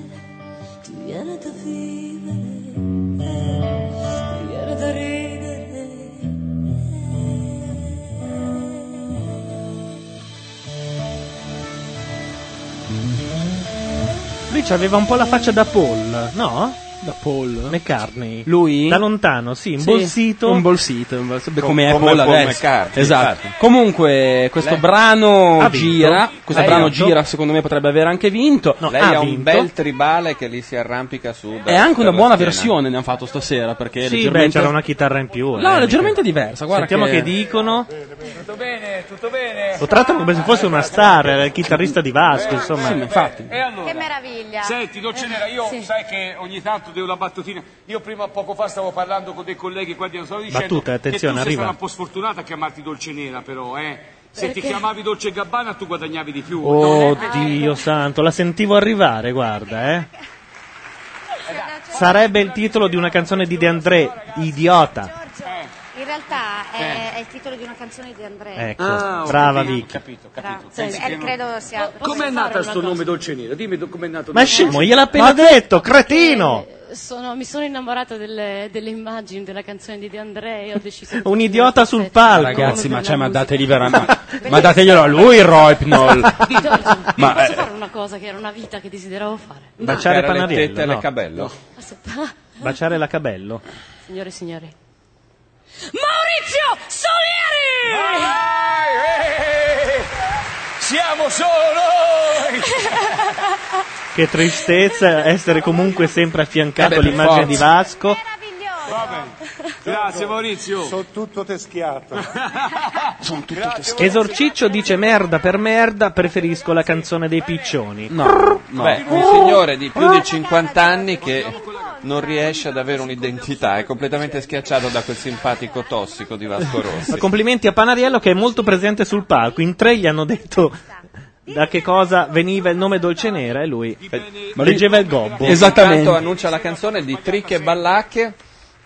Ti viene da vivere, ti viene da ridere, invece aveva un po' la faccia da Paul, no? Da Paul McCartney. Lui? Da lontano, sì, imbolsito. Come Paul McCartney. Esatto. Comunque questo brano gira, secondo me potrebbe aver anche vinto. Lei ha un bel tribale che lì si arrampica su. È anche una buona versione ne hanno fatto stasera, perché sì, c'era una chitarra in più. No, leggermente diversa, guarda. Sentiamo che dicono. Tutto bene, tutto bene. Lo trattano come se fosse una star, era il chitarrista di Vasco, insomma. Sì, infatti. E allora? Che meraviglia. Senti, Dolcenera, io sai che ogni tanto devo la battutina. Io prima poco fa stavo parlando con dei colleghi qua, stavo dicendo battuta, attenzione, che tu sei arriva. stata un po' sfortunata a chiamarti Dolcenera, però, Se ti chiamavi Dolce Gabbana tu guadagnavi di più. Oh Dio santo, la sentivo arrivare, guarda, Sarebbe il titolo di una canzone di De André, Idiota. In realtà è il titolo di una canzone di Andrea. Ecco, brava Vicky. Capito. Credo sia. Com'è nata sto nome Dolcenera? Dimmi com'è nato. Ma scemo, gliel'ha appena detto, cretino! Mi sono innamorata delle immagini della canzone di De André e ho deciso un idiota sul palco. Ragazzi, ma dategli veramente. Ma dateglielo a lui il Rohypnol. Posso fare una cosa che era una vita che desideravo fare? Baciare Panariello, le tette e le Cabello. Baciare la Cabello. Signore e signori. Maurizio Solieri! Siamo solo noi! Che tristezza essere comunque sempre affiancato all'immagine di Vasco. Grazie Maurizio. Sono tutto teschiato. Esorciccio dice merda per merda, preferisco la canzone dei piccioni. No. Beh, un signore di più di 50 anni che non riesce ad avere un'identità, è completamente schiacciato da quel simpatico tossico di Vasco Rossi. Ma complimenti a Panariello che è molto presente sul palco. In 3 gli hanno detto da che cosa veniva il nome Dolcenera e lui leggeva il gobbo. Esattamente. Intanto annuncia la canzone di Tricche e Ballacche.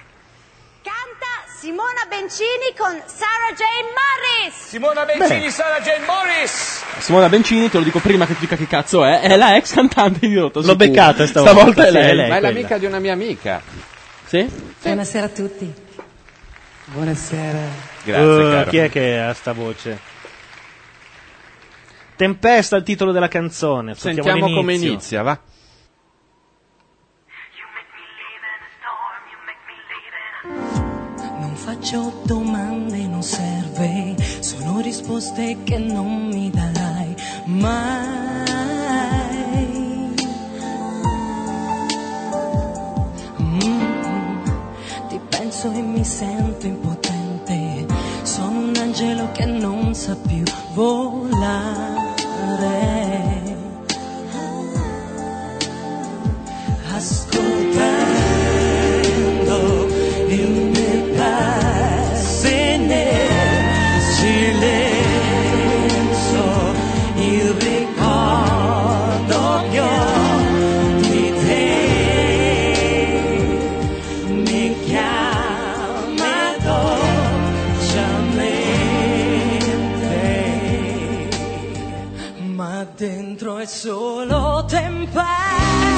Simona Bencini con Sarah Jane Morris. Simona Bencini, Sarah Jane Morris. Simona Bencini, te lo dico prima che ti dica che cazzo è la ex cantante di Rotto. L'ho beccata stavolta è lei. Ma è l'amica di una mia amica. Sì? Buonasera a tutti. Buonasera. Grazie, caro. Chi è che ha sta voce? Tempesta il titolo della canzone. Sentiamo come inizia, va. Faccio domande, non serve, sono risposte che non mi darai mai. Ti penso e mi sento impotente, sono un angelo che non sa più volare. Ascoltando il mio nel silenzio il ricordo che ho di te mi chiama dolcemente, ma dentro è solo tempesta.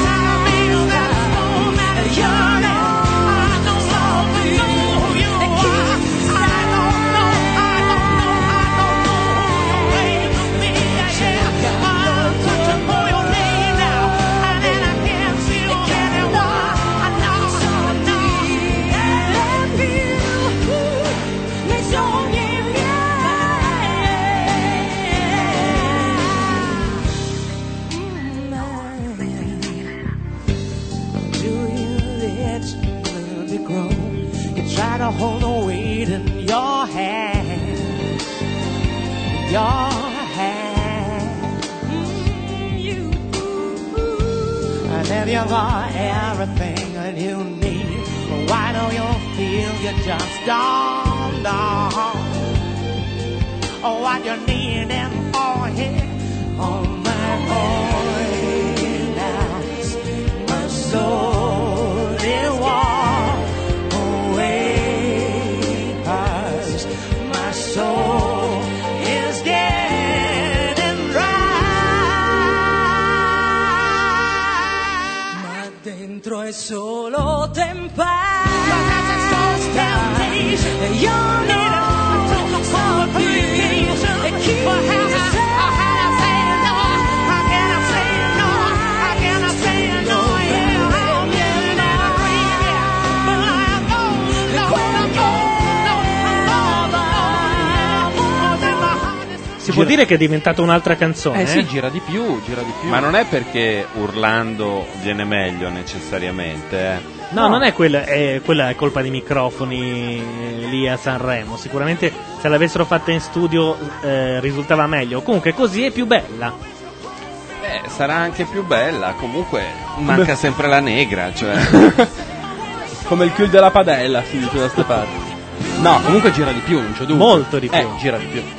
To hold the weight in your hand, and then you've got everything that you need. But why don't you feel you just don't know what you need and for here on my voice now, my soul is warm. Soul is getting dry, ma dentro è solo tempesta. You know, so please keep può dire che è diventata un'altra canzone. Sì, gira di più. Ma non è perché urlando viene meglio necessariamente, No, non è quella è colpa dei microfoni lì a Sanremo. Sicuramente se l'avessero fatta in studio risultava meglio. Comunque così è più bella. Sarà anche più bella. Comunque manca sempre la negra, cioè. Come il cul della padella, si dice da ste parti. No, comunque gira di più, non c'è dubbio. Molto di più. Gira di più.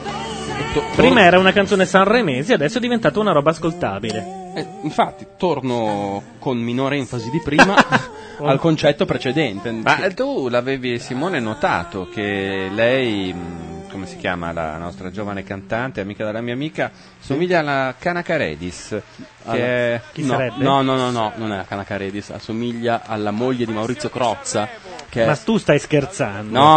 Prima era una canzone sanremese, adesso è diventata una roba ascoltabile. Infatti, torno con minore enfasi di prima al concetto precedente. Ma tu l'avevi, Simone, notato che lei, come si chiama la nostra giovane cantante, amica della mia amica, somiglia alla Cana Caredis. Che Chi sarebbe? No, non è la Cana Caredis, assomiglia alla moglie di Maurizio Crozza. Ma tu stai scherzando? No,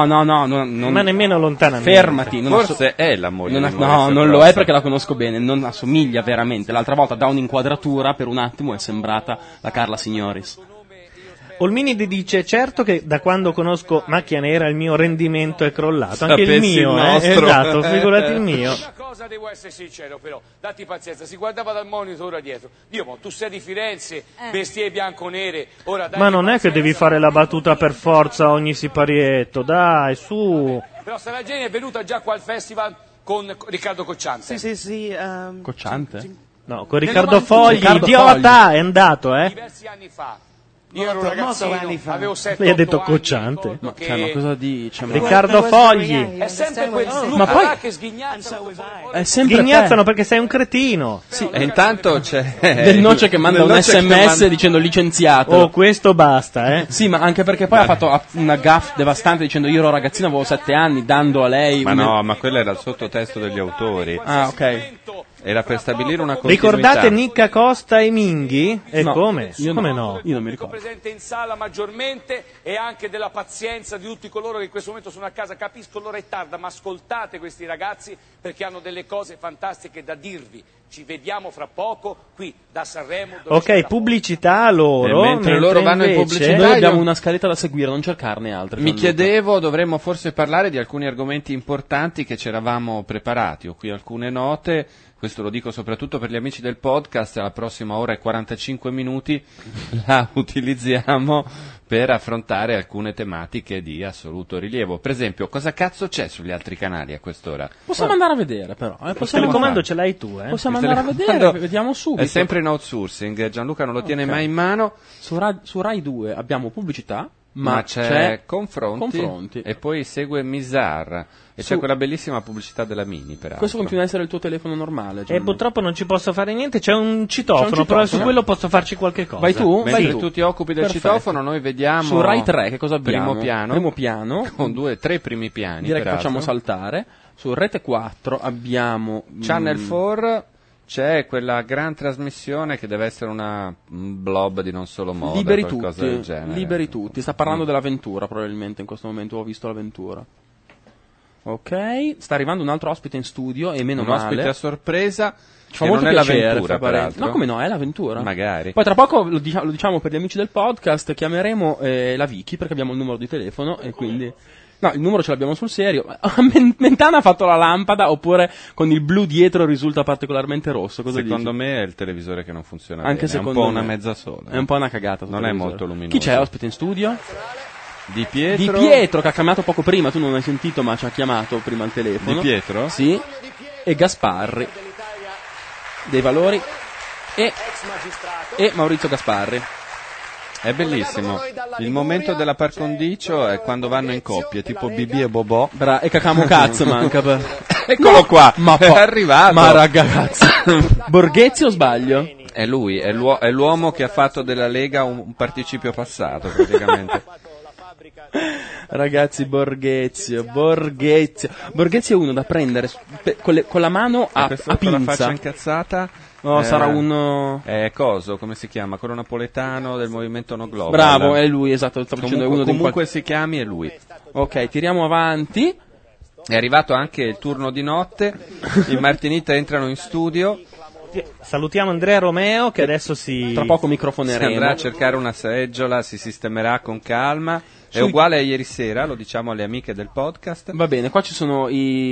ma nemmeno lontanamente. Fermati. Forse è la moglie. No, non lo è perché la conosco bene. Non assomiglia veramente. L'altra volta da un'inquadratura per un attimo è sembrata la Carla Signoris. Olminide dice: certo che da quando conosco Macchia Nera il mio rendimento è crollato. Anche il mio, esatto, figurati il mio. Una cosa devo essere sincero, però, datti pazienza, si guardava dal monitor ora dietro. Tu sei di Firenze, vestie bianco-nere, ora dai. Ma non è che devi fare la battuta per forza ogni siparietto, dai, su. Però Sarageni è venuta già qua al festival con Riccardo Cocciante. Sì. Cocciante? No, con Riccardo Fogli, idiota, è andato, Diversi anni fa. Io ero un ragazzino, avevo 7-8 Lei ha detto anni, Cocciante. Ma cosa dice? Riccardo Fogli. È sempre quel Ma poi che sghignazzano. è sempre Sghignazzano perché sei un cretino. Sì, e intanto c'è Del Noce che manda un SMS dicendo licenziato. Oh, questo basta, Sì, ma anche perché poi ha fatto una gaffe devastante dicendo io ero ragazzino, avevo 7 anni, dando a lei. Ma no, ma quello era il sottotesto degli autori. Ah, ok. Era per stabilire una continuità. Ricordate Nicca Costa e Minghi? E No, come? io Come no. no? Io non mi ricordo. Presente in sala maggiormente e anche della pazienza di tutti coloro che in questo momento sono a casa. Capisco l'ora è tarda, ma ascoltate questi ragazzi perché hanno delle cose fantastiche da dirvi. Ci vediamo fra poco qui da Sanremo. Ok, pubblicità loro. Mentre loro vanno in pubblicità, noi abbiamo una scaletta da seguire, non cercarne altre. Mi chiedevo, dovremmo forse parlare di alcuni argomenti importanti che ci eravamo preparati. Ho qui alcune note. Questo lo dico soprattutto per gli amici del podcast, la prossima ora e 45 minuti la utilizziamo per affrontare alcune tematiche di assoluto rilievo. Per esempio, cosa cazzo c'è sugli altri canali a quest'ora? Possiamo andare a vedere però. Il telecomando ce l'hai tu, Possiamo andare a vedere, vediamo subito. È sempre in outsourcing, Gianluca non lo tiene mai in mano. Su Rai 2 abbiamo pubblicità, ma c'è confronti e poi segue Mizar. E c'è quella bellissima pubblicità della Mini, peraltro. Questo continua a essere il tuo telefono normale. E purtroppo non ci posso fare niente, c'è un citofono, però su quello posso farci qualche cosa. Vai tu? Mentre tu ti occupi del citofono, noi vediamo su Rai 3 che cosa abbiamo? Primo piano con 2-3 primi piani. Direi che facciamo saltare. Su Rete 4 abbiamo Channel 4. C'è quella gran trasmissione che deve essere un blob di non solo moda, qualcosa del genere. Liberi tutti. Sta parlando dell'avventura probabilmente in questo momento, ho visto l'avventura. Ok, sta arrivando un altro ospite in studio e meno male. Un ospite a sorpresa. Ci fa molto non è piacere, l'avventura, peraltro. No, come no, è l'avventura. Magari. Poi tra poco, lo diciamo per gli amici del podcast, chiameremo la Vicky perché abbiamo il numero di telefono e quindi... No, il numero ce l'abbiamo sul serio. Mentana ha fatto la lampada oppure con il blu dietro risulta particolarmente rosso. Cosa secondo dici? me è il televisore che non funziona Anche bene. È un secondo po' me. una mezza sola. È un po' una cagata. Non è molto luminoso. Chi c'è ospite in studio? Di Pietro. Di Pietro che ha chiamato poco prima, tu non hai sentito ma ci ha chiamato prima al telefono. Di Pietro? Sì. E Gasparri. Dei Valori e Maurizio Gasparri. È bellissimo. Il momento della par condicio è quando vanno in coppie, tipo Bibi e Bobò. E Cacamo Cazzo manca per... Eccolo qua, è arrivato. Ma ragazzi, Borghezzi o sbaglio? È lui, è l'uomo che ha fatto della Lega un participio passato, praticamente. Ragazzi, Borghezio è uno da prendere con la mano a pinza. Con la faccia incazzata. No, sarà uno... Coso, come si chiama? Quello napoletano del movimento No Global. Bravo, è lui, esatto. Comunque si chiami, è lui. Ok, tiriamo avanti. È arrivato anche il turno di notte. I Martinita entrano in studio. Salutiamo Andrea Romeo che adesso tra poco microfoneremo. Si andrà a cercare una seggiola, si sistemerà con calma. È uguale a ieri sera, lo diciamo alle amiche del podcast. Va bene, qua ci sono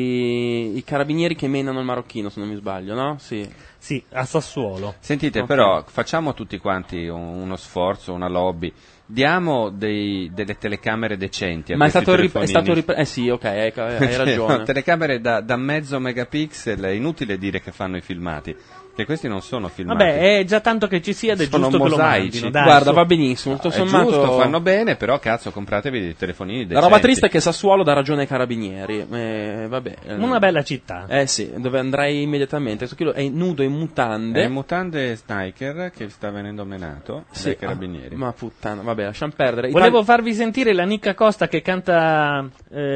i carabinieri che menano il marocchino, se non mi sbaglio, no? Sì, a Sassuolo. Sentite, Ok. però facciamo tutti quanti uno sforzo, una lobby. Diamo delle telecamere decenti a Ma è questi stato telefonini. sì, ok, hai ragione. No, telecamere da mezzo megapixel, è inutile dire che fanno i filmati, che questi non sono filmati. Vabbè, è già tanto che ci sia ed è Sono giusto mosaici. che lo mandino. Dai, Guarda, su. va benissimo, tutto È sommato... giusto, fanno bene, però cazzo, compratevi dei telefonini decenti. La roba triste è che Sassuolo dà ragione ai carabinieri. Vabbè. Una bella città. Sì, dove andrei immediatamente. Questo è nudo in mutande. È in mutande Sniker che sta venendo menato dai carabinieri. Ma puttana, vabbè, lasciamo perdere. Volevo farvi sentire la Nicca Costa che canta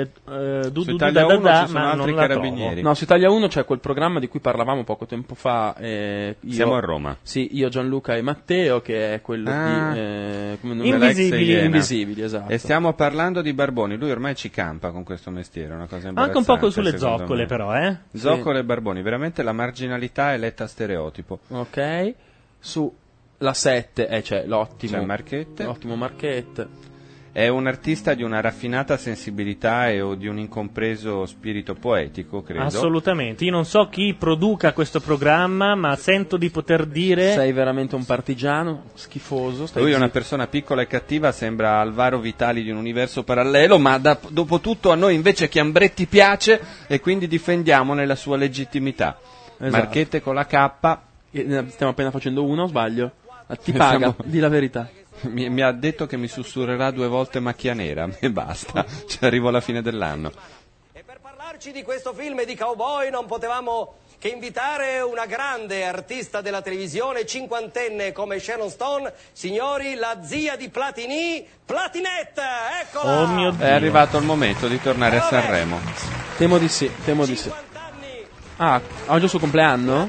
Su Italia 1 da, ci sono ma altri non la carabinieri. No, su Italia 1 c'è quel programma di cui parlavamo poco tempo fa. Siamo a Roma. Sì, io, Gianluca e Matteo, che è quello di Invisibili, esatto. E stiamo parlando di Barboni. Lui ormai ci campa con questo mestiere, è una cosa Anche un imbarazzante. poco sulle secondo zoccole, me. però, Zoccole e Barboni, veramente la marginalità è letta a stereotipo. Ok. Su la 7 c'è l'ottimo C'è Marchette. L'ottimo Marchette. È un artista di una raffinata sensibilità o di un incompreso spirito poetico, credo. Assolutamente. Io non so chi produca questo programma, ma sento di poter dire... Sei veramente un partigiano schifoso. Lui è una persona piccola e cattiva, sembra Alvaro Vitali di un universo parallelo, ma dopo tutto a noi invece Chiambretti piace e quindi difendiamone la sua legittimità. Esatto. Marchette con la K. Stiamo appena facendo uno, sbaglio? Ti paga, di la verità. Mi ha detto che mi sussurrerà 2 volte Macchia Nera e basta, ci arrivo alla fine dell'anno. E per parlarci di questo film di cowboy non potevamo che invitare una grande artista della televisione, cinquantenne come Sharon Stone, signori, la zia di Platini, Platinette, eccola! Oh mio Dio. È arrivato il momento di tornare a Sanremo. Temo di sì. Ah, oggi è il suo compleanno?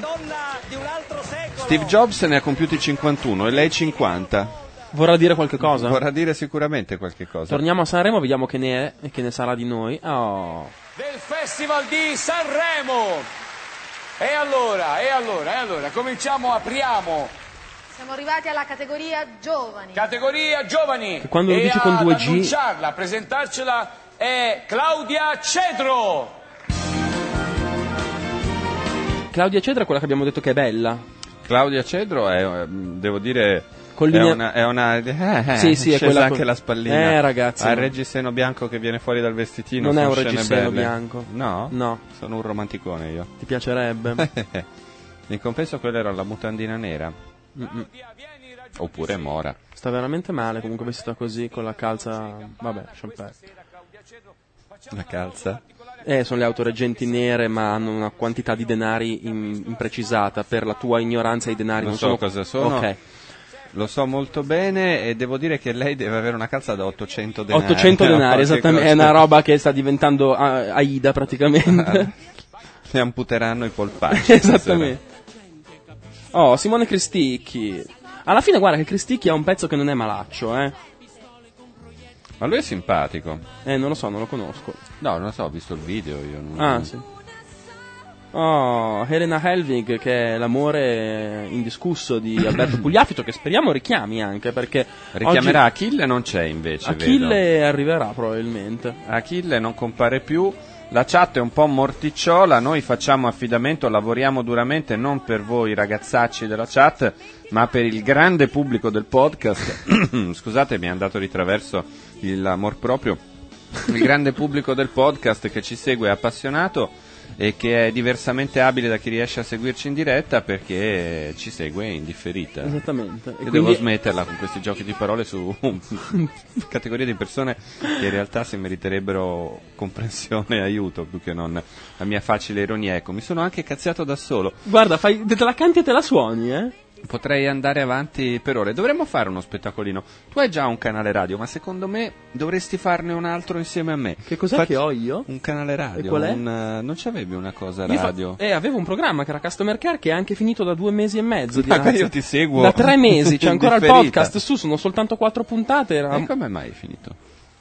Steve Jobs ne ha compiuti 51 e lei 50. Vorrà dire qualche cosa? Vorrà dire sicuramente qualche cosa. Torniamo a Sanremo, vediamo che ne è e che ne sarà di noi. Oh. Del Festival di Sanremo. E allora, cominciamo, apriamo. Siamo arrivati alla categoria giovani. Categoria giovani. Che quando lo e dici con 2G... ad annunciarla, a presentarcela è Claudia Cedro. Claudia Cedro è quella che abbiamo detto che è bella. Claudia Cedro è, devo dire... È una sì, è quella anche la spallina. Ragazzi, ha il reggiseno bianco che viene fuori dal vestitino. Non è un scene reggiseno belle. bianco. No? No. Sono un romanticone io. Ti piacerebbe? In compenso quella era la mutandina nera. Oppure mora. Sta veramente male comunque vestita così con la calza. Vabbè, lasciamo perdere. La calza? Sono le autoreggenti nere, ma hanno una quantità di denari imprecisata. Per la tua ignoranza i denari non non so sono cosa sono. Ok. Lo so molto bene e devo dire che lei deve avere una calza da 800 denari. 800 denari, esattamente, è una roba che sta diventando Aida praticamente. Le amputeranno i polpacci. Esattamente. Oh, Simone Cristicchi. Alla fine guarda che Cristicchi ha un pezzo che non è malaccio, Ma lui è simpatico. Non lo so, non lo conosco. No, non lo so, ho visto il video io. Sì. Oh, Helena Helvig, che è l'amore indiscusso di Alberto Pugliafito, che speriamo richiami anche, perché richiamerà oggi... Achille, non c'è invece. Achille vedo. Arriverà probabilmente. Achille non compare più. La chat è un po' morticciola, noi facciamo affidamento, lavoriamo duramente non per voi ragazzacci della chat, ma per il grande pubblico del podcast. Scusate, mi è andato di traverso l'amor proprio. Il grande pubblico del podcast che ci segue è appassionato e che è diversamente abile da chi riesce a seguirci in diretta perché ci segue in differita. Esattamente. E quindi... devo smetterla con questi giochi di parole su categorie di persone che in realtà si meriterebbero comprensione e aiuto più che non la mia facile ironia. Ecco, mi sono anche cazziato da solo. Guarda, te la canti e te la suoni, Potrei andare avanti per ore. Dovremmo fare uno spettacolino. Tu hai già un canale radio, ma secondo me dovresti farne un altro insieme a me. Che cos'è che ho io? Un canale radio. E qual è? Non c'avevi una cosa radio? Avevo un programma che era Customer Care, che è anche finito da 2 mesi e mezzo. Io ti seguo. Da 3 mesi, c'è ancora il podcast su, sono soltanto 4 puntate. E come mai è finito?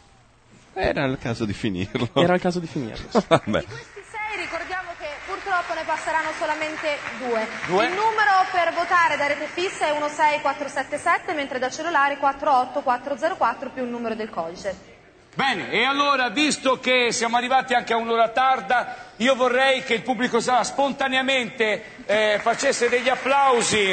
Era il caso di finirlo. Era il caso di finirlo. Vabbè. Ricordiamo che purtroppo ne passeranno solamente due. Due. Il numero per votare da rete fissa è 16477, mentre da cellulare 48404 più il numero del codice. Bene, e allora, visto che siamo arrivati anche a un'ora tarda, io vorrei che il pubblico spontaneamente facesse degli applausi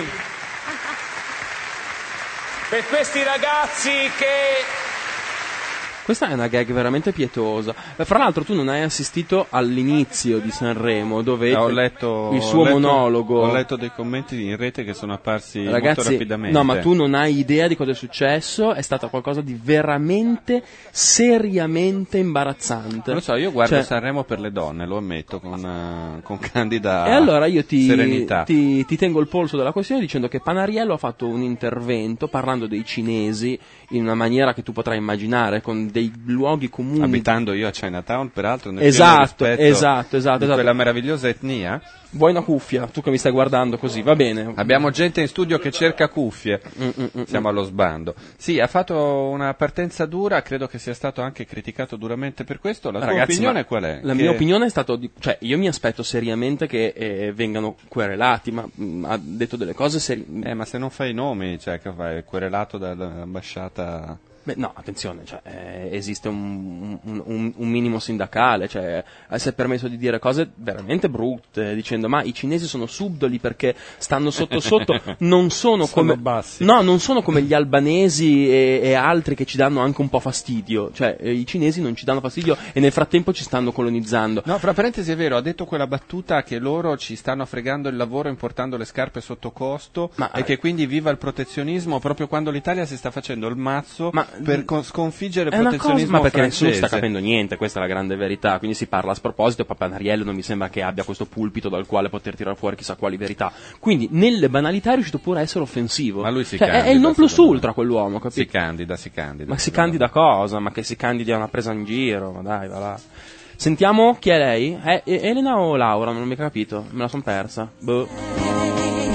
per questi ragazzi che... Questa è una gag veramente pietosa. Fra l'altro tu non hai assistito all'inizio di Sanremo, dove ho letto il suo monologo. Ho letto dei commenti in rete che sono apparsi Ragazzi, molto rapidamente. no, ma tu non hai idea di cosa è successo. È stato qualcosa di veramente, seriamente imbarazzante. Lo so, io guardo Cioè, Sanremo per le donne, lo ammetto, con candida e allora io serenità. ti tengo il polso della questione dicendo che Panariello ha fatto un intervento parlando dei cinesi in una maniera che tu potrai immaginare, con dei luoghi comuni. Abitando io a Chinatown, peraltro, nel esatto, pieno rispetto di quella meravigliosa etnia. Vuoi una cuffia? Tu che mi stai guardando così, va bene. Abbiamo gente in studio che cerca cuffie. Siamo allo sbando. Sì, ha fatto una partenza dura, credo che sia stato anche criticato duramente per questo. La tua opinione qual è? La mia opinione è stato cioè io mi aspetto seriamente che vengano querelati, ma ha detto delle cose serie. Ma se non fai i nomi, cioè che fai querelato dall'ambasciata. Beh, no, attenzione, cioè, esiste un minimo sindacale, cioè, si è permesso di dire cose veramente brutte, dicendo ma i cinesi sono subdoli perché stanno sotto sotto, non sono come bassi. No, non sono come gli albanesi e altri che ci danno anche un po' fastidio, cioè i cinesi non ci danno fastidio e nel frattempo ci stanno colonizzando. No, fra parentesi è vero, ha detto quella battuta che loro ci stanno fregando il lavoro importando le scarpe sotto costo e che quindi viva il protezionismo proprio quando l'Italia si sta facendo il mazzo per sconfiggere il protezionismo ma perché francese. nessuno sta capendo niente, questa è la grande verità, quindi si parla a sproposito. Panariello non mi sembra che abbia questo pulpito dal quale poter tirare fuori chissà quali verità, quindi nelle banalità è riuscito pure a essere offensivo. Ma lui si candida, è il non plus ultra quell'uomo, capito? Si candida. Ma si candida cosa? Ma che si candidi a una presa in giro? Ma dai, va là. Sentiamo chi è lei? È Elena o Laura? Non ho mica capito, me la son persa. Boh.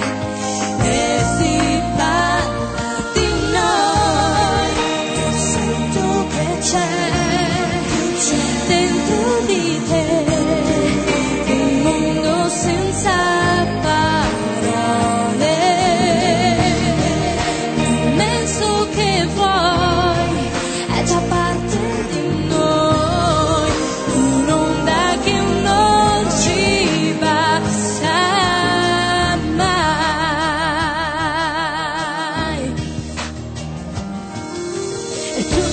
Dentro di te un mondo senza parole, immenso che vuoi è già parte di noi, un'onda che non ci basta mai. E tu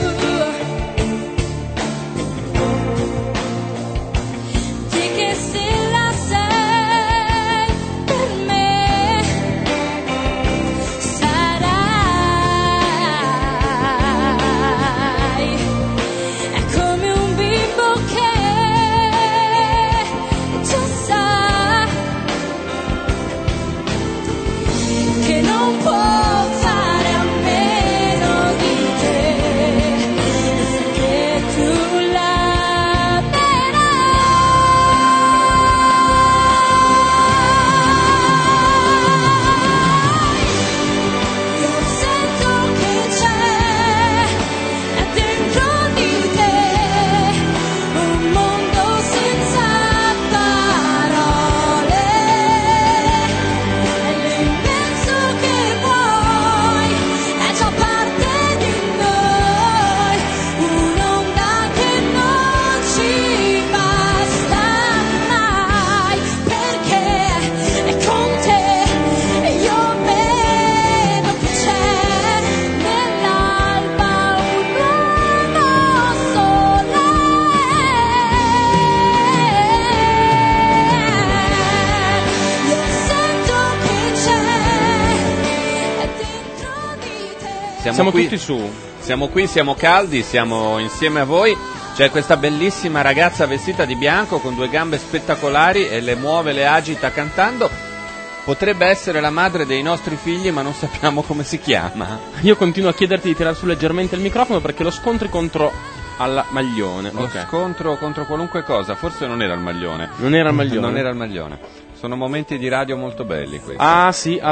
Siamo tutti su. Siamo qui, siamo caldi, siamo insieme a voi. C'è questa bellissima ragazza vestita di bianco con due gambe spettacolari e le muove, le agita cantando. Potrebbe essere la madre dei nostri figli, ma non sappiamo come si chiama. Io continuo a chiederti di tirare su leggermente il microfono perché lo scontri contro alla Maglione. Lo scontro contro qualunque cosa, forse non era il Maglione. Non era il Maglione. Non era il Maglione. Sono momenti di radio molto belli questi. Ah sì.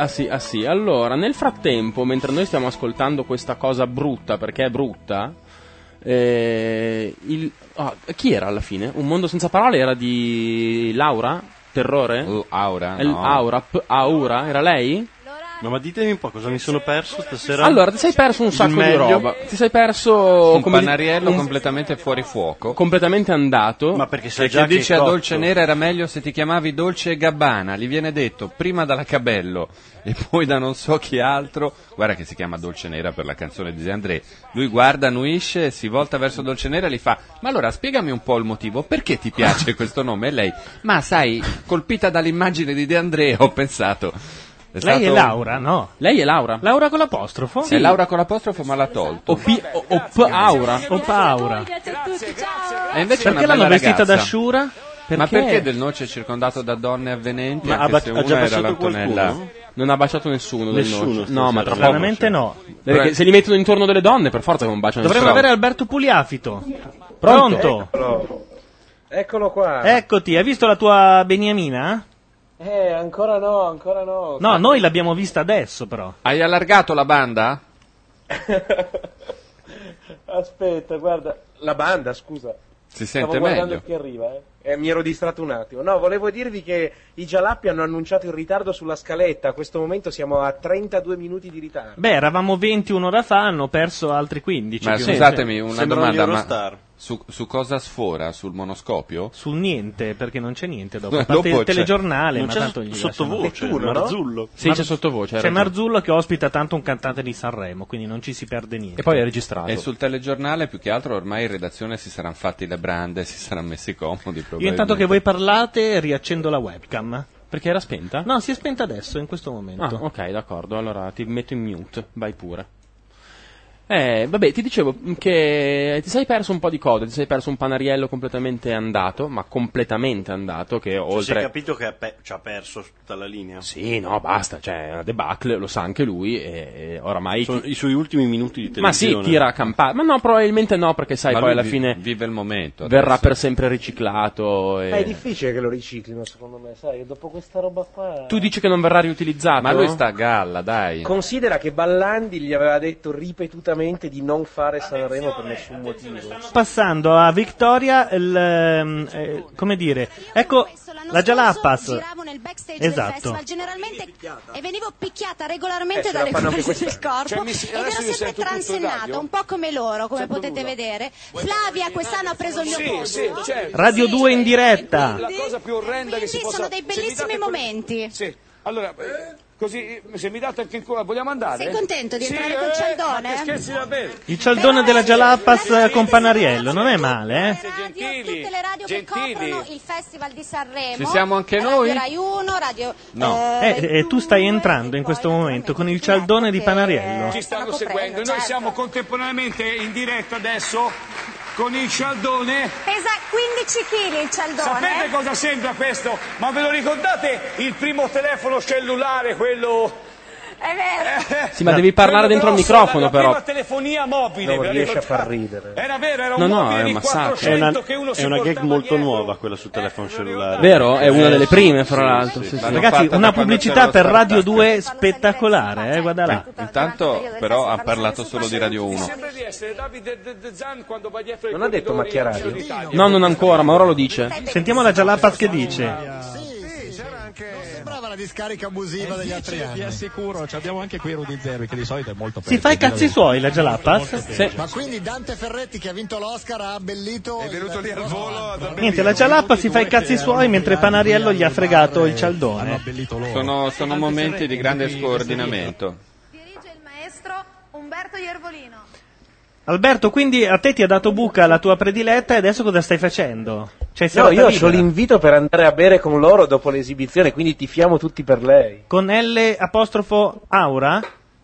Allora, nel frattempo, mentre noi stiamo ascoltando questa cosa brutta, perché è brutta, chi era alla fine? Un mondo senza parole era di Laura? Terrore? Aura, Aura, era lei? Ma ditemi un po' cosa mi sono perso stasera. Allora, ti sei perso un sacco di roba. Ti sei perso un panariello completamente fuori fuoco. Completamente andato. Ma perché sai Perché già che dice è a cotto. Dolce Nera era meglio se ti chiamavi Dolce e Gabbana. Gli viene detto prima dalla Cabello e poi da non so chi altro. Guarda che si chiama Dolce Nera per la canzone di De André. Lui guarda, annuisce, si volta verso Dolce Nera e gli fa: ma allora spiegami un po' il motivo, perché ti piace questo nome? E lei: ma sai, colpita dall'immagine di De André ho pensato. Lei è Laura, no? Lei è Laura. Laura con l'apostrofo? Sì. È Laura con l'apostrofo, ma l'ha tolto. Aura. Aura. E invece Perché è una l'hanno bella vestita ragazza. da Shura? Ma perché Del Noce è circondato da donne avvenenti? Ma anche se ha già una era baciato l'Antonella. qualcuno? Non ha baciato nessuno del Nessuno, Noce. No, ma tra poco. Veramente no. Perché se li mettono intorno delle donne, per forza che non baciano Dovremmo nessuno. avere Alberto Pugliafito. Pronto? Eccolo qua. Eccoti, hai visto la tua beniamina? Ancora no. No, noi l'abbiamo vista adesso però. Hai allargato la banda? Aspetta, guarda. La banda, scusa. Si sente Stavo guardando meglio. chi arriva, mi ero distratto un attimo. No, volevo dirvi che i Gialappi hanno annunciato il ritardo sulla scaletta. A questo momento siamo a 32 minuti di ritardo. Beh, eravamo 20 un'ora fa, hanno perso altri 15. Ma più. scusatemi, una Sembrano gli domanda, ma Eurostar. su cosa sfora? Sul monoscopio? Sul niente, perché non c'è niente dopo. A Dopo parte il c'è- telegiornale, non ma c'è tanto gli sottovoce, Nettuno, no? Marzullo. Sì, c'è sottovoce. hai C'è ragione. Marzullo che ospita tanto un cantante di Sanremo, quindi non ci si perde niente. E poi è registrato. E sul telegiornale più che altro ormai in redazione si saranno fatti le brande, si saranno messi comodi. Io intanto che voi parlate riaccendo la webcam. Perché era spenta? No, si è spenta adesso, in questo momento. Ah, ok, d'accordo. Allora ti metto in mute. Vai pure. Vabbè, ti dicevo che ti sei perso un po' di cose, ti sei perso un panariello completamente andato, ma completamente andato, che Si è oltre... capito che ci ha perso tutta la linea. Sì, no, basta, cioè, è una debacle, lo sa anche lui, e oramai... Sono i suoi ultimi minuti di Ma sì, televisione. tira a campare, ma no, probabilmente no, perché sai, Ma poi lui alla fine vive il momento. verrà adesso. per sempre riciclato. Ma è difficile che lo riciclino, secondo me, sai, dopo questa roba qua... Tu dici che non verrà riutilizzato? Ma lui sta a galla, dai. Considera che Ballandi gli aveva detto ripetutamente di non fare Sanremo per nessun motivo. Passando a Victoria, come dire, ecco la Jalapas. Giravo nel backstage Esatto. del festival generalmente e venivo picchiata regolarmente se la dalle fanno anche corde questa- del corpo Cioè, ed ero adesso io sempre sento tutto in transennata, radio? un po' come loro, come Sento potete nulla. vedere. Flavia quest'anno ha preso il mio posto. certo. Radio 2 in diretta. La cosa più orrenda che si Quindi possa... sono dei se mi bellissimi date momenti. Sì, allora, così, se mi date anche ancora, vogliamo andare? Sei contento di Sì, entrare col cialdone? ma che scherzi davvero? Il cialdone della Jalapas con Panariello, non è male, eh? Gentili, Tutte le radio che gentili. coprono il Festival di Sanremo. Ci siamo anche noi? Radio Rai 1, Radio... No. Tu stai entrando in questo momento con il cialdone di Panariello. Ci stanno seguendo e noi siamo contemporaneamente in diretta adesso con il cialdone. Pesa 15 kg il cialdone. Sapete cosa sembra questo? Ma ve lo ricordate il primo telefono cellulare, quello... È vero. Sì, ma devi parlare dentro il microfono, la però. prima telefonia mobile. Non ve la riesce a ricordate? far ridere. Era vero, era un No, no, mobile è un di massacro. 400 che uno si È una gag portava molto dietro. nuova quella sul telefono cellulare. Vero? È una delle prime, fra l'altro. Sì, sì. L'hanno Ragazzi, fatta una da quando pubblicità c'era lo per Radio Startup. 2 spettacolare, guarda là. Intanto però ha parlato solo di Radio 1. Sembra di essere Davide Zan quando va dietro i Non ha detto corridori Macchia al Radio? Giro d'Italia. No, non ancora, ma ora lo dice. Sentiamo la Jalapas che dice. Sembrava la discarica abusiva degli altri anni. Vi assicuro, abbiamo anche qui Rudy Zerbi che di solito è molto Si fa i cazzi suoi la Jalapas? Sì. Ma quindi Dante Ferretti che ha vinto l'Oscar ha abbellito. È venuto lì al volo. Niente, la Jalapas si fa i cazzi suoi mentre Panariello gli ha fregato il cialdone. Sono momenti di grande scordinamento. Dirige il maestro Umberto Iervolino. Alberto, quindi a te ti ha dato buca la tua prediletta e adesso cosa stai facendo? Cioè, No, io ho l'invito per andare a bere con loro dopo l'esibizione, quindi tifiamo tutti per lei. Con L apostrofo Aura?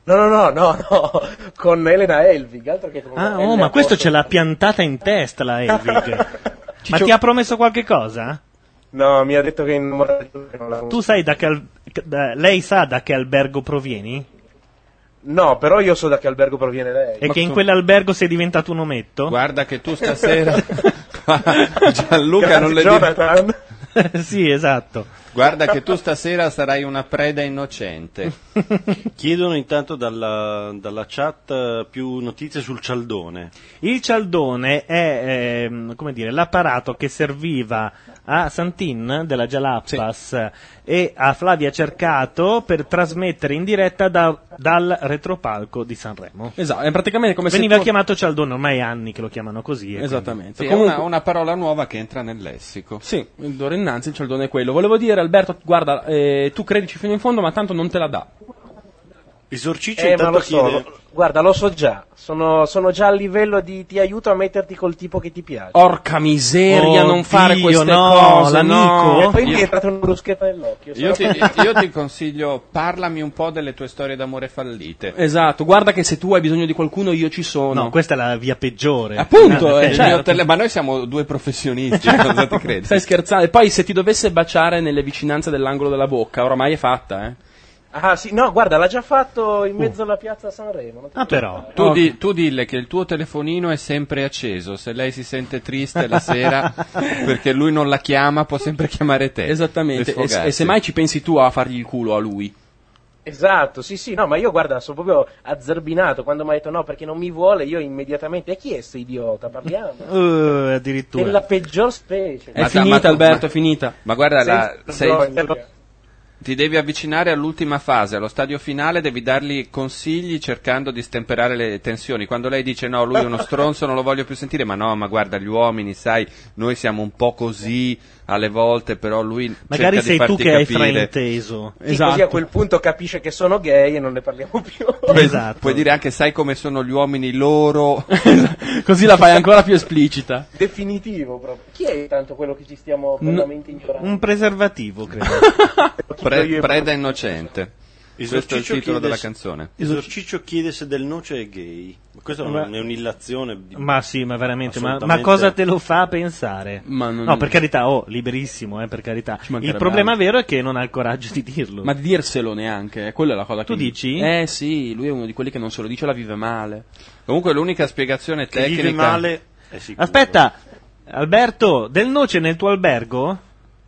No, con Elena Elvig, altro che con Ah, L oh, ma questo ce apostrofo. l'ha piantata in testa la Elvig. Ma ti ha promesso qualche cosa? No, mi ha detto che non la... Tu sai lei sa da che albergo provieni? No, però io so da che albergo proviene lei. E che in quell'albergo sei diventato un ometto? Guarda che tu stasera Gianluca non le Jonathan. Sì, esatto. Guarda che tu stasera sarai una preda innocente. Chiedono intanto dalla chat più notizie sul cialdone. Il cialdone è come dire, l'apparato che serviva a Santin della Jalapas e a Flavia Cercato per trasmettere in diretta dal retropalco di Sanremo. Esatto, è praticamente come veniva se chiamato cialdone, ormai è anni che lo chiamano così. Esattamente. Sì, Comunque, è una parola nuova che entra nel lessico. Sì, d'ora innanzi il cialdone è quello. Volevo dire, Alberto, guarda, tu credici fino in fondo, ma tanto non te la dà. Esorciccio ma intanto lo so, guarda, lo so già. Sono già a livello di ti aiuto a metterti col tipo che ti piace. Orca miseria, non fare queste no, cose, l'amico. no. E poi mi è entrata una bruschetta nell'occhio. Io ti consiglio, parlami un po' delle tue storie d'amore fallite. Esatto, guarda che se tu hai bisogno di qualcuno io ci sono. No, questa è la via peggiore. Appunto, Certo. Ma noi siamo due professionisti, cosa ti credi? Stai scherzando? E poi se ti dovesse baciare nelle vicinanze dell'angolo della bocca, oramai è fatta, Ah sì, no, guarda, l'ha già fatto in mezzo alla piazza Sanremo. Però. Tu dille che il tuo telefonino è sempre acceso, se lei si sente triste la sera perché lui non la chiama, può sempre chiamare te. Esattamente, e se mai ci pensi tu a fargli il culo a lui. Esatto, sì, no, ma io guarda, sono proprio azzerbinato quando mi ha detto no perché non mi vuole, io immediatamente, e chi è sto idiota, parliamo? Addirittura. Della peggior specie. È finita, Alberto, è finita. Ma guarda, ti devi avvicinare all'ultima fase, allo stadio finale, devi dargli consigli cercando di stemperare le tensioni. Quando lei dice no, lui è uno stronzo, non lo voglio più sentire, ma no, ma guarda, gli uomini, sai, noi siamo un po' così alle volte, però lui magari cerca di farti sei tu che hai capire. frainteso. Sì, così a quel punto capisce che sono gay e non ne parliamo più. Esatto. Puoi dire anche sai come sono gli uomini loro. Così la fai ancora più esplicita. Definitivo proprio. Chi è tanto quello che ci stiamo veramente ignorando? Un preservativo, credo. Preda innocente. Questo è il titolo della canzone. Esorciccio chiede se Del Noce è gay. Questa non è un'illazione. Ma sì, ma veramente, ma cosa te lo fa pensare? No, per carità, liberissimo, per carità. Il problema vero è che non ha il coraggio di dirlo. Ma di dirselo neanche, quella è la cosa che... Tu dici? Sì, lui è uno di quelli che non se lo dice, la vive male. Comunque l'unica spiegazione che tecnica... vive male è sicuro. Aspetta, Alberto, Del Noce nel tuo albergo?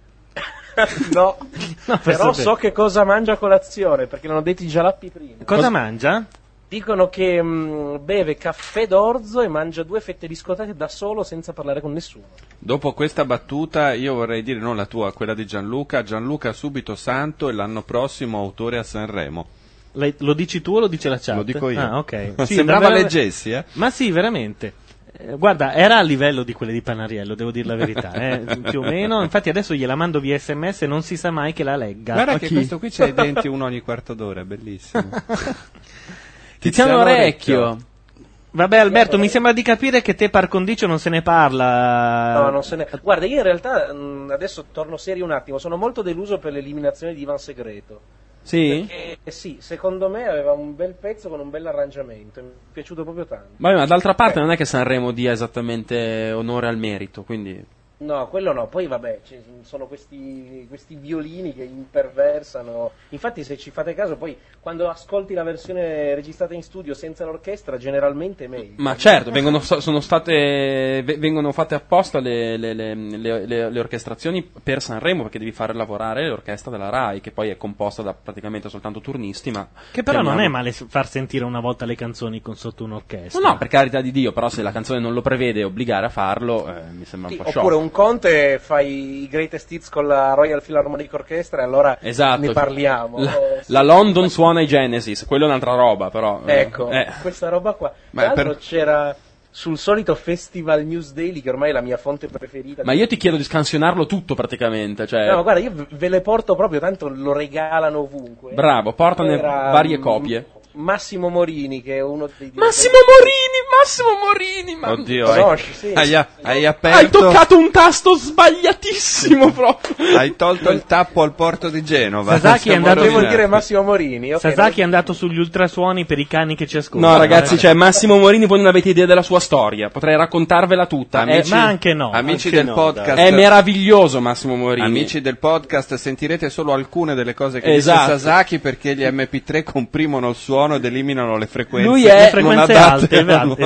No, però so che cosa mangia a colazione, perché l'hanno detto i Jalappi prima. Cosa mangia? Dicono che beve caffè d'orzo e mangia 2 fette biscottate da solo senza parlare con nessuno. Dopo questa battuta io vorrei dire, non la tua, quella di Gianluca subito santo e l'anno prossimo autore a Sanremo. Lo dici tu o lo dice la chat? Lo dico io. Ah, ok. Sì, sembrava leggessi, Ma sì, veramente. Guarda, era a livello di quelle di Panariello, devo dire la verità, più o meno. Infatti adesso gliela mando via SMS e non si sa mai che la legga. Guarda che questo qui c'ha i denti uno ogni quarto d'ora, è bellissimo. Tiziano Orecchio. Vabbè Alberto, mi sembra di capire che te par condicio non se ne parla. No, non se ne... Guarda, io in realtà adesso torno serio un attimo, sono molto deluso per l'eliminazione di Ivan Segreto. Sì? Perché, sì, secondo me aveva un bel pezzo con un bel arrangiamento, mi è piaciuto proprio tanto. Ma d'altra parte non è che Sanremo dia esattamente onore al merito, quindi... No, quello no, poi vabbè, sono questi violini che imperversano. Infatti se ci fate caso poi quando ascolti la versione registrata in studio senza l'orchestra generalmente è meglio. Ma certo, vengono fatte apposta le orchestrazioni per Sanremo, perché devi fare lavorare l'orchestra della RAI, che poi è composta da praticamente soltanto turnisti, ma... Che però non è male far sentire una volta le canzoni con sotto un'orchestra. No, per carità di Dio, però se la canzone non lo prevede e obbligare a farlo, mi sembra un po' sciocco. Oppure un conte fai i greatest hits con la Royal Philharmonic Orchestra e allora ne parliamo. La London suona i Genesis, quello è un'altra roba però. Ecco, questa roba qua. Tra l'altro c'era sul solito Festival News Daily, che ormai è la mia fonte preferita. Ma io ti chiedo di scansionarlo tutto praticamente. Cioè... No, guarda, io ve le porto proprio, tanto lo regalano ovunque. Bravo, portane varie copie. Massimo Morini, che è uno dei... Massimo Morini! Oddio, sì. hai aperto... Hai toccato un tasto sbagliatissimo proprio. Hai tolto il tappo al porto di Genova. Sasaki è andato... Devo dire Massimo Morini. Okay, Sasaki è andato sugli ultrasuoni per i cani che ci ascoltano. No ragazzi, cioè Massimo Morini voi non avete idea della sua storia. Potrei raccontarvela tutta. Ma anche no. Amici anche del podcast. È meraviglioso Massimo Morini. Amici del podcast, sentirete solo alcune delle cose che dice Sasaki, perché gli MP3 comprimono il suono ed eliminano le frequenze. Lui è frequenze alte,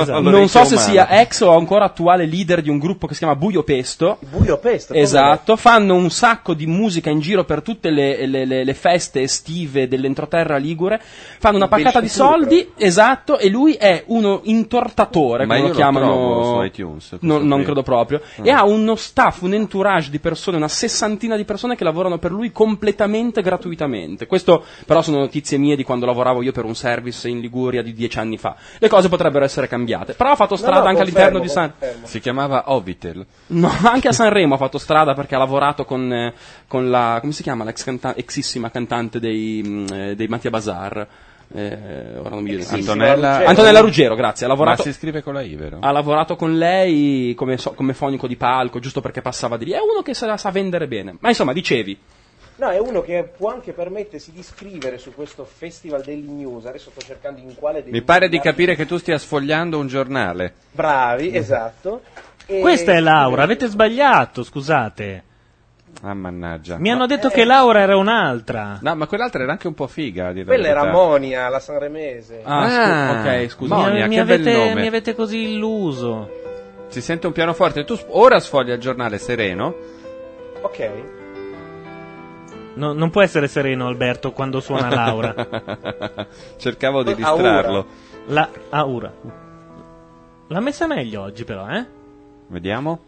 Esatto. Non so se sia ex o ancora attuale leader di un gruppo che si chiama Buio Pesto. Buio Pesto? Esatto, fanno un sacco di musica in giro per tutte le feste estive dell'entroterra ligure, fanno una paccata di soldi, esatto, e lui è uno intortatore, Ma come io lo chiamano trovo su iTunes. non credo proprio, e ha uno staff, un entourage di persone, una sessantina di persone che lavorano per lui completamente gratuitamente. Questo però sono notizie mie di quando lavoravo io per un service in Liguria di 10 anni fa. Le cose potrebbero essere cambiate, però ha fatto strada anche all'interno di Si chiamava Ovitel. No, anche a Sanremo ha fatto strada perché ha lavorato con la, come si chiama, exissima cantante dei Mattia Bazar. Ora non mi viene. Antonella Ruggero, grazie. Ha lavorato, ma si scrive con la I, vero? Ha lavorato con lei come fonico di palco, giusto perché passava di lì. È uno che se la sa vendere bene. Ma insomma, dicevi. No, è uno che può anche permettersi di scrivere su questo Festival Daily News. Adesso sto cercando in quale Mi pare di capire che tu stia sfogliando un giornale. Bravi, esatto. Questa è Laura, avete sbagliato, scusate. Ah, mannaggia. Mi hanno detto che Laura era un'altra. No, ma quell'altra era anche un po' figa. Quella era Monia, la sanremese. Ok, scusa. Monia, mi che bel nome. Mi avete così illuso. Si sente un pianoforte. Tu ora sfoglia il giornale sereno. Ok. No, non può essere sereno Alberto quando suona Laura. Cercavo di distrarlo. Aura. L'ha messa meglio oggi però, eh? Vediamo.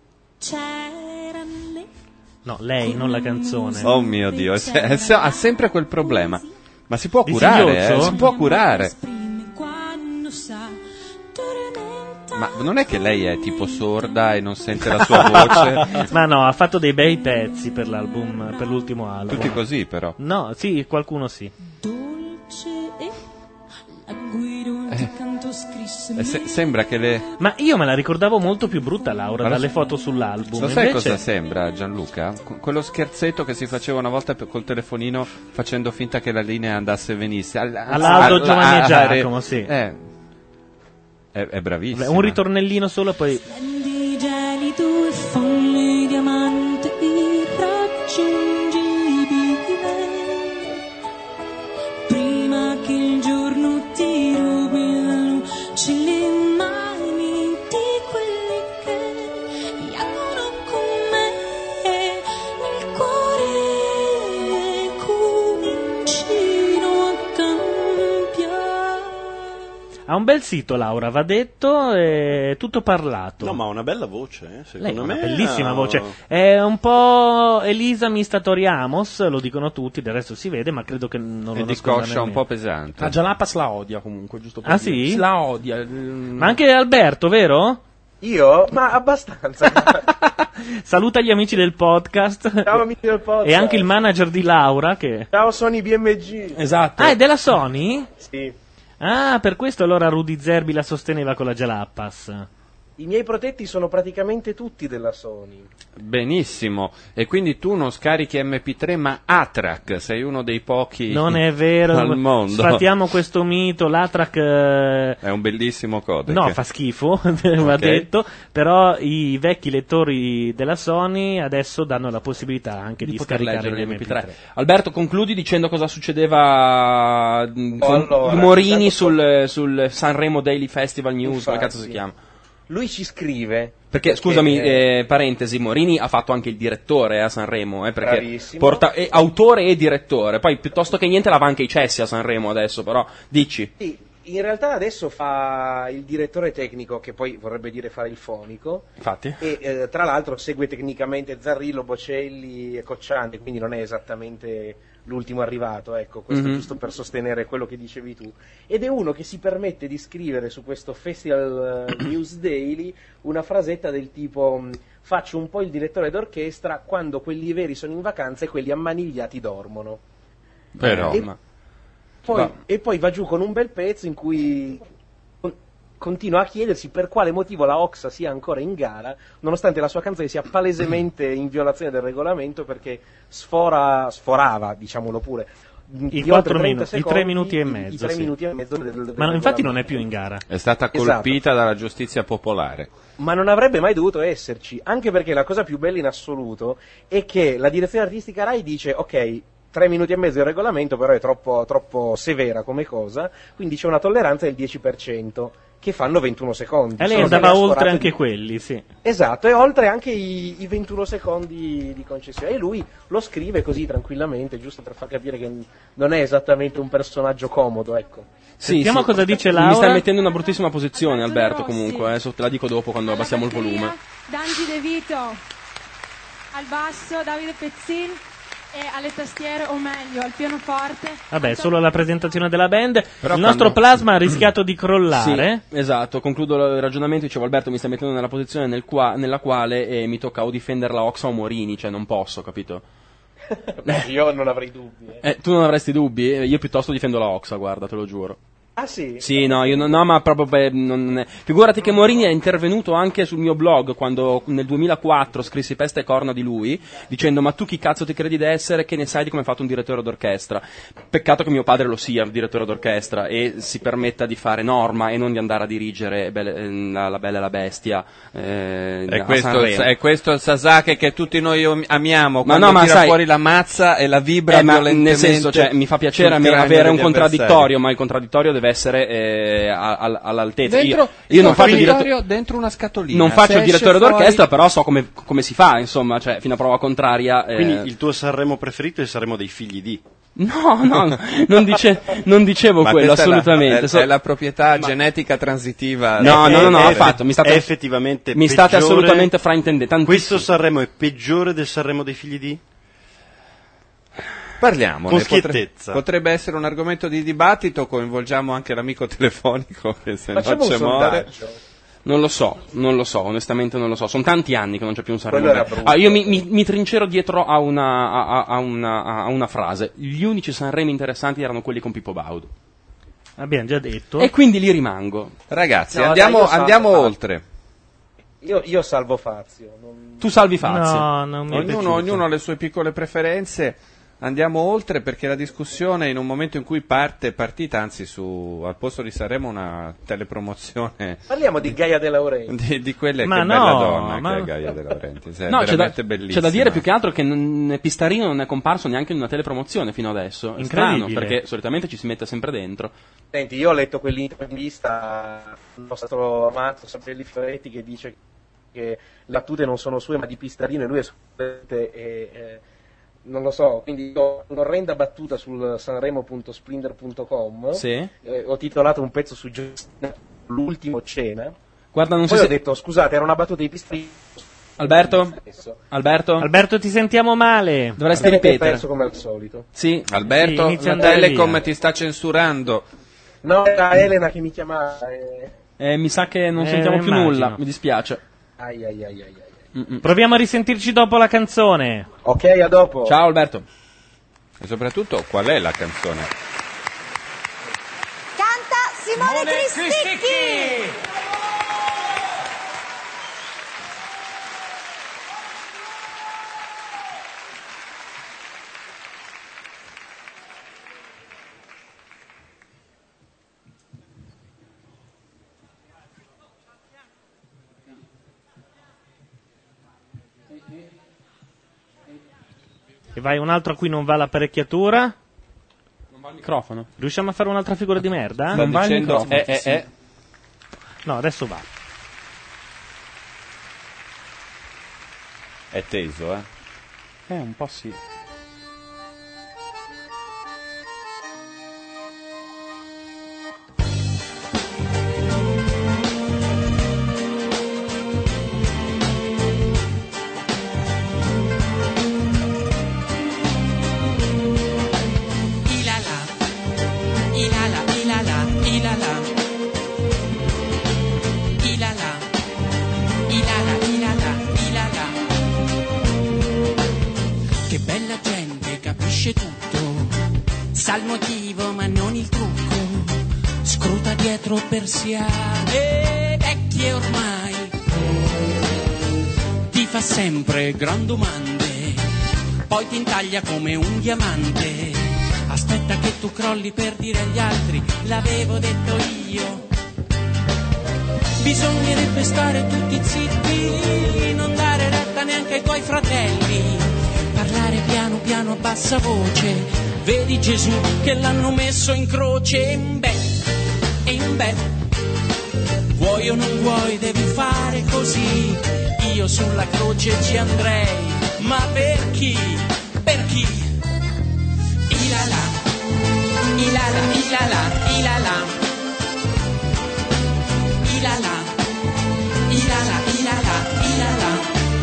No, lei, non la canzone. Oh mio Dio, ha sempre quel problema. Ma si può curare, si può curare. Ma non è che lei è tipo sorda e non sente la sua voce? Ma no, ha fatto dei bei pezzi per l'album, per l'ultimo album. Tutti così però. No, sì, qualcuno sì. Sembra che le... Ma io me la ricordavo molto più brutta Laura dalle foto sull'album. Lo sai invece... cosa sembra, Gianluca? Quello scherzetto che si faceva una volta col telefonino facendo finta che la linea andasse e venisse. All'Aldo Giovanni e Giacomo, sì. È bravissimo. Un ritornellino solo e poi... Spendi gelido e folle diamante irraggiungibile. Prima che il giorno ti rubi la luce le mani di quelli che piangono con me nel cuore comincino a cambiare. Ha un bel sito Laura, va detto, è tutto parlato. No, ma ha una bella voce, secondo me. Una bellissima voce. È un po' Elisa Mistatoriamos, lo dicono tutti, del resto si vede, ma credo che non lo discoscia un po' pesante. La Jalapas la odia comunque, giusto per Ah dire. sì? La odia. Ma anche Alberto, vero? Io? Ma abbastanza. Saluta gli amici del podcast. Ciao amici del podcast. E anche il manager di Laura che... Ciao Sony BMG. Esatto. Ah, è della Sony? Sì. Ah, per questo allora Rudy Zerbi la sosteneva con la Jalapas. I miei protetti sono praticamente tutti della Sony. Benissimo. E quindi tu non scarichi MP3 ma ATRAC, sei uno dei pochi non è vero, al mondo. sfatiamo questo mito, l'ATRAC è un bellissimo codec. No, fa schifo, va detto, però i vecchi lettori della Sony adesso danno la possibilità anche di scaricare gli MP3. Alberto, concludi dicendo cosa succedeva con Morini sul Sanremo Daily Festival News, come cazzo si chiama? Lui ci scrive. Perché, scusami, parentesi, Morini ha fatto anche il direttore a Sanremo, perché è autore e direttore. Poi, piuttosto che niente, lava anche i cessi a Sanremo adesso, però, dici. Sì, in realtà adesso fa il direttore tecnico, che poi vorrebbe dire fare il fonico. Infatti. E tra l'altro segue tecnicamente Zarrillo, Bocelli e Cocciante, quindi non è esattamente l'ultimo arrivato, ecco, questo giusto per sostenere quello che dicevi tu. Ed è uno che si permette di scrivere su questo Festival News Daily una frasetta del tipo: faccio un po' il direttore d'orchestra quando quelli veri sono in vacanza e quelli ammanigliati dormono. Però, e poi va giù con un bel pezzo in cui continua a chiedersi per quale motivo la Oxa sia ancora in gara, nonostante la sua canzone sia palesemente in violazione del regolamento, perché sforava, diciamolo pure, i 4 minuti, i 3 minuti e mezzo. I 3 sì. minuti e mezzo del Ma infatti non è più in gara. È stata colpita dalla giustizia popolare. Ma non avrebbe mai dovuto esserci, anche perché la cosa più bella in assoluto è che la direzione artistica Rai dice: ok, 3 minuti e mezzo il regolamento, però è troppo severa come cosa, quindi c'è una tolleranza del 10%. che fanno 21 secondi. E lei andava oltre anche quelli, sì. Esatto, e oltre anche i 21 secondi di concessione. E lui lo scrive così tranquillamente, giusto per far capire che non è esattamente un personaggio comodo, ecco. Sentiamo cosa dice Laura. Mi stai mettendo in una bruttissima posizione, Alberto, comunque, adesso te la dico dopo quando abbassiamo il volume. Dangi De Vito al basso, Davide Pezzin, e alle tastiere, o meglio al pianoforte. Vabbè, solo la presentazione della band. Però il nostro plasma ha rischiato di crollare. Sì, esatto, concludo il ragionamento. Dicevo, Alberto mi sta mettendo nella posizione nella quale mi tocca o difendere la Oxa o Morini, cioè non posso, capito? Io non avrei dubbi. Tu non avresti dubbi? Io piuttosto difendo la Oxa, guarda, te lo giuro. Ah sì? Sì, no, io no, ma proprio figurati che Morini è intervenuto anche sul mio blog quando nel 2004 scrissi peste e corna di lui, dicendo ma tu chi cazzo ti credi di essere, che ne sai di come è fatto un direttore d'orchestra? Peccato che mio padre lo sia il direttore d'orchestra e si permetta di fare norma e non di andare a dirigere La Bella e la Bestia. È questo il Sasaki che tutti noi amiamo, ma quando tira sai, fuori la mazza e la vibra violentemente. Nel senso, cioè, mi fa piacere avere un contraddittorio, ma il contraddittorio deve essere all'altezza. Io non faccio dentro una scatolina. Non faccio il direttore d'orchestra, però so come si fa, insomma, cioè fino a prova contraria. Quindi il tuo Sanremo preferito è il Sanremo dei figli di? No, non dicevo quello, assolutamente. È la proprietà genetica transitiva. No, affatto. È effettivamente mi state assolutamente fraintendendo. Questo Sanremo è peggiore del Sanremo dei figli di? Parliamone, con schiettezza. Potrebbe essere un argomento di dibattito, coinvolgiamo anche l'amico telefonico che se no Facciamo ci muore. Non lo so, onestamente non lo so. Sono tanti anni che non c'è più un Sanremo. Io mi trincero dietro a una frase. Gli unici Sanremi interessanti erano quelli con Pippo Baudo. Abbiamo già detto. E quindi lì rimango. Ragazzi, andiamo oltre. Io salvo Fazio. Tu salvi Fazio. No, non mi è piaciuto. Ognuno ha le sue piccole preferenze. Andiamo oltre perché la discussione in un momento in cui è partita, anzi al posto di Sanremo una telepromozione. Parliamo di Gaia De Laurenti. Di quelle che bella donna che è Gaia De Laurenti. No, veramente bellissima. C'è da dire più che altro che Pistarino non è comparso neanche in una telepromozione fino adesso. È strano, perché solitamente ci si mette sempre dentro. Senti, io ho letto quell'intervista al nostro amato Sabrelli Ferretti che dice che le battute non sono sue ma di Pistarino e lui è non lo so, quindi ho un'orrenda battuta sul sanremo.splendor.com. Sì. Ho titolato un pezzo su l'ultimo cena. Guarda, non Poi ho detto, scusate, era una battuta di Pistarino. Alberto, ti sentiamo male. Dovresti ripetere. Perso come al solito. Sì. Alberto, la Telecom ti sta censurando. No, era Elena che mi chiamava. Mi sa che non sentiamo più nulla, mi dispiace. Ai. Proviamo a risentirci dopo la canzone. Ok, a dopo. Ciao Alberto. E soprattutto, qual è la canzone? Canta Simone Cristicchi. E vai un altro a cui non va l'apparecchiatura. Non va il microfono. Riusciamo a fare un'altra figura di merda? Non va il microfono. No, adesso va. È teso, un po' sì. Sa il motivo ma non il trucco, scruta dietro persiane vecchie ormai, ti fa sempre gran domande, poi ti intaglia come un diamante, aspetta che tu crolli per dire agli altri l'avevo detto io, bisognerebbe stare tutti zitti, non dare retta neanche ai tuoi fratelli, parlare piano piano a bassa voce, vedi Gesù che l'hanno messo in croce, in beh, Vuoi o non vuoi devi fare così, io sulla croce ci andrei, ma per chi? Per chi? Ilala, ilala, ilala, ilala, ilala, ilala, ilala, ilala.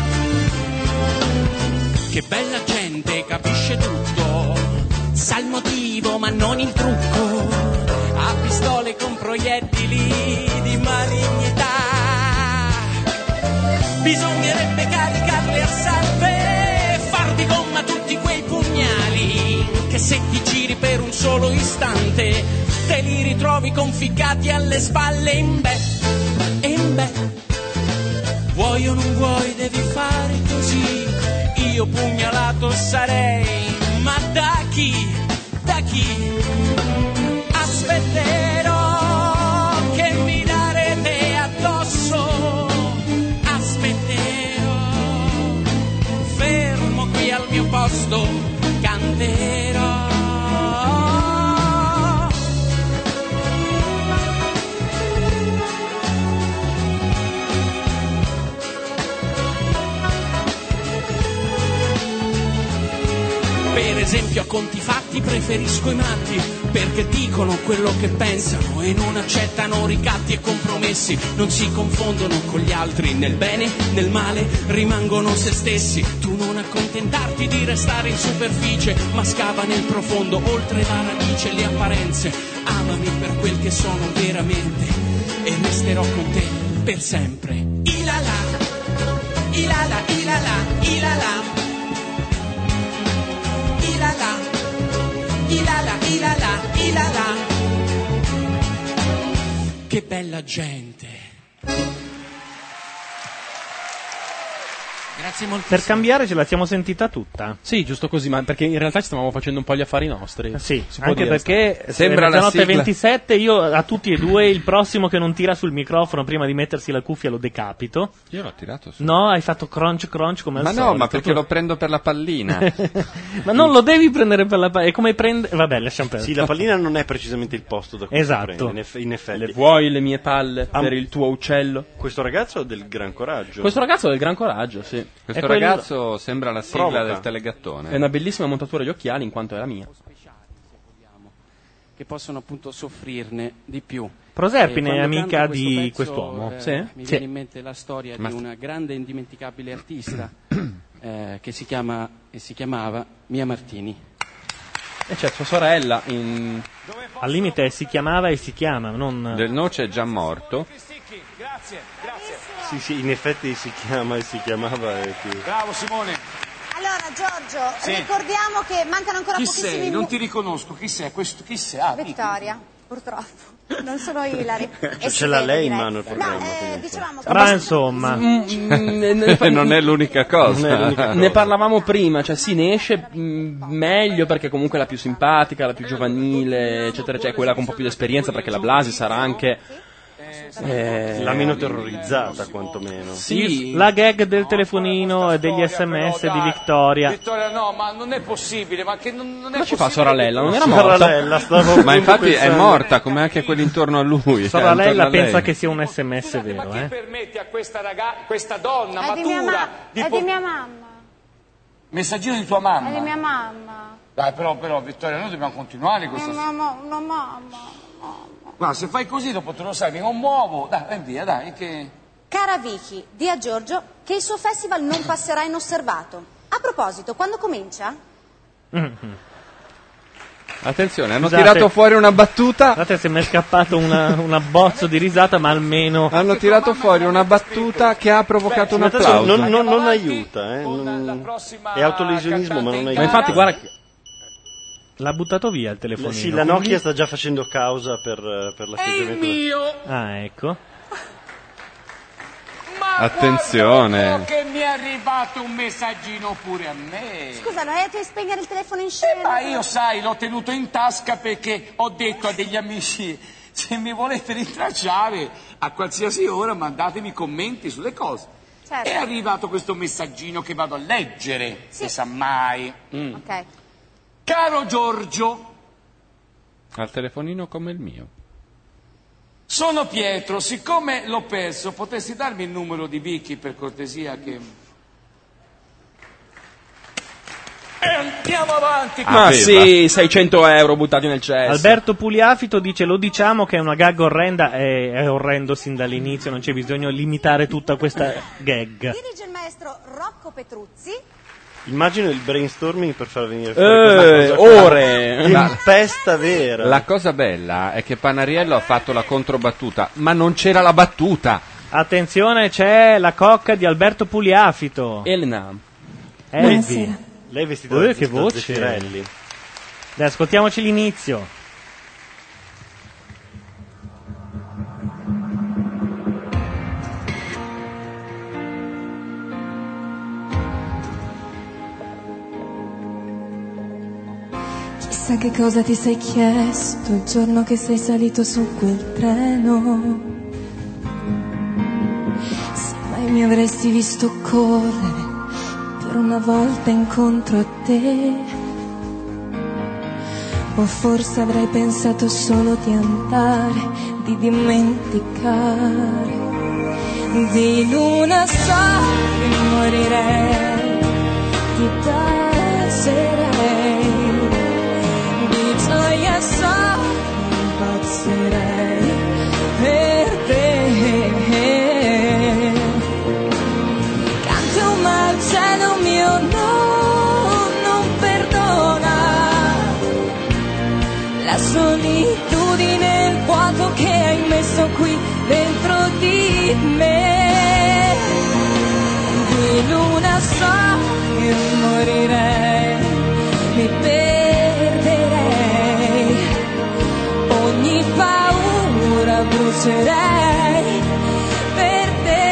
Che bella gente, capisce tutto, sa il motivo ma non il trucco, ha pistole con proiettili di malignità. Bisognerebbe caricarle a salve, far di gomma tutti quei pugnali che se ti giri per un solo istante te li ritrovi conficcati alle spalle. In beh, vuoi o non vuoi devi fare così, io pugnalato sarei, ma da chi? Da chi? Aspetterò che mi darete addosso, aspetterò, fermo qui al mio posto, canterò. Per esempio a conti fatti preferisco i matti, perché dicono quello che pensano e non accettano ricatti e compromessi, non si confondono con gli altri, nel bene, nel male, rimangono se stessi. Tu non accontentarti di restare in superficie, ma scava nel profondo, oltre la radice e le apparenze. Amami per quel che sono veramente e resterò con te per sempre. Ilala, ilala, ilala, ilala. Ilala, ilala, ilala, ilala. Che bella gente. Grazie moltissimo. Per cambiare ce la siamo sentita tutta. Sì, giusto così, ma perché in realtà ci stavamo facendo un po' gli affari nostri. Sì, si può anche dire, perché sembra la mezzanotte sigla. 27, io a tutti e due il prossimo che non tira sul microfono prima di mettersi la cuffia lo decapito. Io l'ho tirato su. No, hai fatto crunch crunch come al Ma solito. no, ma perché lo prendo per la pallina. Ma non lo devi prendere per la pallina, è come prende... Vabbè, lasciamo perdere. Sì, la pallina non è precisamente il posto da cui Esatto. si prende, in effetti. Le vuoi le mie palle per il tuo uccello? Questo ragazzo ha del gran coraggio. Questo ragazzo ha del gran coraggio, sì. Questo ragazzo sembra la sigla del telegattone. È una bellissima montatura di occhiali in quanto è la mia. Che possono appunto soffrirne di più. Proserpine è Quando amica canto di questo pezzo, quest'uomo. Mi Sì. viene in mente la storia di una grande e indimenticabile artista che si chiamava Mia Martini. E c'è sua sorella Al limite si chiamava e si chiama, non... Del Noce è già morto. Grazie, grazie. Sì, in effetti si chiama e si chiamava. Bravo Simone. Allora Giorgio, Sì. ricordiamo che mancano ancora Chi pochissimi sei? minuti. Non ti riconosco. Chi sei? Questo chi sei? Ah, Vittoria, purtroppo. Non sono Ilari. Cioè, ce l'ha lei in mano il programma. No, dicevamo che... Ma insomma... non è l'unica cosa. Ne parlavamo prima, cioè sì, ne esce meglio perché comunque è la più simpatica, la più giovanile, eccetera, cioè quella con un po' più di esperienza, perché la Blasi sarà anche la meno terrorizzata, quantomeno. Sì, la gag del telefonino e degli SMS di Vittoria. Vittoria, no, ma non è possibile, ma che non è Cosa ci possibile. fa Soralella? Non era morta? Ma infatti è morta, come anche quelli intorno a lui. Sorella pensa che sia un SMS vero, Ma chi permette a questa donna È di mia, matura è di mia mamma. Messaggino di tua mamma? È di mia mamma. Dai, però Vittoria, noi dobbiamo continuare questa Una mamma. Guarda, se fai così dopo tu lo sai, mi commuovo. Dai, vai via, dai, che... Cara Vicky, di a Giorgio che il suo festival non passerà inosservato. A proposito, quando comincia? Attenzione, hanno tirato fuori una battuta. Guardate se mi è scappato un abbozzo di risata, ma almeno... Hanno tirato fuori una battuta che ha provocato un applauso. Non aiuta, è autolesionismo, ma non aiuta. Ma infatti, guarda... L'ha buttato via il telefonino. Sì, la Nokia sta già facendo causa per l'atteggiamento. È il mio! Ah, ecco. Ma attenzione. che mi è arrivato un messaggino pure a me. Scusa, non hai detto di spegnere il telefono in scena? Ma io, sai, l'ho tenuto in tasca perché ho detto a degli amici: se mi volete rintracciare a qualsiasi ora mandatemi commenti sulle cose. Certo. È arrivato questo messaggino che vado a leggere, se sa mai. Ok. Caro Giorgio, Al telefonino come il mio. Sono Pietro, siccome l'ho perso, potresti darmi il numero di Vicky per cortesia che... E andiamo avanti. Ma sì, 600 euro buttati nel cesso. Alberto Pugliafito dice: lo diciamo che è una gag orrenda. È orrendo sin dall'inizio, non c'è bisogno di limitare tutta questa gag. Dirige il maestro Rocco Petruzzi. Immagino il brainstorming per far venire fuori ore. Impesta vera. La cosa bella è che Panariello ha fatto la controbattuta, ma non c'era la battuta. Attenzione, c'è la cocca di Alberto Pugliafito. Elena. Elvi. Lei è vestita da che voce. Zeffirelli. Dai, ascoltiamoci l'inizio. Chissà che cosa ti sei chiesto il giorno che sei salito su quel treno. Se mai mi avresti visto correre per una volta incontro a te, o forse avrei pensato solo di andare, di dimenticare. Di luna so che morirei, ti passerei, di gioia so che impazzirei per te. Canto ma il cielo mio non perdona la solitudine, il vuoto che hai messo qui dentro di me. Di luna so che morirei, mi perderei, ogni paura brucerei per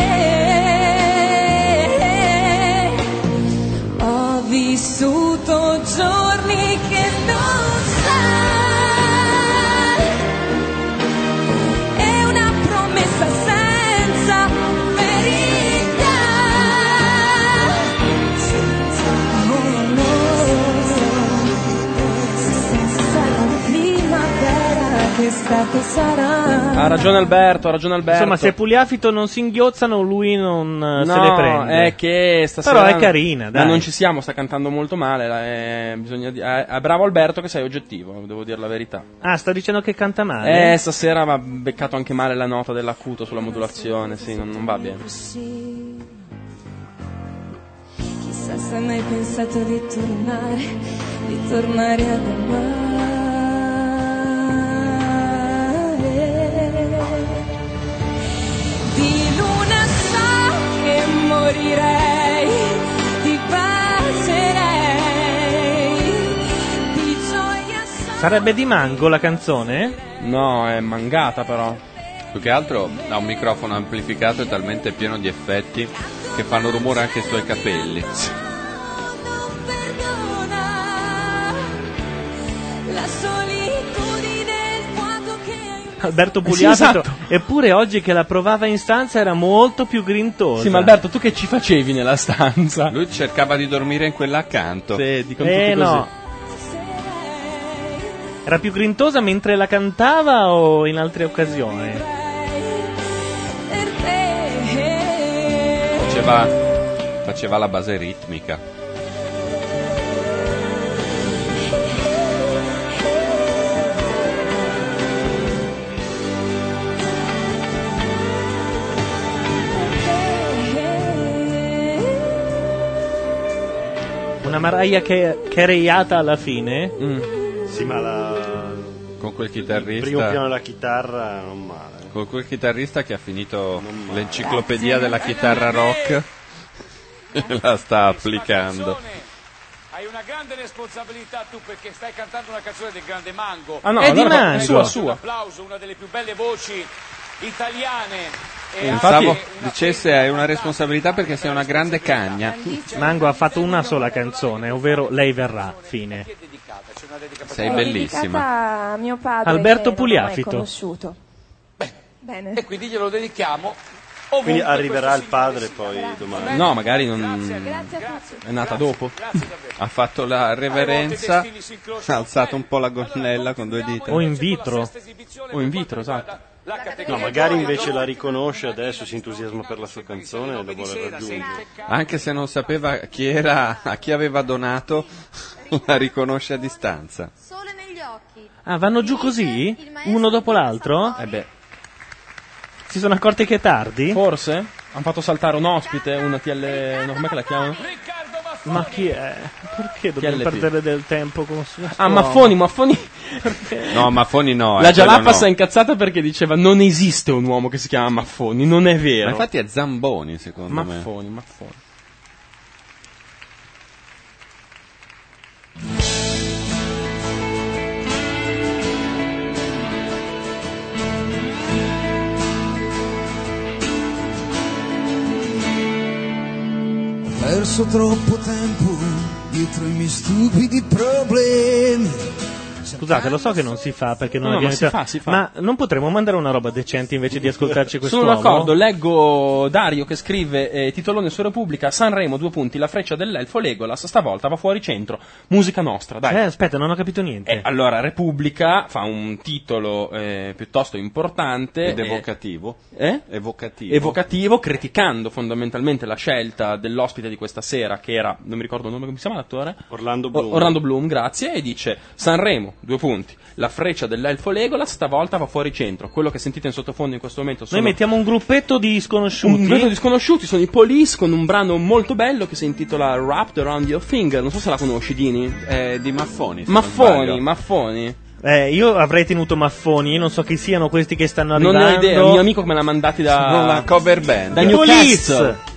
te. Ho vissuto giorni che non sai, è una promessa senza verità, senza la primavera che stato sarà. Ha ragione Alberto. Insomma, se Pugliafito non si inghiozzano, lui non se le prende. È che stasera però è carina, dai. Ma non ci siamo, sta cantando molto male. Bravo Alberto che sei oggettivo, devo dire la verità. Ah, sta dicendo che canta male? Stasera va beccato anche male la nota dell'acuto sulla modulazione, sì, non va bene. Chissà se hai mai pensato di tornare ad amare. Di luna so che morirei, ti bacerei, di gioia so. Sarebbe di Mango la canzone? No, è mangata però. Più che altro ha un microfono amplificato e talmente pieno di effetti che fanno rumore anche i suoi capelli. La solitudine, il vuoto che hai. Alberto Pugliafito, sì, esatto. Eppure oggi che la provava in stanza era molto più grintosa. Sì, ma Alberto, tu che ci facevi nella stanza? Lui cercava di dormire in quella accanto. Sì, dicono tutti così. No. Era più grintosa mentre la cantava o in altre occasioni? Faceva la base ritmica. Una Mariah Careyata alla fine? Sì, ma con quel chitarrista. Il primo piano della chitarra non male. Con quel chitarrista che ha finito l'enciclopedia della chitarra rock. La sta applicando. Hai una grande responsabilità tu perché stai cantando una canzone del grande Mango. Ah no, è allora di Mango. Sua. Un applauso, una delle più belle voci italiane. Pensavo dicesse hai una responsabilità perché sei una grande cagna. Mango ha fatto una sola canzone, ovvero Lei verrà, fine. Sei bellissima. A mio padre, Alberto che Pugliafito. Non ho mai conosciuto. Bene. E quindi glielo dedichiamo. Quindi arriverà il padre poi domani. No, magari non. Grazie a tutti. È nata dopo. Ha fatto la reverenza, ha alzato un po' la gonnella con due dita. O in vitro. O in vitro, esatto. No, magari invece la riconosce adesso, si entusiasma per la sua canzone e la vuole raggiungere. Anche se non sapeva chi era, a chi aveva donato, la riconosce a distanza. Sole negli occhi. Ah, vanno giù così? Uno dopo l'altro? Beh. Si sono accorti che è tardi? Forse? Hanno fatto saltare un ospite, una TL... No, com'è che la chiamano? Ma chi è? Perché dobbiamo perdere del tempo con Maffoni. Perché? No, Maffoni no. La Jalappa si è incazzata perché diceva non esiste un uomo che si chiama Maffoni, non è vero. Ma infatti è Zamboni, secondo me. Maffoni. Ho perso troppo tempo dietro i miei stupidi problemi. Scusate, lo so che non si fa perché non No, abbiamo ma si fa. Ma non potremmo mandare una roba decente invece di ascoltarci quest'uomo? Sono d'accordo, leggo Dario che scrive titolone su Repubblica, Sanremo, 2 punti, la freccia dell'elfo Legolas, stavolta va fuori centro, musica nostra, dai. Aspetta, non ho capito niente. Allora, Repubblica fa un titolo piuttosto importante. Ed evocativo. Evocativo, criticando fondamentalmente la scelta dell'ospite di questa sera, che era, non mi ricordo il nome, come si chiama l'attore? Orlando Bloom. Orlando Bloom, grazie, e dice Sanremo, 2 punti, la freccia dell'elfo Legolas, stavolta va fuori centro. Quello che sentite in sottofondo in questo momento sono... Noi mettiamo un gruppetto di sconosciuti. Sono i Police con un brano molto bello che si intitola Wrapped Around Your Finger, non so se la conosci, Dini. Di Maffoni. Maffoni. Io avrei tenuto Maffoni, non so chi siano questi che stanno arrivando. Non ne ho idea, un mio amico me l'ha mandati da... Una cover band. Da Newcastle.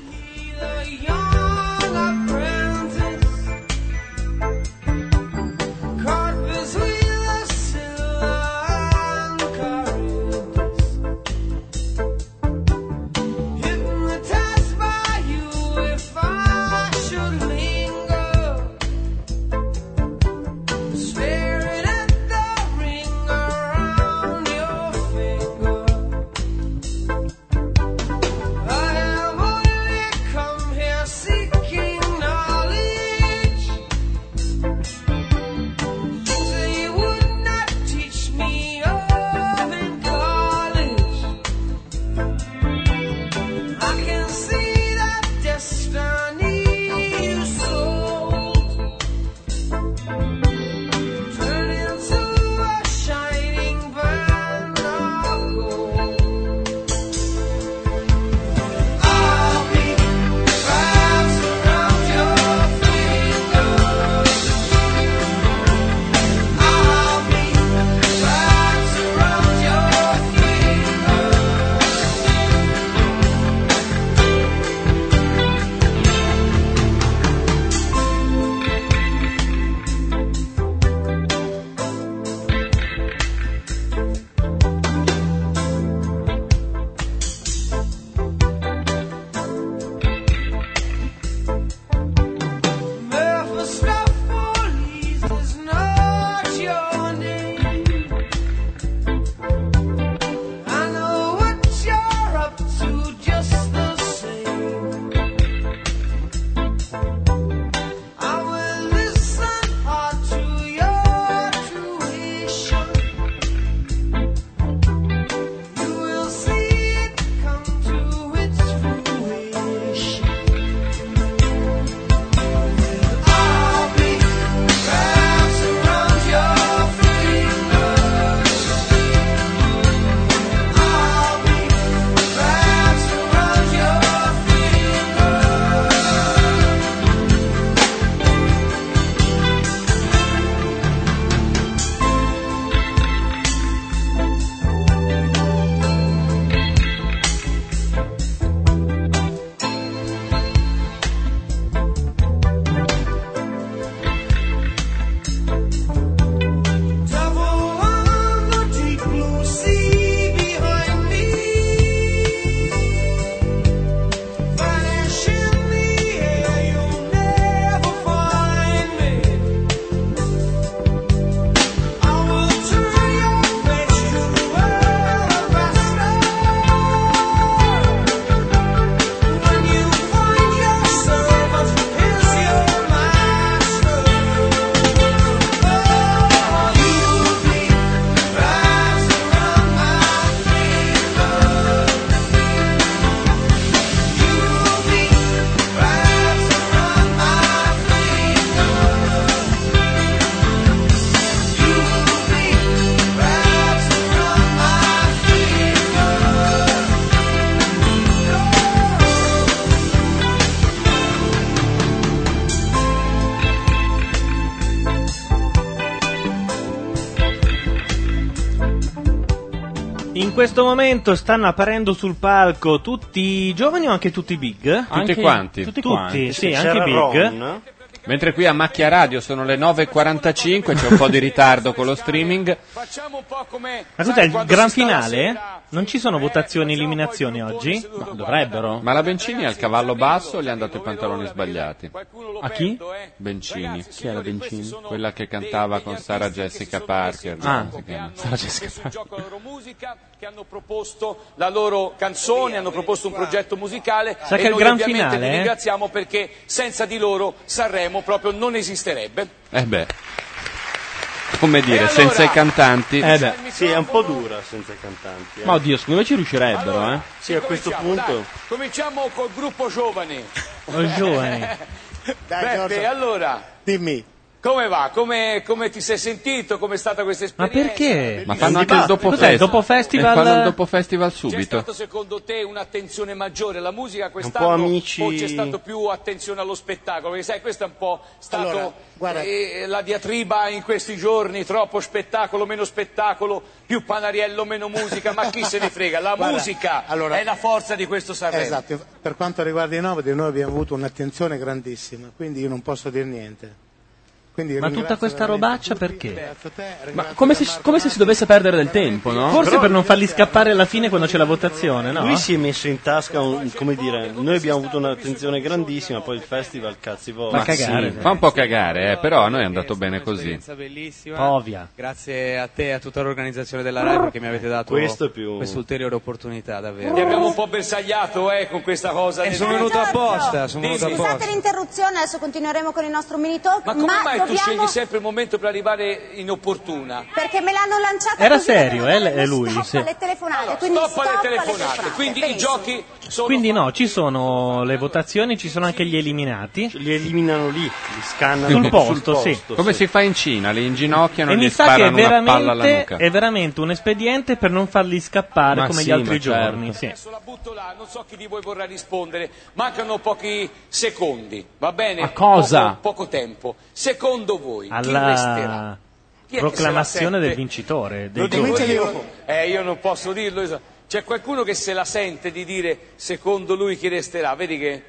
questo momento stanno apparendo sul palco tutti i giovani o anche tutti i big? Tutti quanti. Tutti, sì, C'era anche i big. Ron. Mentre qui a Macchia Radio sono le 9.45, c'è un po' di ritardo con lo streaming. Facciamo un po' come... Ma cos'è il gran finale? Non ci sono votazioni e eliminazioni oggi? Ma dovrebbero. Ma la Bencini al cavallo basso gli hanno dato i pantaloni sbagliati. A chi? Bencini. Chi è la Bencini? Quella che cantava con Sarah Jessica Parker. Ah, si chiama. Sarah Jessica Parker. Gioco la loro musica, che hanno proposto la loro canzone, hanno proposto un progetto musicale. Sa e che il noi gran ovviamente finale, li ringraziamo perché senza di loro Sanremo proprio non esisterebbe. Come dire, allora, senza i cantanti. Sì, è un po' dura senza i cantanti. Ma oddio, secondo me ci riuscirebbero, allora, Sì, a questo punto. Dai, cominciamo col gruppo giovani. Giovani. Beppe, allora, dimmi. come va? Come ti sei sentito? Come è stata questa Ma esperienza? perché? Ma fanno anche il dopo Cos'è, il dopo festival? Fanno il dopo festival C'è subito. stato secondo te un'attenzione maggiore alla musica po' quest'anno amici. o c'è stato più attenzione allo spettacolo? Perché sai, questo è un po' stato Allora, guarda- la diatriba in questi giorni, troppo spettacolo, meno spettacolo, più Panariello, meno musica, ma chi se ne frega? La Guarda, musica allora- è la forza di questo Sanremo. Esatto, per quanto riguarda i Nobody noi abbiamo avuto un'attenzione grandissima, quindi io non posso dire niente. Quindi Ma tutta questa robaccia perché? Ma come se si dovesse perdere del tempo, no? Forse per non farli scappare alla fine quando c'è la votazione, no? Lui si è messo in tasca, come dire, noi abbiamo avuto un'attenzione grandissima, poi il festival cazzi vostri. Ma cagare. Fa un po' cagare, però a noi è andato bene così. Un'esperienza bellissima. Povia. Grazie a te e a tutta l'organizzazione della Rai perché mi avete dato Questo è più- questa ulteriore opportunità, davvero. Ti abbiamo un po' bersagliato con questa cosa. E sono venuto apposta, sono venuto Scusate apposta. l'interruzione, adesso continueremo con il nostro mini talk. Ma come mai tu dobbiamo... scegli sempre il momento per arrivare inopportuna? Perché me l'hanno lanciata Era così, serio, devo dare è lui, stop sì. alle telefonate, Allora, quindi stop alle stop telefonate. Quindi i benissimo. giochi sono... Quindi no, ci sono le votazioni, ci sono anche gli eliminati. Li eliminano lì, li scannano Sul posto, sì. Come si fa in Cina, li inginocchiano E e mi gli sa che sparano una palla alla nuca. è veramente un espediente per non farli scappare Ma come sì, gli altri ma certo. giorni. Sì. Adesso la butto là, non so chi di voi vorrà rispondere. Mancano pochi secondi, va bene? A cosa? Poco tempo. Secondo voi, chi resterà? Alla Chi è che proclamazione se la del sente? vincitore. Lo Dei dico giovani. io non posso dirlo. C'è qualcuno che se la sente di dire secondo lui chi resterà? Vedi che...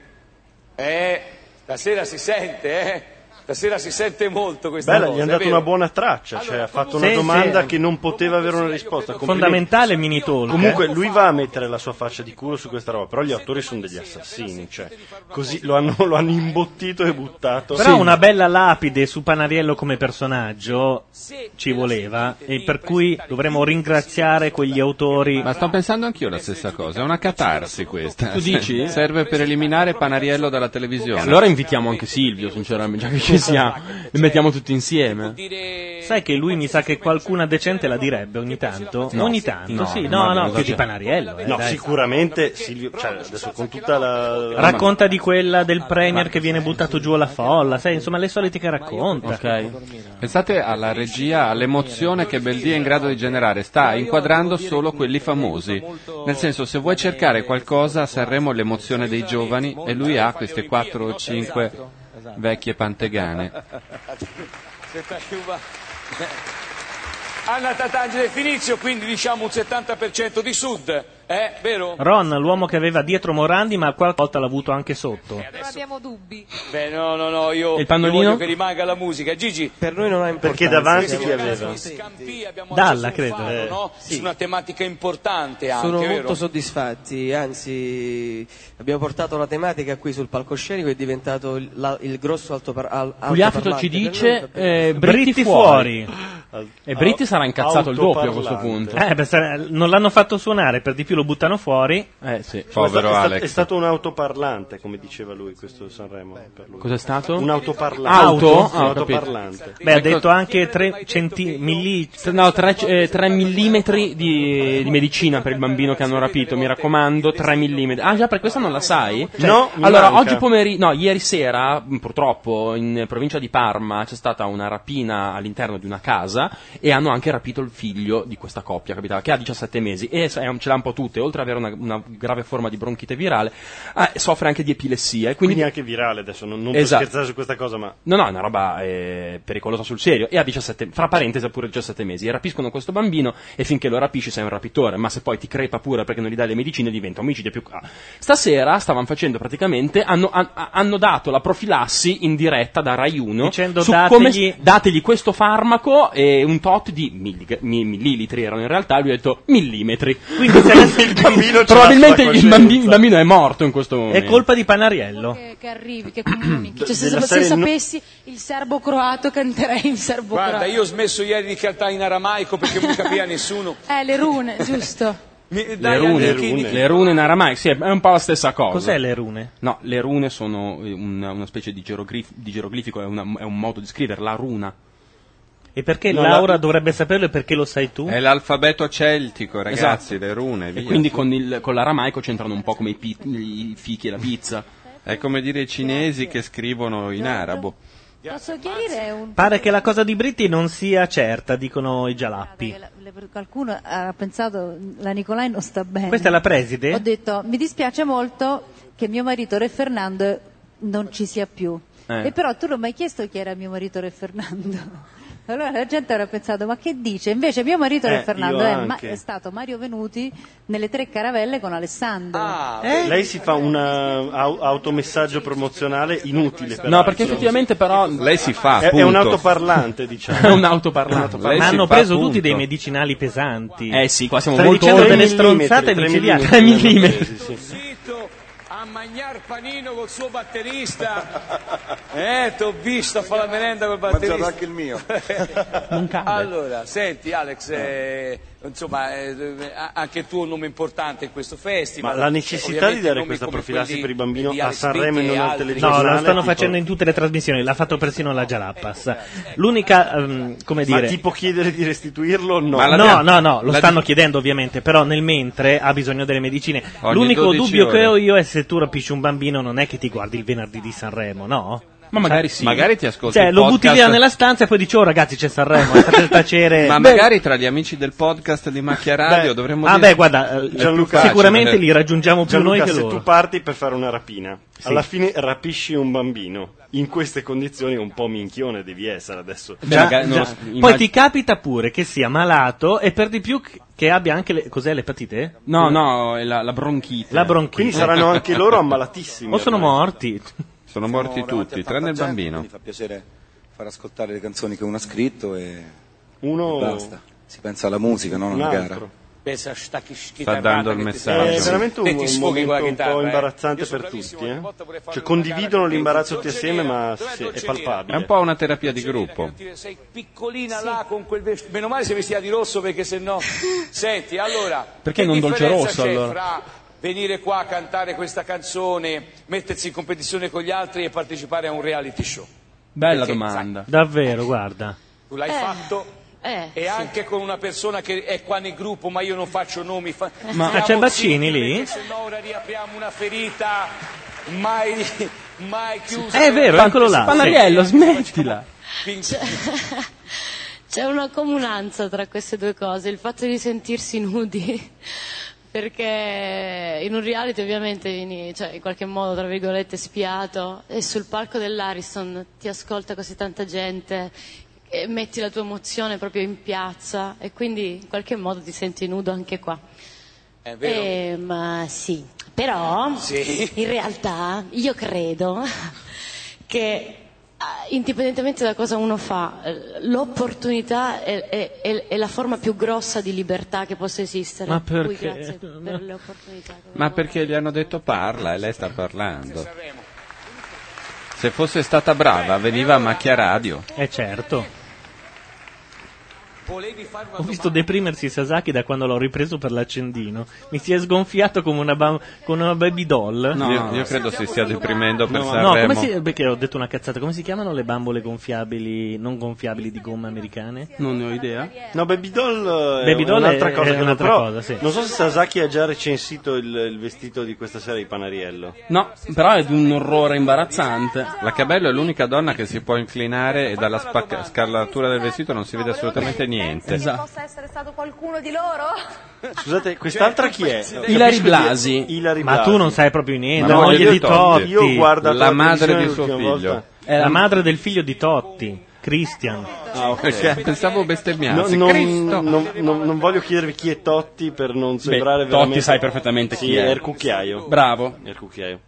stasera si sente, Stasera si sente molto questa Bella, cosa. gli hanno dato è vero? una buona traccia, cioè ha fatto una Sì, domanda sì. che non poteva avere una risposta. Fondamentale mini talk. Comunque lui va a mettere la sua faccia di culo su questa roba, però gli attori sono degli assassini, cioè così lo hanno imbottito e buttato. Però una bella lapide su Panariello come personaggio ci voleva, e per cui dovremmo ringraziare quegli autori. Ma sto pensando anch'io la stessa cosa, è una catarsi questa. Tu dici? Serve per eliminare Panariello dalla televisione. Allora invitiamo anche Silvio, sinceramente, già che ci siamo, li mettiamo tutti insieme. Sai che lui mi sa che qualcuna decente la direbbe ogni tanto? No. Ogni tanto, No, sì. ma No, non più di esagero. Panariello. No, dai. sicuramente Silvio, cioè adesso con tutta la... Racconta di quella del premier che viene buttato giù alla folla, sai, insomma, le solite che racconta. Pensate alla regia, all'emozione che Beldia è in grado di generare, sta inquadrando solo quelli famosi. Nel senso, se vuoi cercare qualcosa a Sanremo l'emozione dei giovani, e lui ha queste 4 o 5 vecchie pantegane. Anna Tatangelo e Finizio, quindi diciamo un 70% di Sud, vero? Ron, l'uomo che aveva dietro Morandi, ma qualche volta l'ha avuto anche sotto. Non abbiamo dubbi. Beh, no, io E il pannolino? voglio che rimanga la musica. Gigi? Per noi non ha importanza. Perché davanti chi aveva? Dalla, credo. No? Su una tematica importante anche, Sono vero? molto soddisfatti, anzi abbiamo portato la tematica qui sul palcoscenico, è diventato il grosso Gugliafito ci dice Britti fuori. E Britti sarà incazzato il doppio a questo punto. Non l'hanno fatto suonare, per di più lo buttano fuori. Sì. Povero Alex. È stato un autoparlante, come diceva lui, questo Sanremo. Per lui. Cos'è stato? Un autoparlante. Auto? Un autoparlante. Beh, ha detto anche 3 millimetri di medicina per il bambino che hanno rapito, mi raccomando, 3 millimetri. Ah già, per questa non la sai? No, mi allora, manca. oggi pomeriggio, no, ieri sera, purtroppo, in provincia di Parma c'è stata una rapina all'interno di una casa e hanno anche rapito il figlio di questa coppia, capitava, che ha 17 mesi e ce l'ha un po' tutti salute, oltre ad avere una grave forma di bronchite virale, soffre anche di epilessia. E quindi anche virale adesso, non per scherzare su questa cosa, ma... No, è una roba pericolosa sul serio. E ha 17, fra parentesi ha pure 17 mesi. E rapiscono questo bambino e finché lo rapisci sei un rapitore, ma se poi ti crepa pure perché non gli dai le medicine diventa omicidio più... Stasera stavano facendo praticamente, hanno dato la profilassi in diretta da Rai 1 dicendo su dategli questo farmaco e un tot di millilitri erano in realtà, lui ha detto millimetri. Quindi probabilmente il bambino è morto in questo momento. È colpa di Panariello. Che arrivi, che comunichi. Cioè, se sapessi il serbo-croato canterei in serbo-croato. Guarda, io ho smesso ieri di cantare in aramaico perché non capiva nessuno. Le rune, giusto. Le rune in aramaico, sì, è un po' la stessa cosa. Cos'è le rune? No, le rune sono una specie di geroglifico, è un modo di scrivere, la runa. E perché Laura dovrebbe saperlo e perché lo sai tu? È l'alfabeto celtico, ragazzi, le rune. Via. E quindi con l'aramaico c'entrano un po' come i fichi e la pizza. È come dire i cinesi che scrivono in arabo. Posso chiarire Pare che la cosa di Britti non sia certa, dicono i gialappi. Qualcuno ha pensato la Nicolai non sta bene. Questa è la preside? Ho detto mi dispiace molto che mio marito Re Fernando non ci sia più. E però tu non mi hai chiesto chi era mio marito Re Fernando. Allora la gente avrà pensato ma che dice? Invece mio marito Re Fernando è stato Mario Venuti nelle 3 caravelle con Alessandro. Lei si fa un automessaggio promozionale inutile. No, perché effettivamente però lei si fa. È un autoparlante, diciamo. È un autoparlante. Ma hanno preso tutti dei medicinali pesanti. Sì, qua siamo molto dicendo delle stronzate micidiali. 3 millimetri. A mangiar panino col suo batterista. T'ho visto a fare la merenda col batterista. Mangiato anche il mio. Non cade. Allora, senti Alex, insomma, anche tu un nome importante in questo festival. Ma la necessità di dare questa profilassi per i bambini a Sanremo e non al telegiornale? No, lo stanno facendo in tutte le trasmissioni, l'ha fatto persino la Jalapas. L'unica, come dire... Ma ti può chiedere di restituirlo? No, no, lo stanno chiedendo ovviamente, però nel mentre ha bisogno delle medicine. L'unico dubbio che ho io è se tu rapisci un bambino non è che ti guardi il venerdì di Sanremo, no? Ma magari sì. Magari ti ascolti il podcast. Lo butti via nella stanza e poi dici ragazzi c'è Sanremo, state tacere. Ma magari tra gli amici del podcast di Macchia Radio dovremmo dire... guarda, Gianluca, sicuramente li raggiungiamo più Gianluca, noi che se loro. Tu parti per fare una rapina, alla fine rapisci un bambino. In queste condizioni un po' minchione devi essere adesso. Poi ti capita pure che sia malato e per di più che abbia anche cos'è l'epatite? No, è la bronchite. La bronchite. Quindi saranno anche loro ammalatissimi. O sono morti. Sono morti tutti, tranne il bambino. Mi fa piacere far ascoltare le canzoni che uno ha scritto e basta. Si pensa alla musica, non alla gara. Sta dando il messaggio. È veramente un momento un po' imbarazzante per tutti. Cioè condividono l'imbarazzo tutti assieme, ma è palpabile. È un po' una terapia di gruppo. Sei piccolina là con quel vestito. Meno male sei vestita di rosso perché sennò. Senti, allora. Perché non dolce rosso allora? Fra venire qua a cantare questa canzone, mettersi in competizione con gli altri e partecipare a un reality show? Bella domanda. Davvero, guarda. Tu l'hai fatto? E anche con una persona che è qua nel gruppo, ma io non faccio nomi. Ma c'è Baccini lì? Se no ora riapriamo una ferita mai chiusa. È vero, eccolo là. Panariello, smettila. C'è una comunanza tra queste due cose, il fatto di sentirsi nudi. Perché in un reality ovviamente vieni, in qualche modo, tra virgolette, spiato, e sul palco dell'Ariston ti ascolta così tanta gente e metti la tua emozione proprio in piazza e quindi in qualche modo ti senti nudo anche qua. È vero? Ma sì, però in realtà io credo che indipendentemente da cosa uno fa, l'opportunità è la forma più grossa di libertà che possa esistere. Ma perché? Grazie per le opportunità. Ma perché gli hanno detto parla e lei sta parlando. Se fosse stata brava veniva a Macchia Radio. Certo. Ho visto deprimersi Sasaki da quando l'ho ripreso per l'accendino. Mi si è sgonfiato come una baby doll. No, io credo si stia deprimendo per Sanremo. Perché ho detto una cazzata. Come si chiamano le bambole gonfiabili, non gonfiabili di gomma americane? Non ne ho idea. No, baby doll è un'altra cosa. È un'altra cosa, sì. Non so se Sasaki ha già recensito il vestito di questa sera di Panariello. No, però è di un orrore imbarazzante. La Cabello è l'unica donna che si può inclinare e dalla scallatura del vestito non si vede assolutamente niente. niente. Esatto. Possa essere stato qualcuno di loro? Scusate, quest'altra chi è? Ilari Blasi. Ma tu non sai proprio niente. La moglie di Totti. Io ho guardato la madre di l'ultima suo figlio. volta. È la madre del figlio di Totti, Christian. Ah, ok. Pensavo bestemmiassi. Non voglio chiedervi chi è Totti per non sembrare Totti veramente... sai perfettamente chi è. È il cucchiaio. Bravo. È il cucchiaio.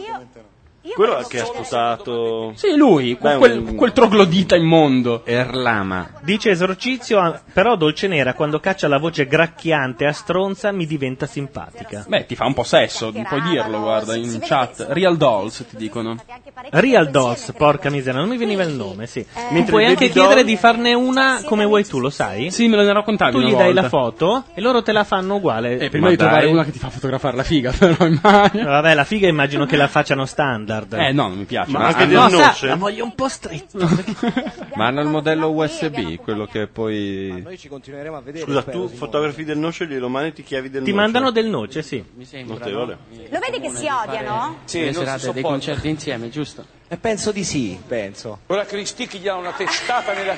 Quello che ha sputato... Sì, lui, quel troglodita immondo. Erlama. Dice Esorcizio, però Dolce Nera quando caccia la voce gracchiante a stronza mi diventa simpatica. Beh, ti fa un po' sesso, puoi dirlo, guarda, in chat. Real Dolls ti dicono. Real Dolls, porca miseria, non mi veniva il nome, sì. Mi puoi Baby anche chiedere di farne una come vuoi tu, lo sai? Sì, me lo ne raccontavi Tu una gli dai volta. la foto e loro te la fanno uguale. Prima di trovare una che ti fa fotografare la figa, però immagino. Vabbè, la figa immagino che la facciano standard. No, non mi piace. Ma anche del noce? La voglio un po' stretta. Ma hanno il modello USB, quello che poi... Noi ci continueremo a vedere. Scusa, tu fotografi del noce, glielo mandi e ti chiavi del noce? Ti mandano del noce, sì. Notevole. Lo vedi che si odiano? Sì, le serate dei concerti insieme, giusto? Penso di sì, penso. Ora Cristicchi gli dà una testata nella...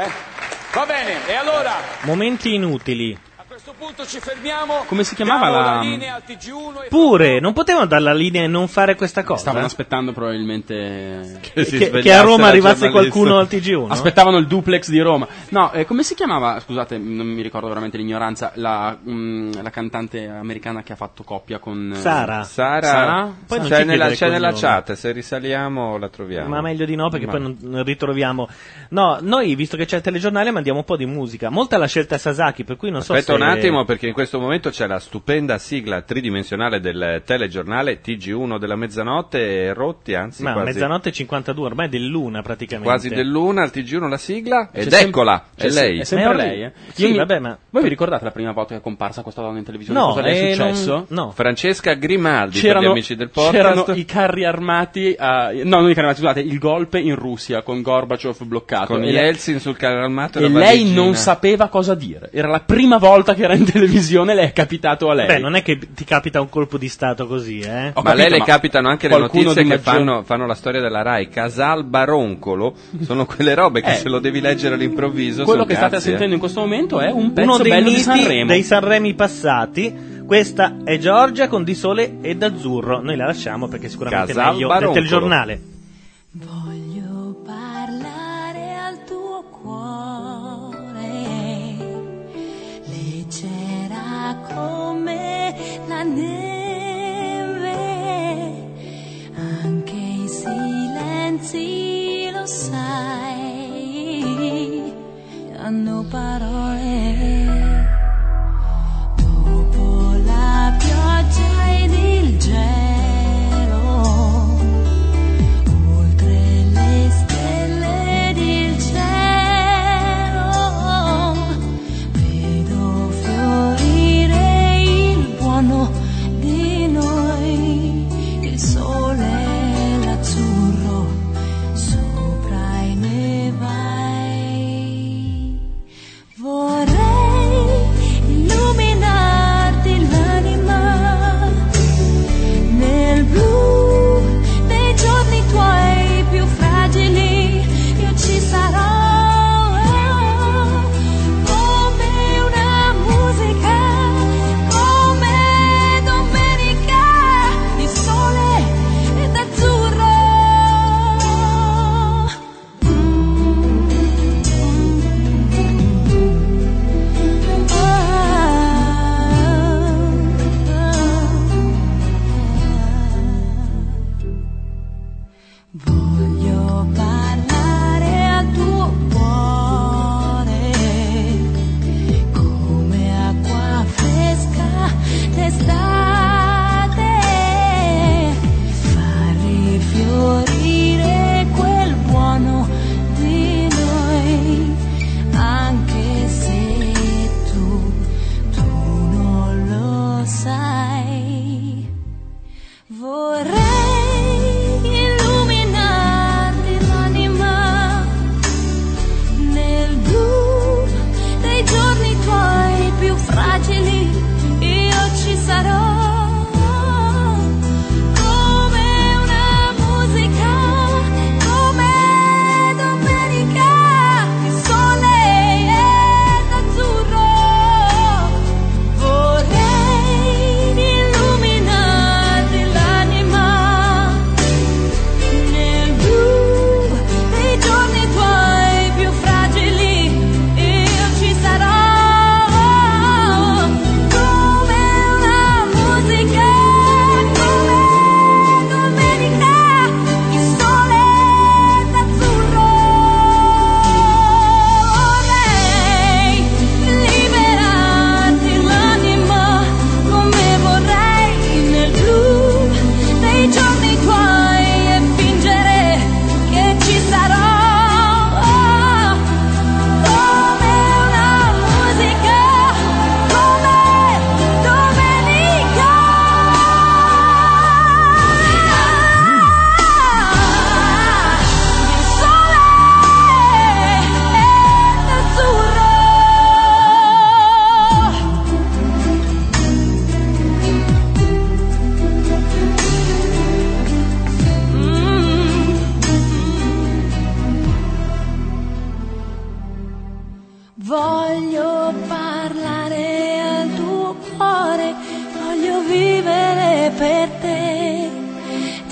Va bene, e allora? Momenti inutili. A questo punto ci fermiamo. Come si chiamava la linea al TG1 Pure, non potevano dare la linea e non fare questa cosa? Stavano aspettando probabilmente che a Roma arrivasse qualcuno al TG1. Aspettavano il duplex di Roma. No, come si chiamava? Scusate, non mi ricordo veramente l'ignoranza. La cantante americana che ha fatto coppia con Sara. Poi c'è nella chat, se risaliamo la troviamo. Ma meglio di no, perché poi non ritroviamo. No, noi visto che c'è il telegiornale mandiamo un po' di musica. Molta la scelta Sasaki, per cui non so Aspetta se... un attimo, perché in questo momento c'è la stupenda sigla tridimensionale del telegiornale TG1 della mezzanotte e rotti, anzi Ma quasi, mezzanotte e 52, ormai è dell'una praticamente. quasi dell'una, al TG1 la sigla, ed C'è eccola, è lei. È sempre lei, Sì, vabbè, ma... Voi vi ricordate la prima volta che è comparsa questa donna in televisione? No, cosa le è successo? No. Francesca Grimaldi, per gli amici del podcast. C'erano i carri armati, no, non i carri armati, scusate, il golpe in Russia con Gorbaciov bloccato. Con Yeltsin sul carro armato. E lei non sapeva cosa dire. Era la prima volta che era in televisione, le è capitato a lei. Beh, non è che ti capita un colpo di stato così, Ma a lei le capitano anche le notizie che fanno la storia della Rai. Casal Baroncolo sono quelle robe che se lo devi leggere all'improvviso. Quello che state sentendo in questo momento è un pezzo uno dei bello di miti Sanremo. dei Sanremi passati. Questa è Giorgia con Di Sole ed Azzurro. Noi la lasciamo perché sicuramente è Casal meglio Baroncolo. del telegiornale. Voglio parlare al tuo cuore, leggera come la neve, anche i silenzi, lo sai, hanno parole. Dopo la pioggia ed il gelo, oltre le stelle ed il cielo, vedo fiorire il buono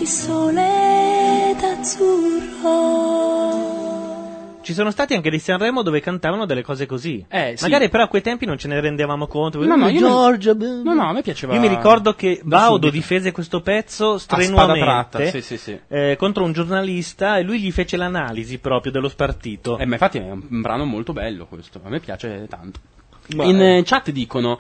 di sole d'azzurro. Ci sono stati anche di Sanremo dove cantavano delle cose così. Sì. Magari però a quei tempi non ce ne rendevamo conto. No, a me piaceva. Io mi ricordo che Baudo difese questo pezzo strenuamente sì. contro un giornalista e lui gli fece l'analisi proprio dello spartito. Ma infatti è un brano molto bello questo, a me piace tanto. In chat dicono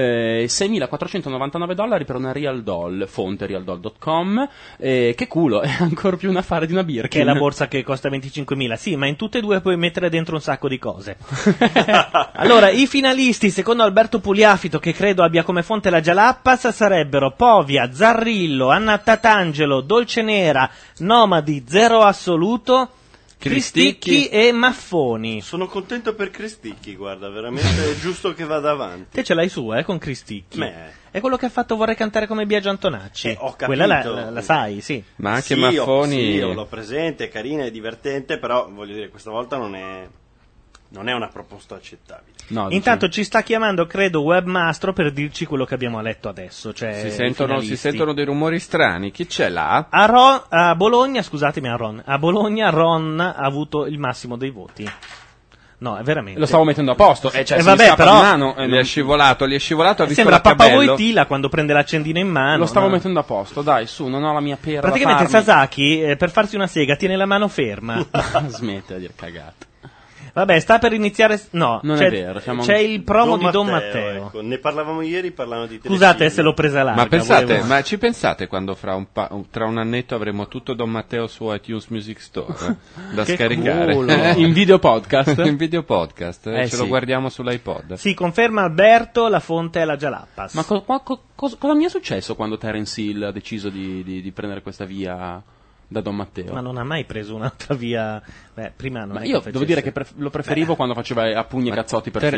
$6.499 per una Real Doll, fonte realdoll.com, che culo, è ancora più un affare di una Birkin. Che è la borsa che costa 25.000, sì, ma in tutte e due puoi mettere dentro un sacco di cose. Allora, i finalisti, secondo Alberto Pugliafito, che credo abbia come fonte la Jalapas, sarebbero Povia, Zarrillo, Anna Tatangelo, Dolce Nera, Nomadi, Zero Assoluto, Cristicchi e Maffoni. Sono contento per Cristicchi, guarda, veramente è giusto che vada avanti. Te ce l'hai su, con Cristicchi. È quello che ha fatto Vorrei cantare come Biagio Antonacci. Ho capito. Quella la sai, sì. Ma anche Maffoni... Io l'ho presente, è carina, è divertente, però voglio dire, questa volta non è una proposta accettabile. No, intanto ci sta chiamando, credo, Webmastro per dirci quello che abbiamo letto adesso. Cioè si sentono dei rumori strani. Chi c'è là? A Bologna, scusatemi, a Bologna Ron ha avuto il massimo dei voti. No, è veramente. Lo stavo mettendo a posto. Vabbè, però. Di mano, gli è scivolato, ha visto sembra la Papà Wojtyla quando prende l'accendino in mano. Lo stavo mettendo a posto, dai, su, non ho la mia pera. Praticamente Sasaki, per farsi una sega, tiene la mano ferma. Smette di dire cagate. Vabbè, sta per iniziare. No, non è vero. C'è il promo di Don Matteo. Ecco. Ne parlavamo ieri parlando di Scusate se l'ho presa larga. Ma ci pensate quando tra un annetto avremo tutto Don Matteo su iTunes Music Store da scaricare? In video podcast? In video podcast, lo guardiamo sull'iPod. Sì, conferma Alberto, la fonte è la Jalapas. Ma cosa mi è successo quando Terence Hill ha deciso di prendere questa via da Don Matteo? Ma non ha mai preso un'altra via. Prima non. Ma io devo dire che lo preferivo quando faceva a pugni e cazzotti per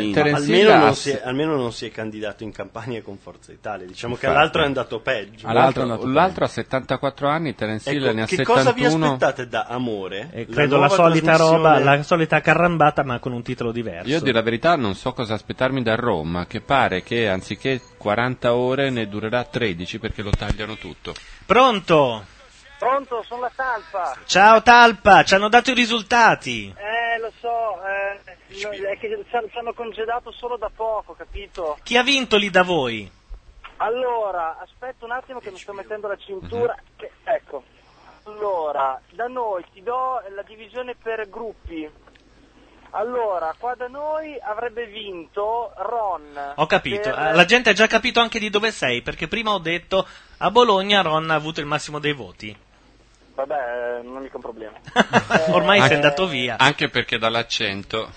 almeno non si è candidato in campagna con Forza Italia. Diciamo che all'altro è andato peggio. L'altro ha 74 anni, Terence Hill ne ha 71. Che cosa vi aspettate da Amore? Credo la solita roba, la solita carrambata, ma con un titolo diverso. Io, a dire la verità, non so cosa aspettarmi da Roma, che pare che anziché 40 ore ne durerà 13 perché lo tagliano tutto. Pronto? Pronto, sono la Talpa. Ciao Talpa, ci hanno dato i risultati. Lo so, è che ci hanno congedato solo da poco, capito? Chi ha vinto lì da voi? Allora, aspetta un attimo che mi sto mettendo la cintura. Ecco, allora, da noi ti do la divisione per gruppi. Allora, qua da noi avrebbe vinto Ron. Ho capito, la gente ha già capito anche di dove sei, perché prima ho detto a Bologna Ron ha avuto il massimo dei voti. Vabbè, non è mica un problema. Ormai sei andato via. Anche perché dall'accento.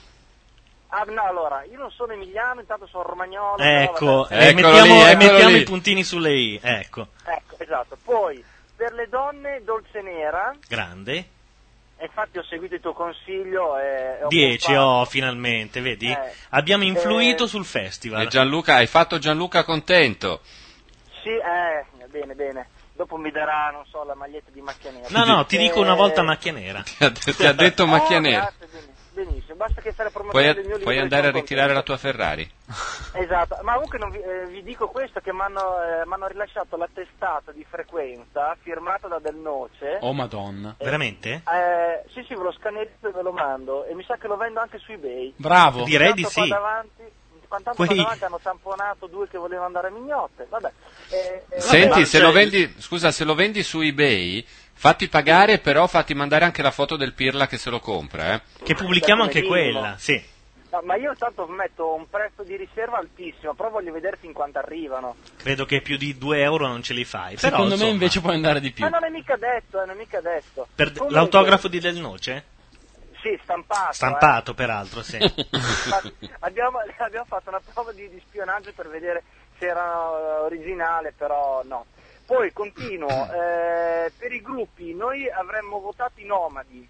No, allora, io non sono emiliano, intanto sono romagnolo. Ecco, mettiamo i puntini sulle i, ecco. Ecco, esatto. Poi, per le donne, Dolce Nera. Grande. Infatti ho seguito il tuo consiglio e 10, finalmente, vedi? Abbiamo influito sul festival. E Gianluca, hai fatto Gianluca contento. Sì, bene. Dopo mi darà, non so, la maglietta di Macchia Nera. No, ti dico una volta Macchia Nera. Ti ha detto Macchia Nera. Grazie, benissimo, basta che fai la promozione del mio libro. Puoi andare a ritirare la tua Ferrari. Esatto, ma comunque vi dico questo, che mi hanno rilasciato l'attestato di frequenza firmato da Del Noce. Oh madonna. Veramente? Sì, ve lo scannerizzo e ve lo mando, e mi sa che lo vendo anche su eBay. Bravo. Direi di sì. Qua davanti hanno tamponato 2 che volevano andare a mignotte, vabbè. Senti, se lo vendi su eBay, fatti pagare, però fatti mandare anche la foto del pirla che se lo compra, Che pubblichiamo anche quella, sì. No, ma io tanto metto un prezzo di riserva altissimo, però voglio vedere fin quanto arrivano. Credo che più di 2 euro non ce li fai. Secondo me invece puoi andare di più. Ma non è mica detto, Per comunque, l'autografo di Del Noce? Sì, stampato. Stampato, peraltro, sì. abbiamo fatto una prova di spionaggio per vedere se era originale, però no. Poi continuo, per i gruppi noi avremmo votato i Nomadi.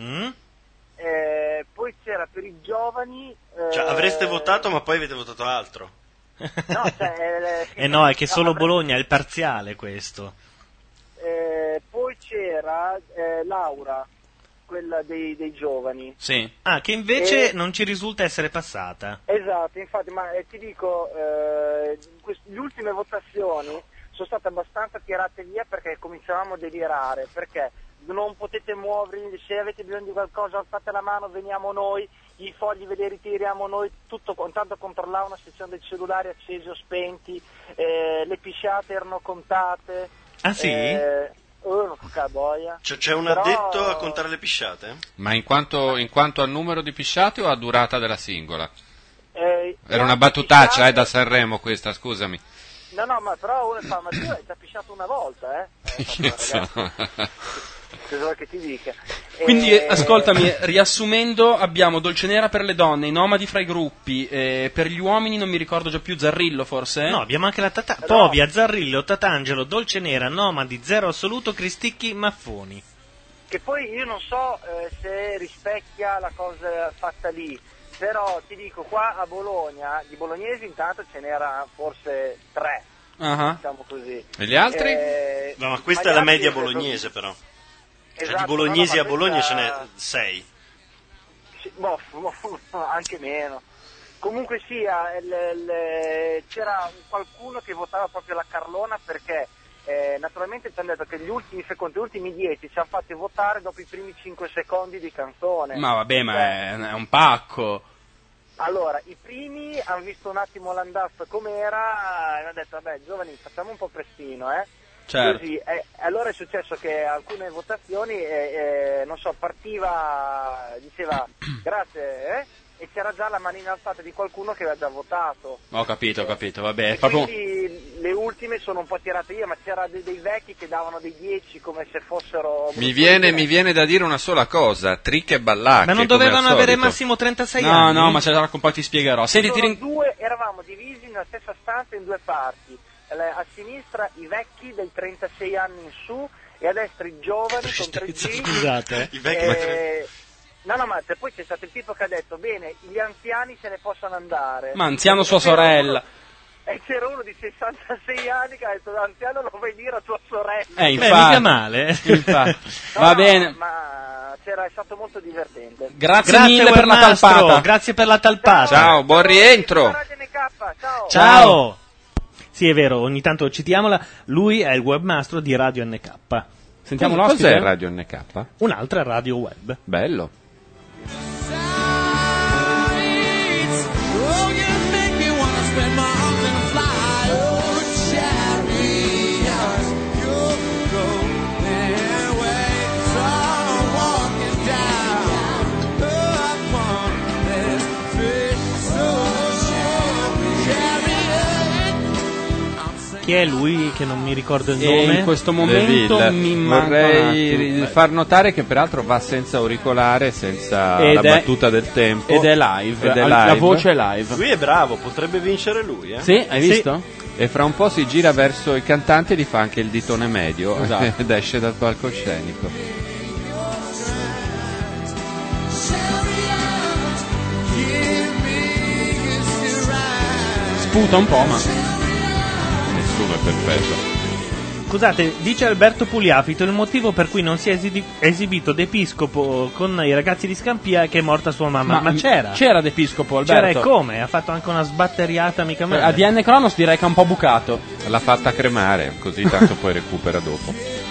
Poi c'era per i giovani... Cioè, avreste votato ma poi avete votato altro. No, no, è che solo Bologna è il parziale questo. Poi c'era Laura, quella dei giovani. Sì. Che invece non ci risulta essere passata. Esatto, infatti, ma ti dico, le ultime votazioni sono state abbastanza tirate via perché cominciavamo a delirare, perché non potete muovervi, se avete bisogno di qualcosa alzate la mano, veniamo noi, i fogli ve li ritiriamo noi, tutto, intanto controllava una sezione dei cellulari accesi o spenti, le pisciate erano contate. Ah sì? Boia. C'è un addetto a contare le pisciate? Ma in quanto a numero di pisciate o a durata della singola? Era una battutaccia da Sanremo questa, scusami. No, ma però uno fa, ma tu hai già pisciato una volta, cosa vuoi che ti dica? Quindi ascoltami, riassumendo, abbiamo Dolcenera per le donne, i nomadi fra i gruppi, per gli uomini non mi ricordo già più, Zarrillo forse? No, abbiamo anche la Povia, Zarrillo, Tatangelo, Dolcenera, Nomadi, Zero Assoluto, Cristicchi, Maffoni. Che poi io non so se rispecchia la cosa fatta lì, però ti dico, qua a Bologna, di bolognesi intanto ce n'era forse 3, diciamo così. E gli altri? No, ma questa è la media bolognese però. Cioè, di bolognesi a Bologna ce n'è 6. Sì, anche meno. Comunque sia, c'era qualcuno che votava proprio la Carlona perché naturalmente ci hanno detto che gli ultimi 10 ci hanno fatti votare dopo i primi 5 secondi di canzone. Ma vabbè, ma è un pacco. Allora, i primi hanno visto un attimo l'andazzo com'era e hanno detto, vabbè, giovani, facciamo un po' prestino, Certo. Così, allora è successo che alcune votazioni, non so, partiva, diceva grazie, e c'era già la manina alzata di qualcuno che aveva già votato. Ho capito, vabbè. Quindi le ultime sono un po' tirate via, ma c'era dei vecchi che davano dei 10 come se fossero... Mi viene da dire una sola cosa, Trick e Ballacche. Ma non dovevano avere massimo 36 anni? No, ma c'era un po' ti spiegherò. Eravamo divisi nella stessa stanza in 2 parti. A sinistra i vecchi dei 36 anni in su e a destra i giovani con 3 G. Scusate. I vecchi No, ma poi c'è stato il tipo che ha detto bene, gli anziani se ne possono andare. Ma anziano sua sorella. E c'era uno di 66 anni che ha detto l'anziano lo vuoi dire a tua sorella. Infatti. Mica male. Infatti. Va bene. Ma è stato molto divertente. Grazie mille per la talpata. Grazie per la talpata. Ciao, buon rientro. Ciao. Sì, è vero, ogni tanto citiamola, lui è il webmastro di Radio NK. Sentiamo l'ospite. Cos'è Radio NK? Un'altra radio web. Bello. Chi è lui che non mi ricordo il nome? In questo momento mi vorrei far notare che peraltro va senza auricolare, senza la battuta del tempo. Ed è live. La voce è live. Lui è bravo, potrebbe vincere lui, Sì, hai visto? E fra un po' si gira verso il cantante e gli fa anche il ditone medio, esatto. Ed esce dal palcoscenico. Sputa un po', ma nessuno è perfetto. Scusate, dice Alberto Pugliafito il motivo per cui non si è esibito D'Episcopo con i ragazzi di Scampia è che è morta sua mamma. Ma c'era? C'era D'Episcopo, Alberto. C'era e come? Ha fatto anche una sbatteriata mica male. A DN Cronos direi che è un po' bucato. L'ha fatta cremare, così tanto poi recupera dopo.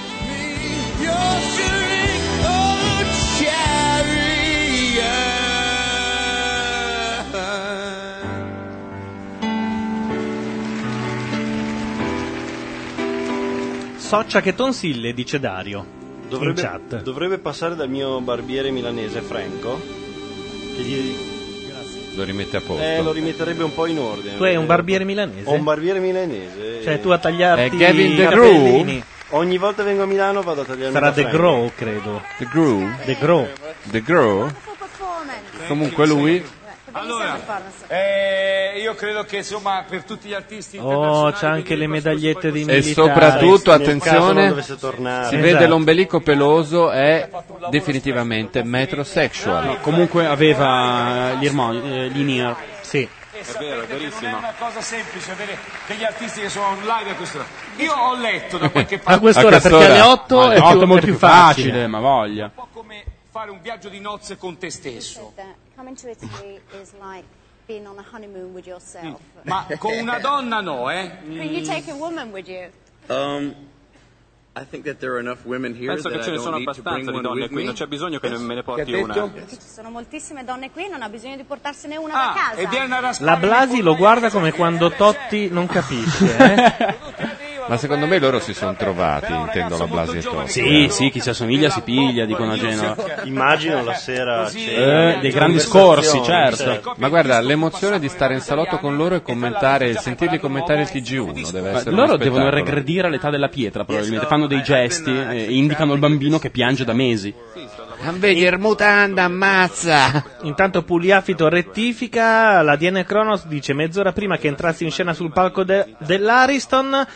Soccia che tonsille, dice Dario. In chat. Dovrebbe passare dal mio barbiere milanese Franco. Che lo rimette a posto. Lo rimetterebbe un po' in ordine. Tu hai un barbiere milanese? Ho un barbiere milanese. Cioè tu a tagliarti Gavin i De capellini. Ogni volta vengo a Milano vado a tagliarmi. Sarà The Grow, credo. The Grow? The Grow. The Grow? Comunque lui... Allora, io credo che insomma per tutti gli artisti c'ha anche le medagliette di militari. E soprattutto, attenzione, si vede l'ombelico peloso, è definitivamente metrosexual. No, comunque aveva gli in-ear. Sì. È vero, è verissimo. Non è una cosa semplice avere degli artisti che sono live a quest'ora. Io ho letto da qualche parte. A quest'ora, perché alle 8 è molto più facile, ma voglia. Un po' come fare un viaggio di nozze con te stesso. Coming to Italy is like being on a honeymoon with yourself. Ma con una donna no, But you take a woman with you. Penso che ce ne sono abbastanza di donne qui, non c'è bisogno che me ne porti una. Ci sono moltissime donne qui, non ha bisogno di portarsene una da casa. La Blasi lo guarda come quando Totti non capisce, Ma secondo me loro si sono trovati, intendo la Blasi e Totti. Sì, chi si assomiglia si piglia, dicono a Genova. Immagino la sera dei grandi scorsi, certo. Ma guarda, l'emozione di stare in salotto con loro e sentirli commentare il TG1 deve essere loro devono regredire all'età della pietra, probabilmente. Fanno dei gesti e indicano il bambino che piange da mesi. Vedi il mutanda, ammazza! Intanto Pugliafito rettifica, la DN Kronos dice mezz'ora prima che entrassi in scena sul palco dell'Ariston,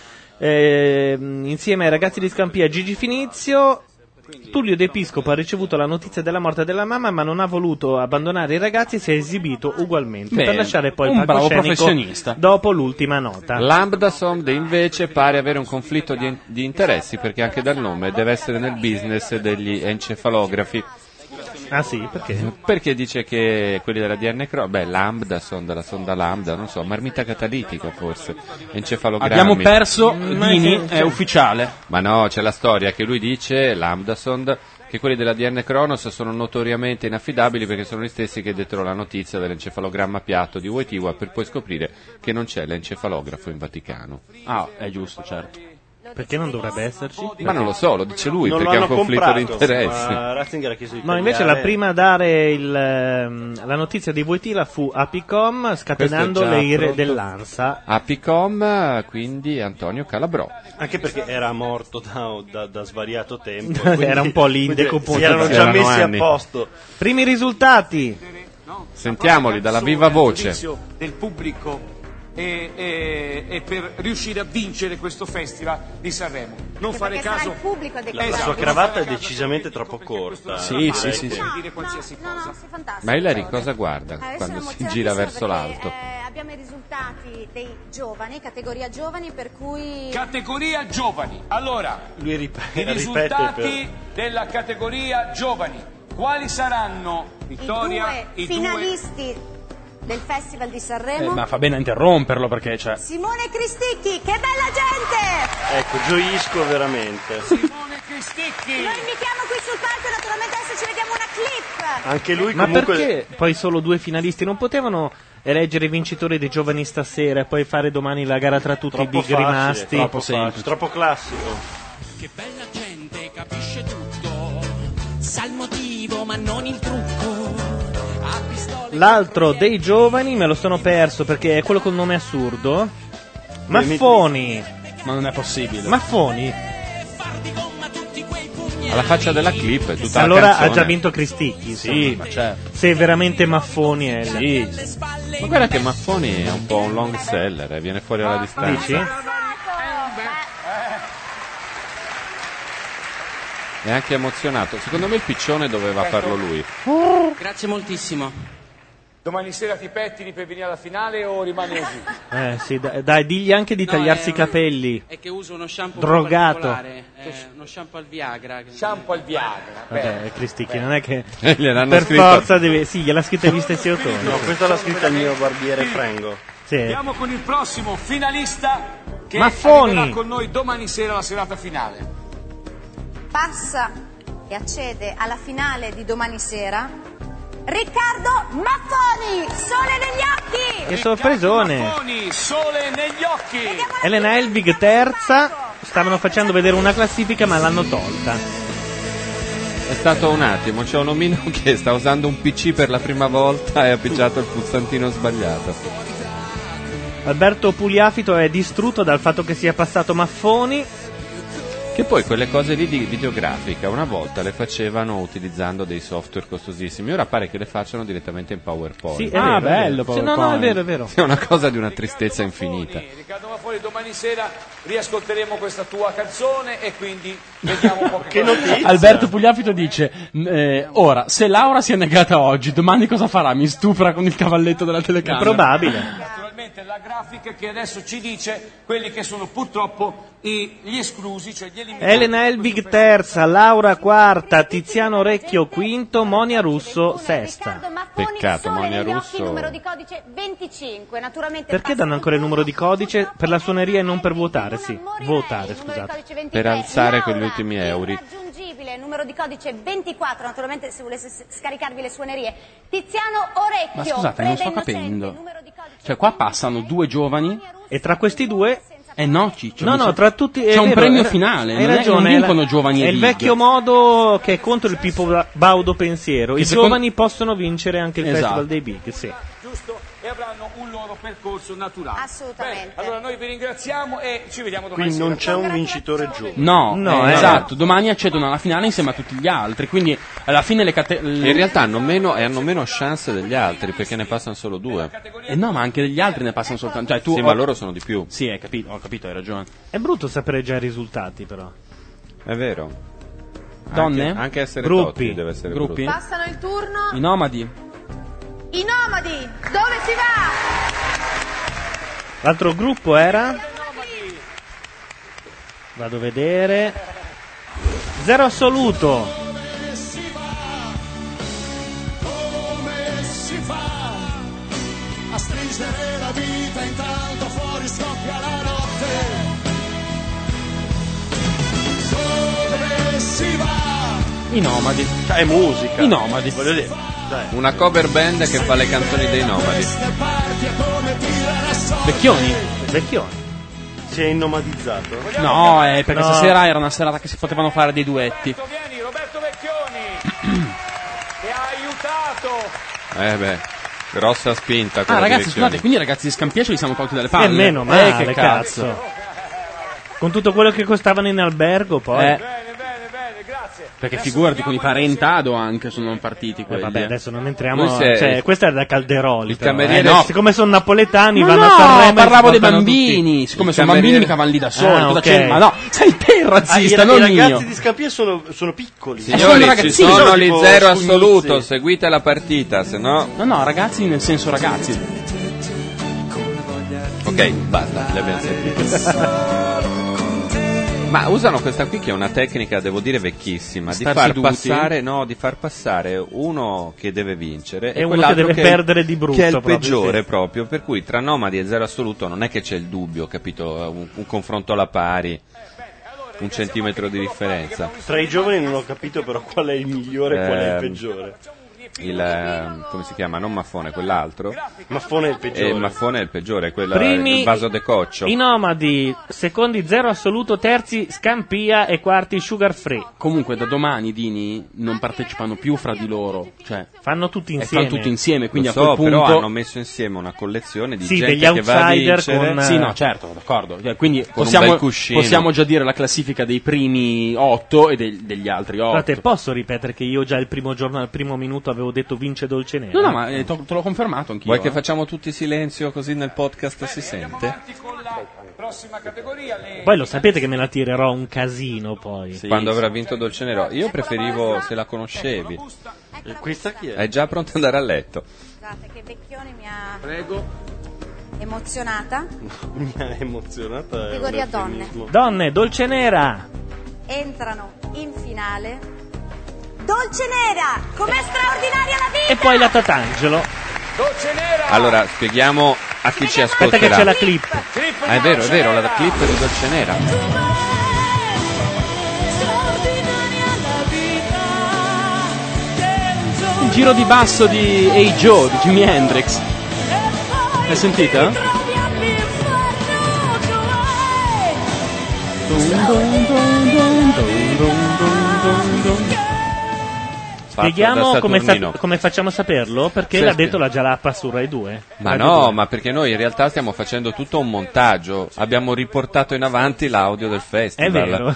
insieme ai ragazzi di Scampia e Gigi Finizio, Tullio De Piscopo ha ricevuto la notizia della morte della mamma, ma non ha voluto abbandonare i ragazzi e si è esibito ugualmente. Bene, per lasciare poi il un bravo palcoscenico professionista. Dopo l'ultima nota. Lambda Sound invece pare avere un conflitto di interessi, perché anche dal nome deve essere nel business degli encefalografi. Ah sì, perché? Perché dice che quelli della DN Lambda Sound, la sonda Lambda, non so, marmita catalitica forse, encefalogrammi. Abbiamo perso Dini, è ufficiale. Ma no, c'è la storia che lui dice, Lambda Sound, che quelli della DN Kronos sono notoriamente inaffidabili perché sono gli stessi che dettero la notizia dell'encefalogramma piatto di Wojtyła per poi scoprire che non c'è l'encefalografo in Vaticano. Ah, è giusto, certo. Perché non dovrebbe esserci? Ma non lo so, lo dice lui, non perché è un conflitto di comprato, interessi. Ratzinger ha chiesto di No, invece la prima a dare la notizia di Wojtyła fu Apicom, scatenando le ire dell'ANSA. Apicom, quindi Antonio Calabrò. Anche perché era morto da svariato tempo. Era un po' lì in decomposizione. Si erano già messi a posto. Primi risultati. Sentiamoli dalla viva voce. Del pubblico e per riuscire a vincere questo festival di Sanremo. Non fare caso. La sua cravatta è decisamente troppo corta. Sì. Dire qualsiasi cosa. Ma Hilary cosa guarda quando si gira verso l'alto? Abbiamo i risultati dei giovani, categoria giovani, per cui... Categoria giovani. Allora, lui i risultati della categoria giovani. Quali saranno, Vittoria, i due finalisti del Festival di Sanremo? Ma fa bene a interromperlo perché c'è Simone Cristicchi, che bella gente! Ecco, gioisco veramente. Simone Cristicchi! Lo invitiamo qui sul palco e naturalmente adesso ci vediamo una clip! Anche lui Ma comunque... perché poi solo due finalisti? Non potevano eleggere i vincitori dei giovani stasera e poi fare domani la gara tra tutti i big rimasti? Troppo semplice, troppo classico. Che bella gente, capisce tutto, sa il motivo ma non il trucco. L'altro dei giovani me lo sono perso perché è quello col nome assurdo. Maffoni. Ma non è possibile. Maffoni. Alla faccia della clip è tutta allora la canzone. Ha già vinto Cristicchi. Sì, ma certo. Se veramente Maffoni è sì. Ma guarda che Maffoni è un po' un long seller, viene fuori alla distanza. Dici? È anche emozionato. Secondo me il piccione doveva farlo lui. Grazie moltissimo. Domani sera ti pettini per venire alla finale o rimani così? Sì, dai, digli anche di tagliarsi i capelli. È che uso uno shampoo drogato. Uno shampoo al Viagra. Shampoo al Viagra. Vabbè, Cristicchi, non è che per forza deve... Sì, gliel'ha scritta gli stessi autori. No, questa l'ha scritta il mio barbiere Frengo. Sì. Andiamo con il prossimo finalista che Maffoni. arriverà con noi domani sera alla serata finale. Passa e accede alla finale di domani sera Riccardo Maffoni, Sole negli occhi! Che sorpresone! Maffoni, Sole negli occhi! Elena Elvig terza, stavano facendo vedere una classifica ma l'hanno tolta. È stato un attimo, c'è un omino che sta usando un PC per la prima volta e ha appoggiato il pulsantino sbagliato. Alberto Pugliafito è distrutto dal fatto che sia passato Maffoni. Che poi quelle cose lì di videografica una volta le facevano utilizzando dei software costosissimi, ora pare che le facciano direttamente in PowerPoint. Sì, è vero, bello PowerPoint. No, è vero, è vero. È una cosa di una tristezza infinita. Riccardo Maffoni, domani sera riascolteremo questa tua canzone e quindi vediamo un po' che notizia. Alberto Pugliafito dice ora, se Laura si è negata oggi, domani cosa farà? Mi stupra con il cavalletto della telecamera? È probabile. Naturalmente la grafica che adesso ci dice quelli che sono purtroppo gli esclusi, cioè gli eliminati. Elena Elvig terza, Laura quarta, Tiziano Recchio quinto, Monia Russo sesta. Peccato, Monia Russo. Numero di codice 25, naturalmente. Perché danno ancora il numero di codice? Per la suoneria e non per votare, sì. Votare, scusate. Per alzare quegli ultimi euro. Raggiungibile, numero di codice 24, naturalmente se volesse scaricarvi le suonerie. Tiziano Orecchio. Ma scusate, non sto capendo. Cioè qua passano due giovani e tra questi due... no, Ciccio. No, tra tutti... C'è un premio finale, hai non ragione, vincono giovani è e il big. vecchio modo che è contro il Pippo Baudo pensiero. I giovani possono vincere anche il Festival dei Big, sì. Giusto? E avranno un loro percorso naturale. Assolutamente. Bene, allora noi vi ringraziamo e ci vediamo domani. Quindi non c'è un vincitore giovane. No, esatto, domani accedono alla finale insieme a tutti gli altri, quindi alla fine in realtà hanno meno chance degli altri perché ne passano solo 2. No, ma anche degli altri ne passano soltanto. Cioè, sì, ma loro sono di più. Sì, ho capito, hai ragione. È brutto sapere già i risultati, però. È vero. Donne? Anche essere gruppi. Totti deve essere Gruppi? brutto. Passano il turno. I nomadi. I nomadi, dove si va? L'altro gruppo era? Vado a vedere. Zero assoluto. Come si fa a stringere la vita intanto fuori scoppia la notte? Dove si va? I nomadi. Cioè, è musica. I nomadi. Voglio dire. Dai. Una cover band che fa le canzoni dei nomadi. Vecchioni? Si è innomadizzato? No, perché stasera era una serata che si potevano fare dei duetti. Vieni, Roberto Vecchioni, che ha aiutato. Grossa spinta. Ragazzi, scusate, quindi i ragazzi di Scampia ce li siamo tolti dalle palle. E meno male, che cazzo. Con tutto quello che costavano in albergo, poi. Bene, grazie. Perché figurati, con i Parentado anche sono partiti quelli. Vabbè, adesso non entriamo. Cioè, questa è da Calderoli. Il cameriere. Siccome sono napoletani, Ma vanno no, a Sanremo. parlavo dei bambini. Siccome sono bambini, mica vanno lì da soli. Cosa c'è? Ma no, sei te il razzista, non i io. ragazzi di Scampia sono piccoli. Signori, ci sono gli zero assoluto. Seguite la partita, se no. No, ragazzi nel senso ragazzi. Ok, basta, le abbiamo sentite. Ma usano questa qui che è una tecnica, devo dire, vecchissima, di far passare uno che deve vincere e uno che deve perdere di brutto, che è il peggiore proprio, per cui tra nomadi e zero assoluto non è che c'è il dubbio, capito? Un confronto alla pari, un centimetro di differenza. Tra i giovani non ho capito però qual è il migliore e qual è il peggiore. Come si chiama? Non Maffone, quell'altro. Maffone è il peggiore. Maffone è il peggiore, Primi, il vaso de coccio. I nomadi, secondi zero assoluto, terzi Scampia e quarti Sugar Free. Comunque da domani Dini non partecipano più fra di loro, cioè fanno tutti insieme. Fanno tutti insieme, quindi a quel punto però hanno messo insieme una collezione di gente degli che va a vincere. con Sì, no, certo, d'accordo. Quindi con un bel cuscino. possiamo già dire la classifica dei primi 8 e degli altri 8. Guardate, posso ripetere che io già il primo giorno, al primo minuto avevo detto vince Dolcenera? No, ma te l'ho confermato anch'io. Vuoi che facciamo tutti silenzio così nel podcast si sente? Prossima categoria. Poi lo sapete che me la tirerò un casino poi. Sì, quando avrà vinto Dolcenera. Io preferivo se la conoscevi. Questa chi è? È già pronta ad andare a letto. Scusate che Vecchioni mi ha emozionata. Mi ha emozionata. Categoria donne. Donne, Dolcenera. Entrano in finale Dolcenera, com'è straordinaria la vita! E poi la Tatangelo. Dolcenera! Allora, spieghiamo a chi ci ascolterà. Aspetta che c'è la clip. È vero, la clip di Dolcenera. Il giro di basso di Hey Joe, di Jimi Hendrix. L'hai sentita? Spieghiamo come facciamo a saperlo, perché l'ha detto la Jalappa su Rai 2. Ma no, ma perché noi in realtà stiamo facendo tutto un montaggio. Abbiamo riportato in avanti l'audio del festival. È vero.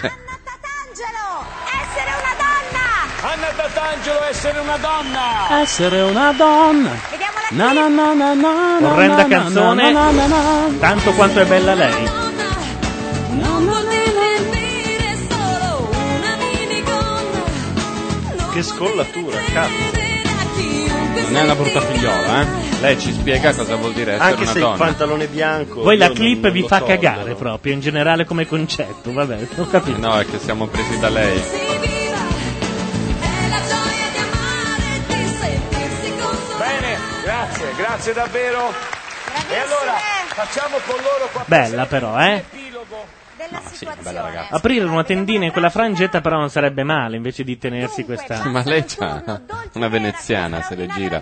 Anna Tatangelo, essere una donna! Essere una donna. Na na na na na. Orrenda canzone, tanto quanto è bella lei. Che scollatura, cazzo. Non è una brutta figliola, eh? Lei ci spiega cosa vuol dire essere anche una se donna. il pantalone bianco. Poi la clip vi fa cagare proprio, in generale come concetto, vabbè, ho capito. No, è che siamo presi da lei. Grazie davvero. E allora facciamo con loro qua. Bella però, Della bella ragazza. Aprire una tendina in quella frangetta però non sarebbe male, invece di tenersi questa. Ma lei c'ha una veneziana, se le gira.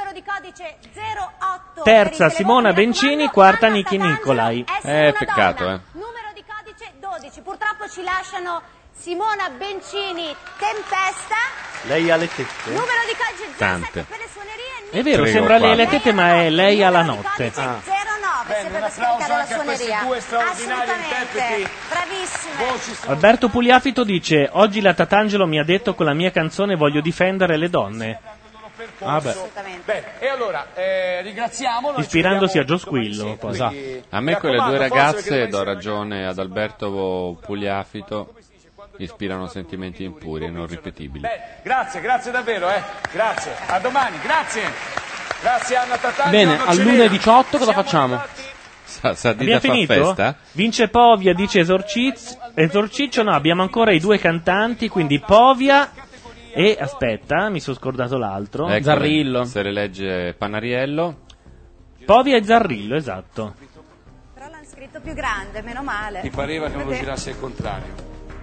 Terza Simona Bencini, quarta Niki Nicolai. Peccato, Numero di codice 12. Purtroppo ci lasciano Simona Bencini, Tempesta. Lei ha le tette? Numero di codice 17 Tante. per le suonerie. È vero, sembra lei alle tette, ma è lei alla notte. 09, sempre per scaricare la suoneria. Due straordinari interpreti. Bravissime. Alberto Pugliafito dice: oggi la Tatangelo mi ha detto con la mia canzone voglio difendere le donne. Beh, e allora ringraziamolo. Ispirandosi a Gio Squillo. A me quelle due ragazze, do ragione ad Alberto Pugliafito, ispirano sentimenti impuri e non ripetibili. Grazie davvero, grazie. A domani, grazie. Grazie Anna Tatangelo. Bene, all'1:18 cosa facciamo? Abbiamo finito? Festa? Vince Povia, dice Esorciccio, no, abbiamo ancora i due cantanti, quindi Povia e, aspetta, mi sono scordato l'altro. Ecco, Zarrillo. Se le legge Panariello. Povia e Zarrillo, esatto. Però l'hanno scritto più grande, meno male. Mi pareva che non lo girasse il contrario.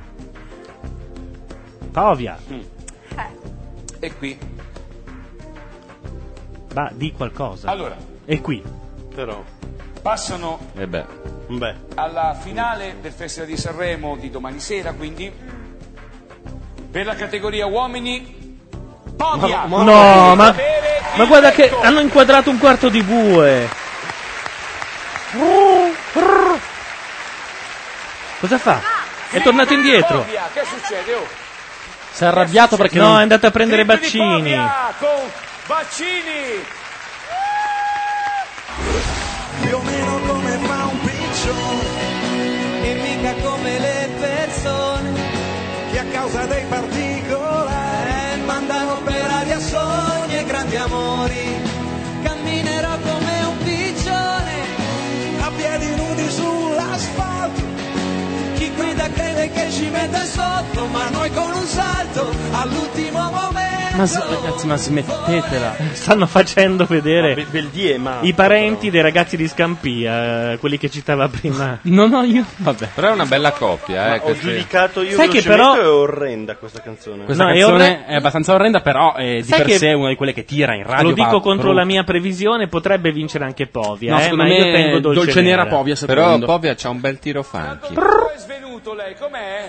Povia. E qui? Va, di qualcosa. Allora. E qui. Però. Passano Beh. alla finale del Festival di Sanremo di domani sera, quindi per la categoria uomini Povia. Ma guarda che hanno inquadrato un quarto di bue. Cosa fa? È tornato indietro. Povia, che succede? Si è arrabbiato perché no, è andato a prendere Baccini. Con Baccini. Più o meno come fa un piccione e mica come le persone che a causa dei particolari mandano per aria sogni e grandi amori. Camminerò come un piccione a piedi nudi sull'asfalto. Chi guida crede che ci mette sotto, ma noi con un salto all'ultimo momento. Ragazzi, ma smettetela. Stanno facendo vedere ma i parenti dei ragazzi di Scampia, quelli che citava prima. No, io. Vabbè. Però è una bella coppia, Ho giudicato io. Sai che però è orrenda questa canzone. Questa canzone è abbastanza orrenda, però di per sé è una di quelle che tira in radio. Lo dico contro la mia previsione, potrebbe vincere anche Povia. No, secondo ma me io tengo Dolce Nera Povia secondo. Però Povia c'ha un bel tiro funky. È svenuto lei, com'è?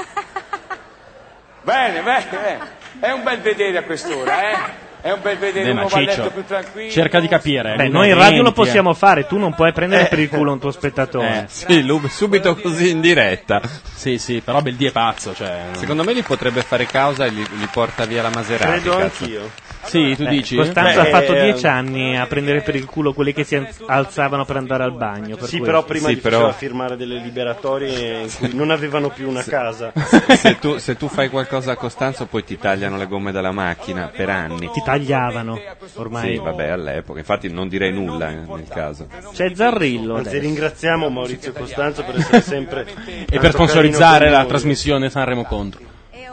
Bene. È un bel vedere a quest'ora, È un bel vedere un nuovo letto più tranquillo. Cerca di capire. Beh, noi in radio lo possiamo fare, tu non puoi prendere per il culo un tuo spettatore. Sì, subito così in diretta. Sì, però Beldi è pazzo, cioè. Secondo me li potrebbe fare causa e li porta via la Maserati. Credo cazzo. anch'io. Sì, tu dici? Costanzo ha fatto 10 anni a prendere per il culo quelli che si alzavano per andare al bagno. Per sì, questo. però prima gli faceva firmare delle liberatorie in cui non avevano più una casa. Se tu fai qualcosa a Costanzo poi ti tagliano le gomme dalla macchina per anni. Ti tagliavano ormai. Sì, vabbè, all'epoca. Infatti non direi nulla nel caso. C'è Zarrillo. Anzi, ringraziamo Maurizio Costanzo per essere sempre e per sponsorizzare la trasmissione Sanremo Contro.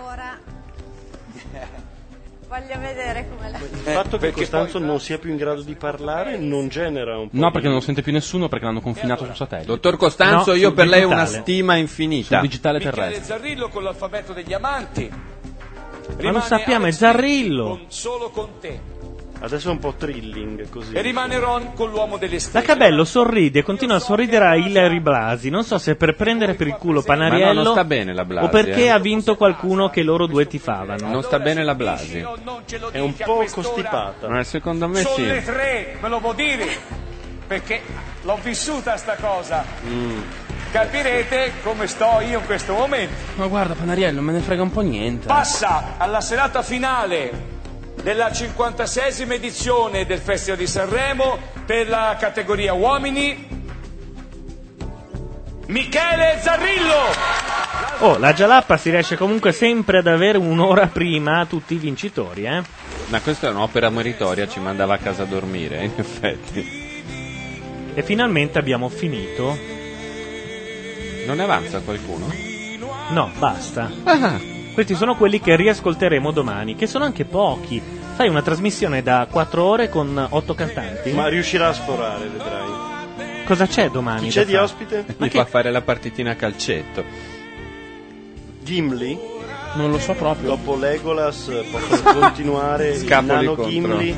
Voglio vedere come la... Il fatto che Costanzo non sia più in grado di parlare non genera un po'. No, perché non lo sente più nessuno, perché l'hanno confinato sul satellite. Dottor Costanzo, no, io per lei ho digitale. una stima infinita. Sul digitale Michele terrestre. Zarrillo con l'alfabeto degli amanti. Ma lo sappiamo, è Zarrillo. Solo con te. Adesso è un po' thrilling così. E rimane Ron con l'uomo delle stelle. La Cabello sorride, continua a sorridere a Hilary Blasi. Non so se per prendere per il culo Panariello. Ma no, non sta bene la Blasi. O perché ha vinto qualcuno che loro due tifavano. Non sta bene la Blasi. È un po' costipata. Ma secondo me Sono sì. le 3, me lo può dire. Perché l'ho vissuta sta cosa. Capirete come sto io in questo momento. Ma guarda, Panariello, me ne frega un po' niente. Passa alla serata finale della 56esima edizione del Festival di Sanremo per la categoria uomini Michele Zarrillo. Oh, la Gialappa si riesce comunque sempre ad avere un'ora prima tutti i vincitori, Ma questa è un'opera meritoria, ci mandava a casa a dormire, in effetti. E finalmente abbiamo finito. Non ne avanza qualcuno? No, basta. Questi sono quelli che riascolteremo domani, che sono anche pochi. Fai una trasmissione da 4 ore con 8 cantanti? Ma riuscirà a sforare, vedrai. Cosa c'è domani? Chi c'è di ospite? Gli fa fare la partitina a calcetto. Gimli? Non lo so proprio. Dopo Legolas possono continuare Scapoli il nano contro. Gimli.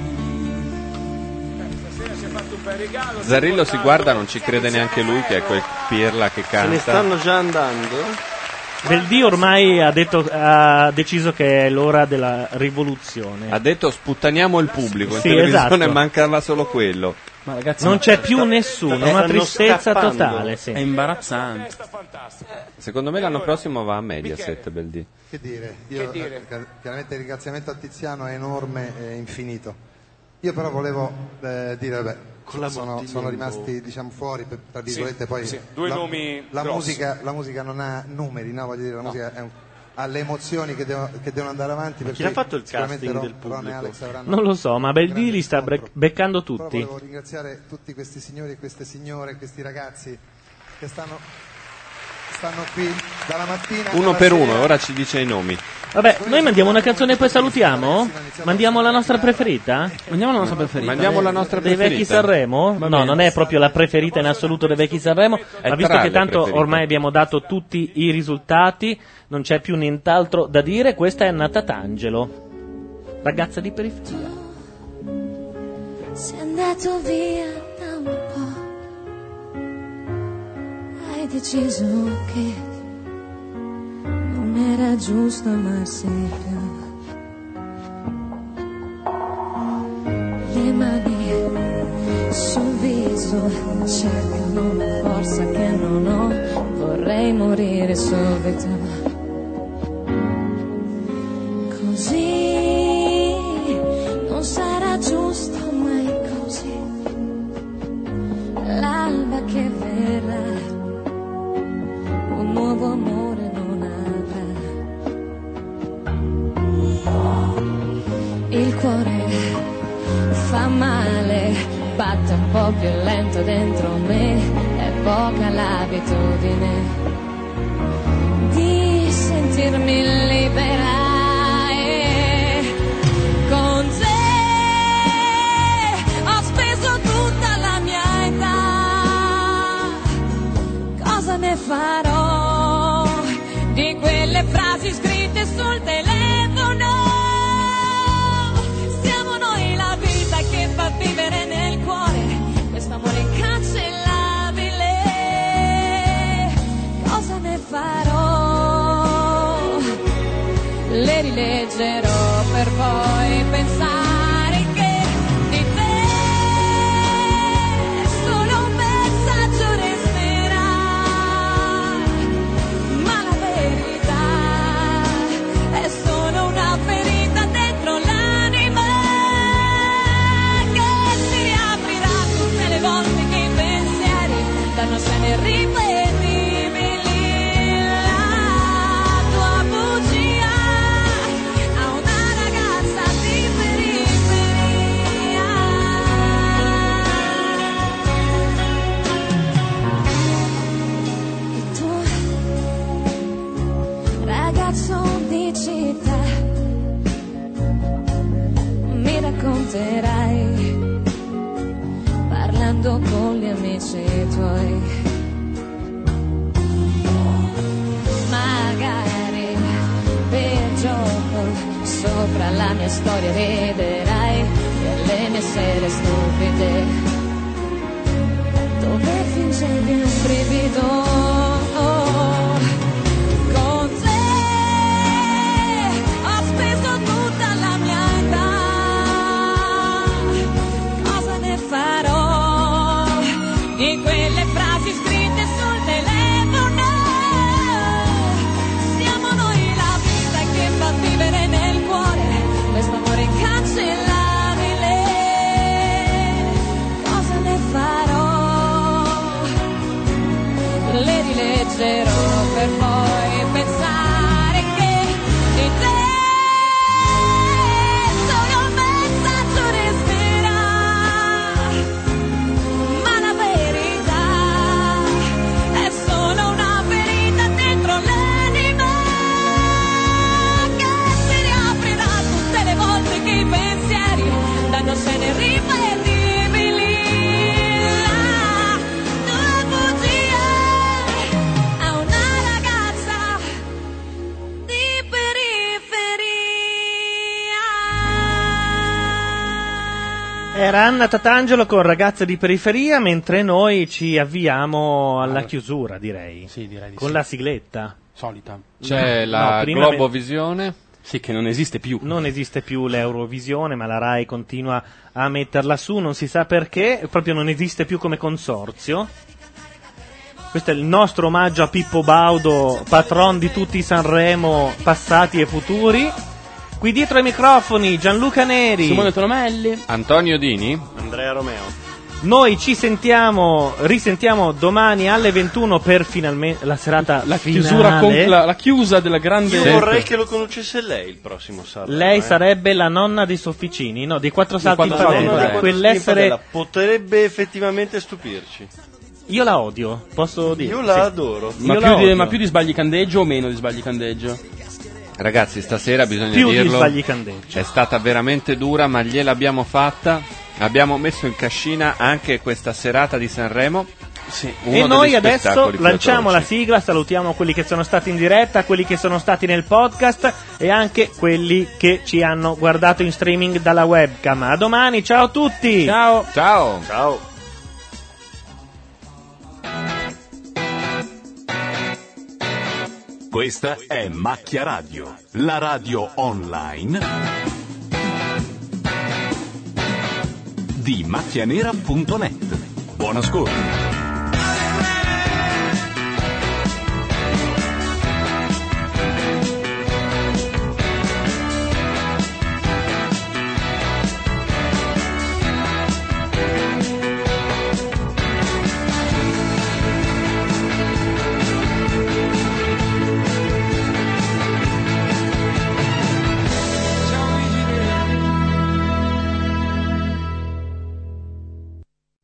Zarrillo si guarda, non ci crede neanche lui che è quel pirla che canta. Se ne stanno già andando. Beldì ormai ha deciso che è l'ora della rivoluzione. Ha detto sputtaniamo il pubblico, in Sì, televisione esatto. mancava solo quello. Ma ragazzi, Non c'è più nessuno, una stanno tristezza scappando. totale. Sì. è imbarazzante. Secondo me l'anno prossimo va a Mediaset, Beldì. Che dire? Io, chiaramente il ringraziamento a Tiziano è enorme e infinito. Io però volevo dire, vabbè, sono rimasti diciamo fuori, tra virgolette, poi due nomi la grossi. musica non ha numeri, no? Voglio dire, la musica ha le emozioni che devono andare avanti. Chi ha fatto il casting del Ron e pubblico? Alex avranno Non lo so, ma Beldì li sta beccando Però tutti. volevo ringraziare tutti questi signori e queste signore, questi ragazzi che stanno qui dalla mattina Uno alla per sera. uno, ora ci dice i nomi. Vabbè, noi mandiamo una canzone e poi salutiamo? Mandiamo la nostra preferita? Mandiamo la nostra preferita. Mandiamo la nostra Dei preferita. vecchi Sanremo? Va No, bene. non è proprio la preferita in assoluto dei vecchi Sanremo, ma visto tra che le tanto preferite. ormai abbiamo dato tutti i risultati, non c'è più nient'altro da dire, questa è Anna Tatangelo, ragazza di periferia. Sei andato via da un po', hai deciso che non era giusto amarsi più. Le mani sul viso cercano una forza che non ho, vorrei morire subito. Così non sarà giusto mai così. L'alba che verrà, un nuovo amore non avrà. Il cuore fa male, batte un po' più lento dentro me, è poca l'abitudine di sentirmi libera. Con te ho speso tutta la mia età, cosa ne farò di quelle frasi scritte sul telefono? Siamo noi la vita che fa vivere nel cuore questo amore incancellabile. Cosa ne farò? Le rileggerò per poi pensare che di te solo un messaggio resterà, ma la verità è solo una ferita dentro l'anima che si riaprirà tutte le volte che i pensieri danno scene irripetibili. La tua bugia a una ragazza di periferia. Il tuo ragazzo di città mi racconterai parlando con gli amici tuoi. Magari per gioco sopra la mia storia riderai delle mie sere stupide dove fingevi un brivido. Con te ho speso tutta la mia età, cosa ne farò di quelle frasi scritte sul telefono? Siamo noi la vita che fa vivere nel cuore questo amore incancellabile. Cosa ne farò? Le scene irripetibili, due bugie a una ragazza di periferia. Era Anna Tatangelo con Ragazze di periferia, mentre noi ci avviamo alla chiusura, direi. Sì, direi di con sì. la sigletta. Solita. C'è la prima Globovisione. Sì, che non esiste più. Non esiste più l'Eurovisione, ma la RAI continua a metterla su, non si sa perché, proprio non esiste più come consorzio. Questo è il nostro omaggio a Pippo Baudo, patron di tutti i Sanremo passati e futuri. Qui dietro ai microfoni Gianluca Neri, Simone Tolomelli, Antonio Dini, Andrea Romeo. Noi ci risentiamo domani alle 21 per finalmente la serata la finale. chiusura la chiusa della grande. Io vorrei che lo conoscesse lei il prossimo Sanremo. Lei sarebbe la nonna dei sofficini, no, dei 4 salti in quattro salti in padella, padella. quell'essere. Potrebbe effettivamente stupirci. Io la odio, posso dire. Io la adoro. Ma più di sbagli candeggio o meno di sbagli candeggio? Ragazzi, stasera bisogna Più di dirlo, sbagli candeggio. è stata veramente dura, ma gliel'abbiamo fatta. Abbiamo messo in cascina anche questa serata di Sanremo. Sì. E noi adesso lanciamo la sigla, salutiamo quelli che sono stati in diretta, quelli che sono stati nel podcast e anche quelli che ci hanno guardato in streaming dalla webcam. A domani, ciao a tutti! Ciao! Ciao! Ciao! Questa è Macchia Radio, la radio online di macchianera.net. Buon ascolto.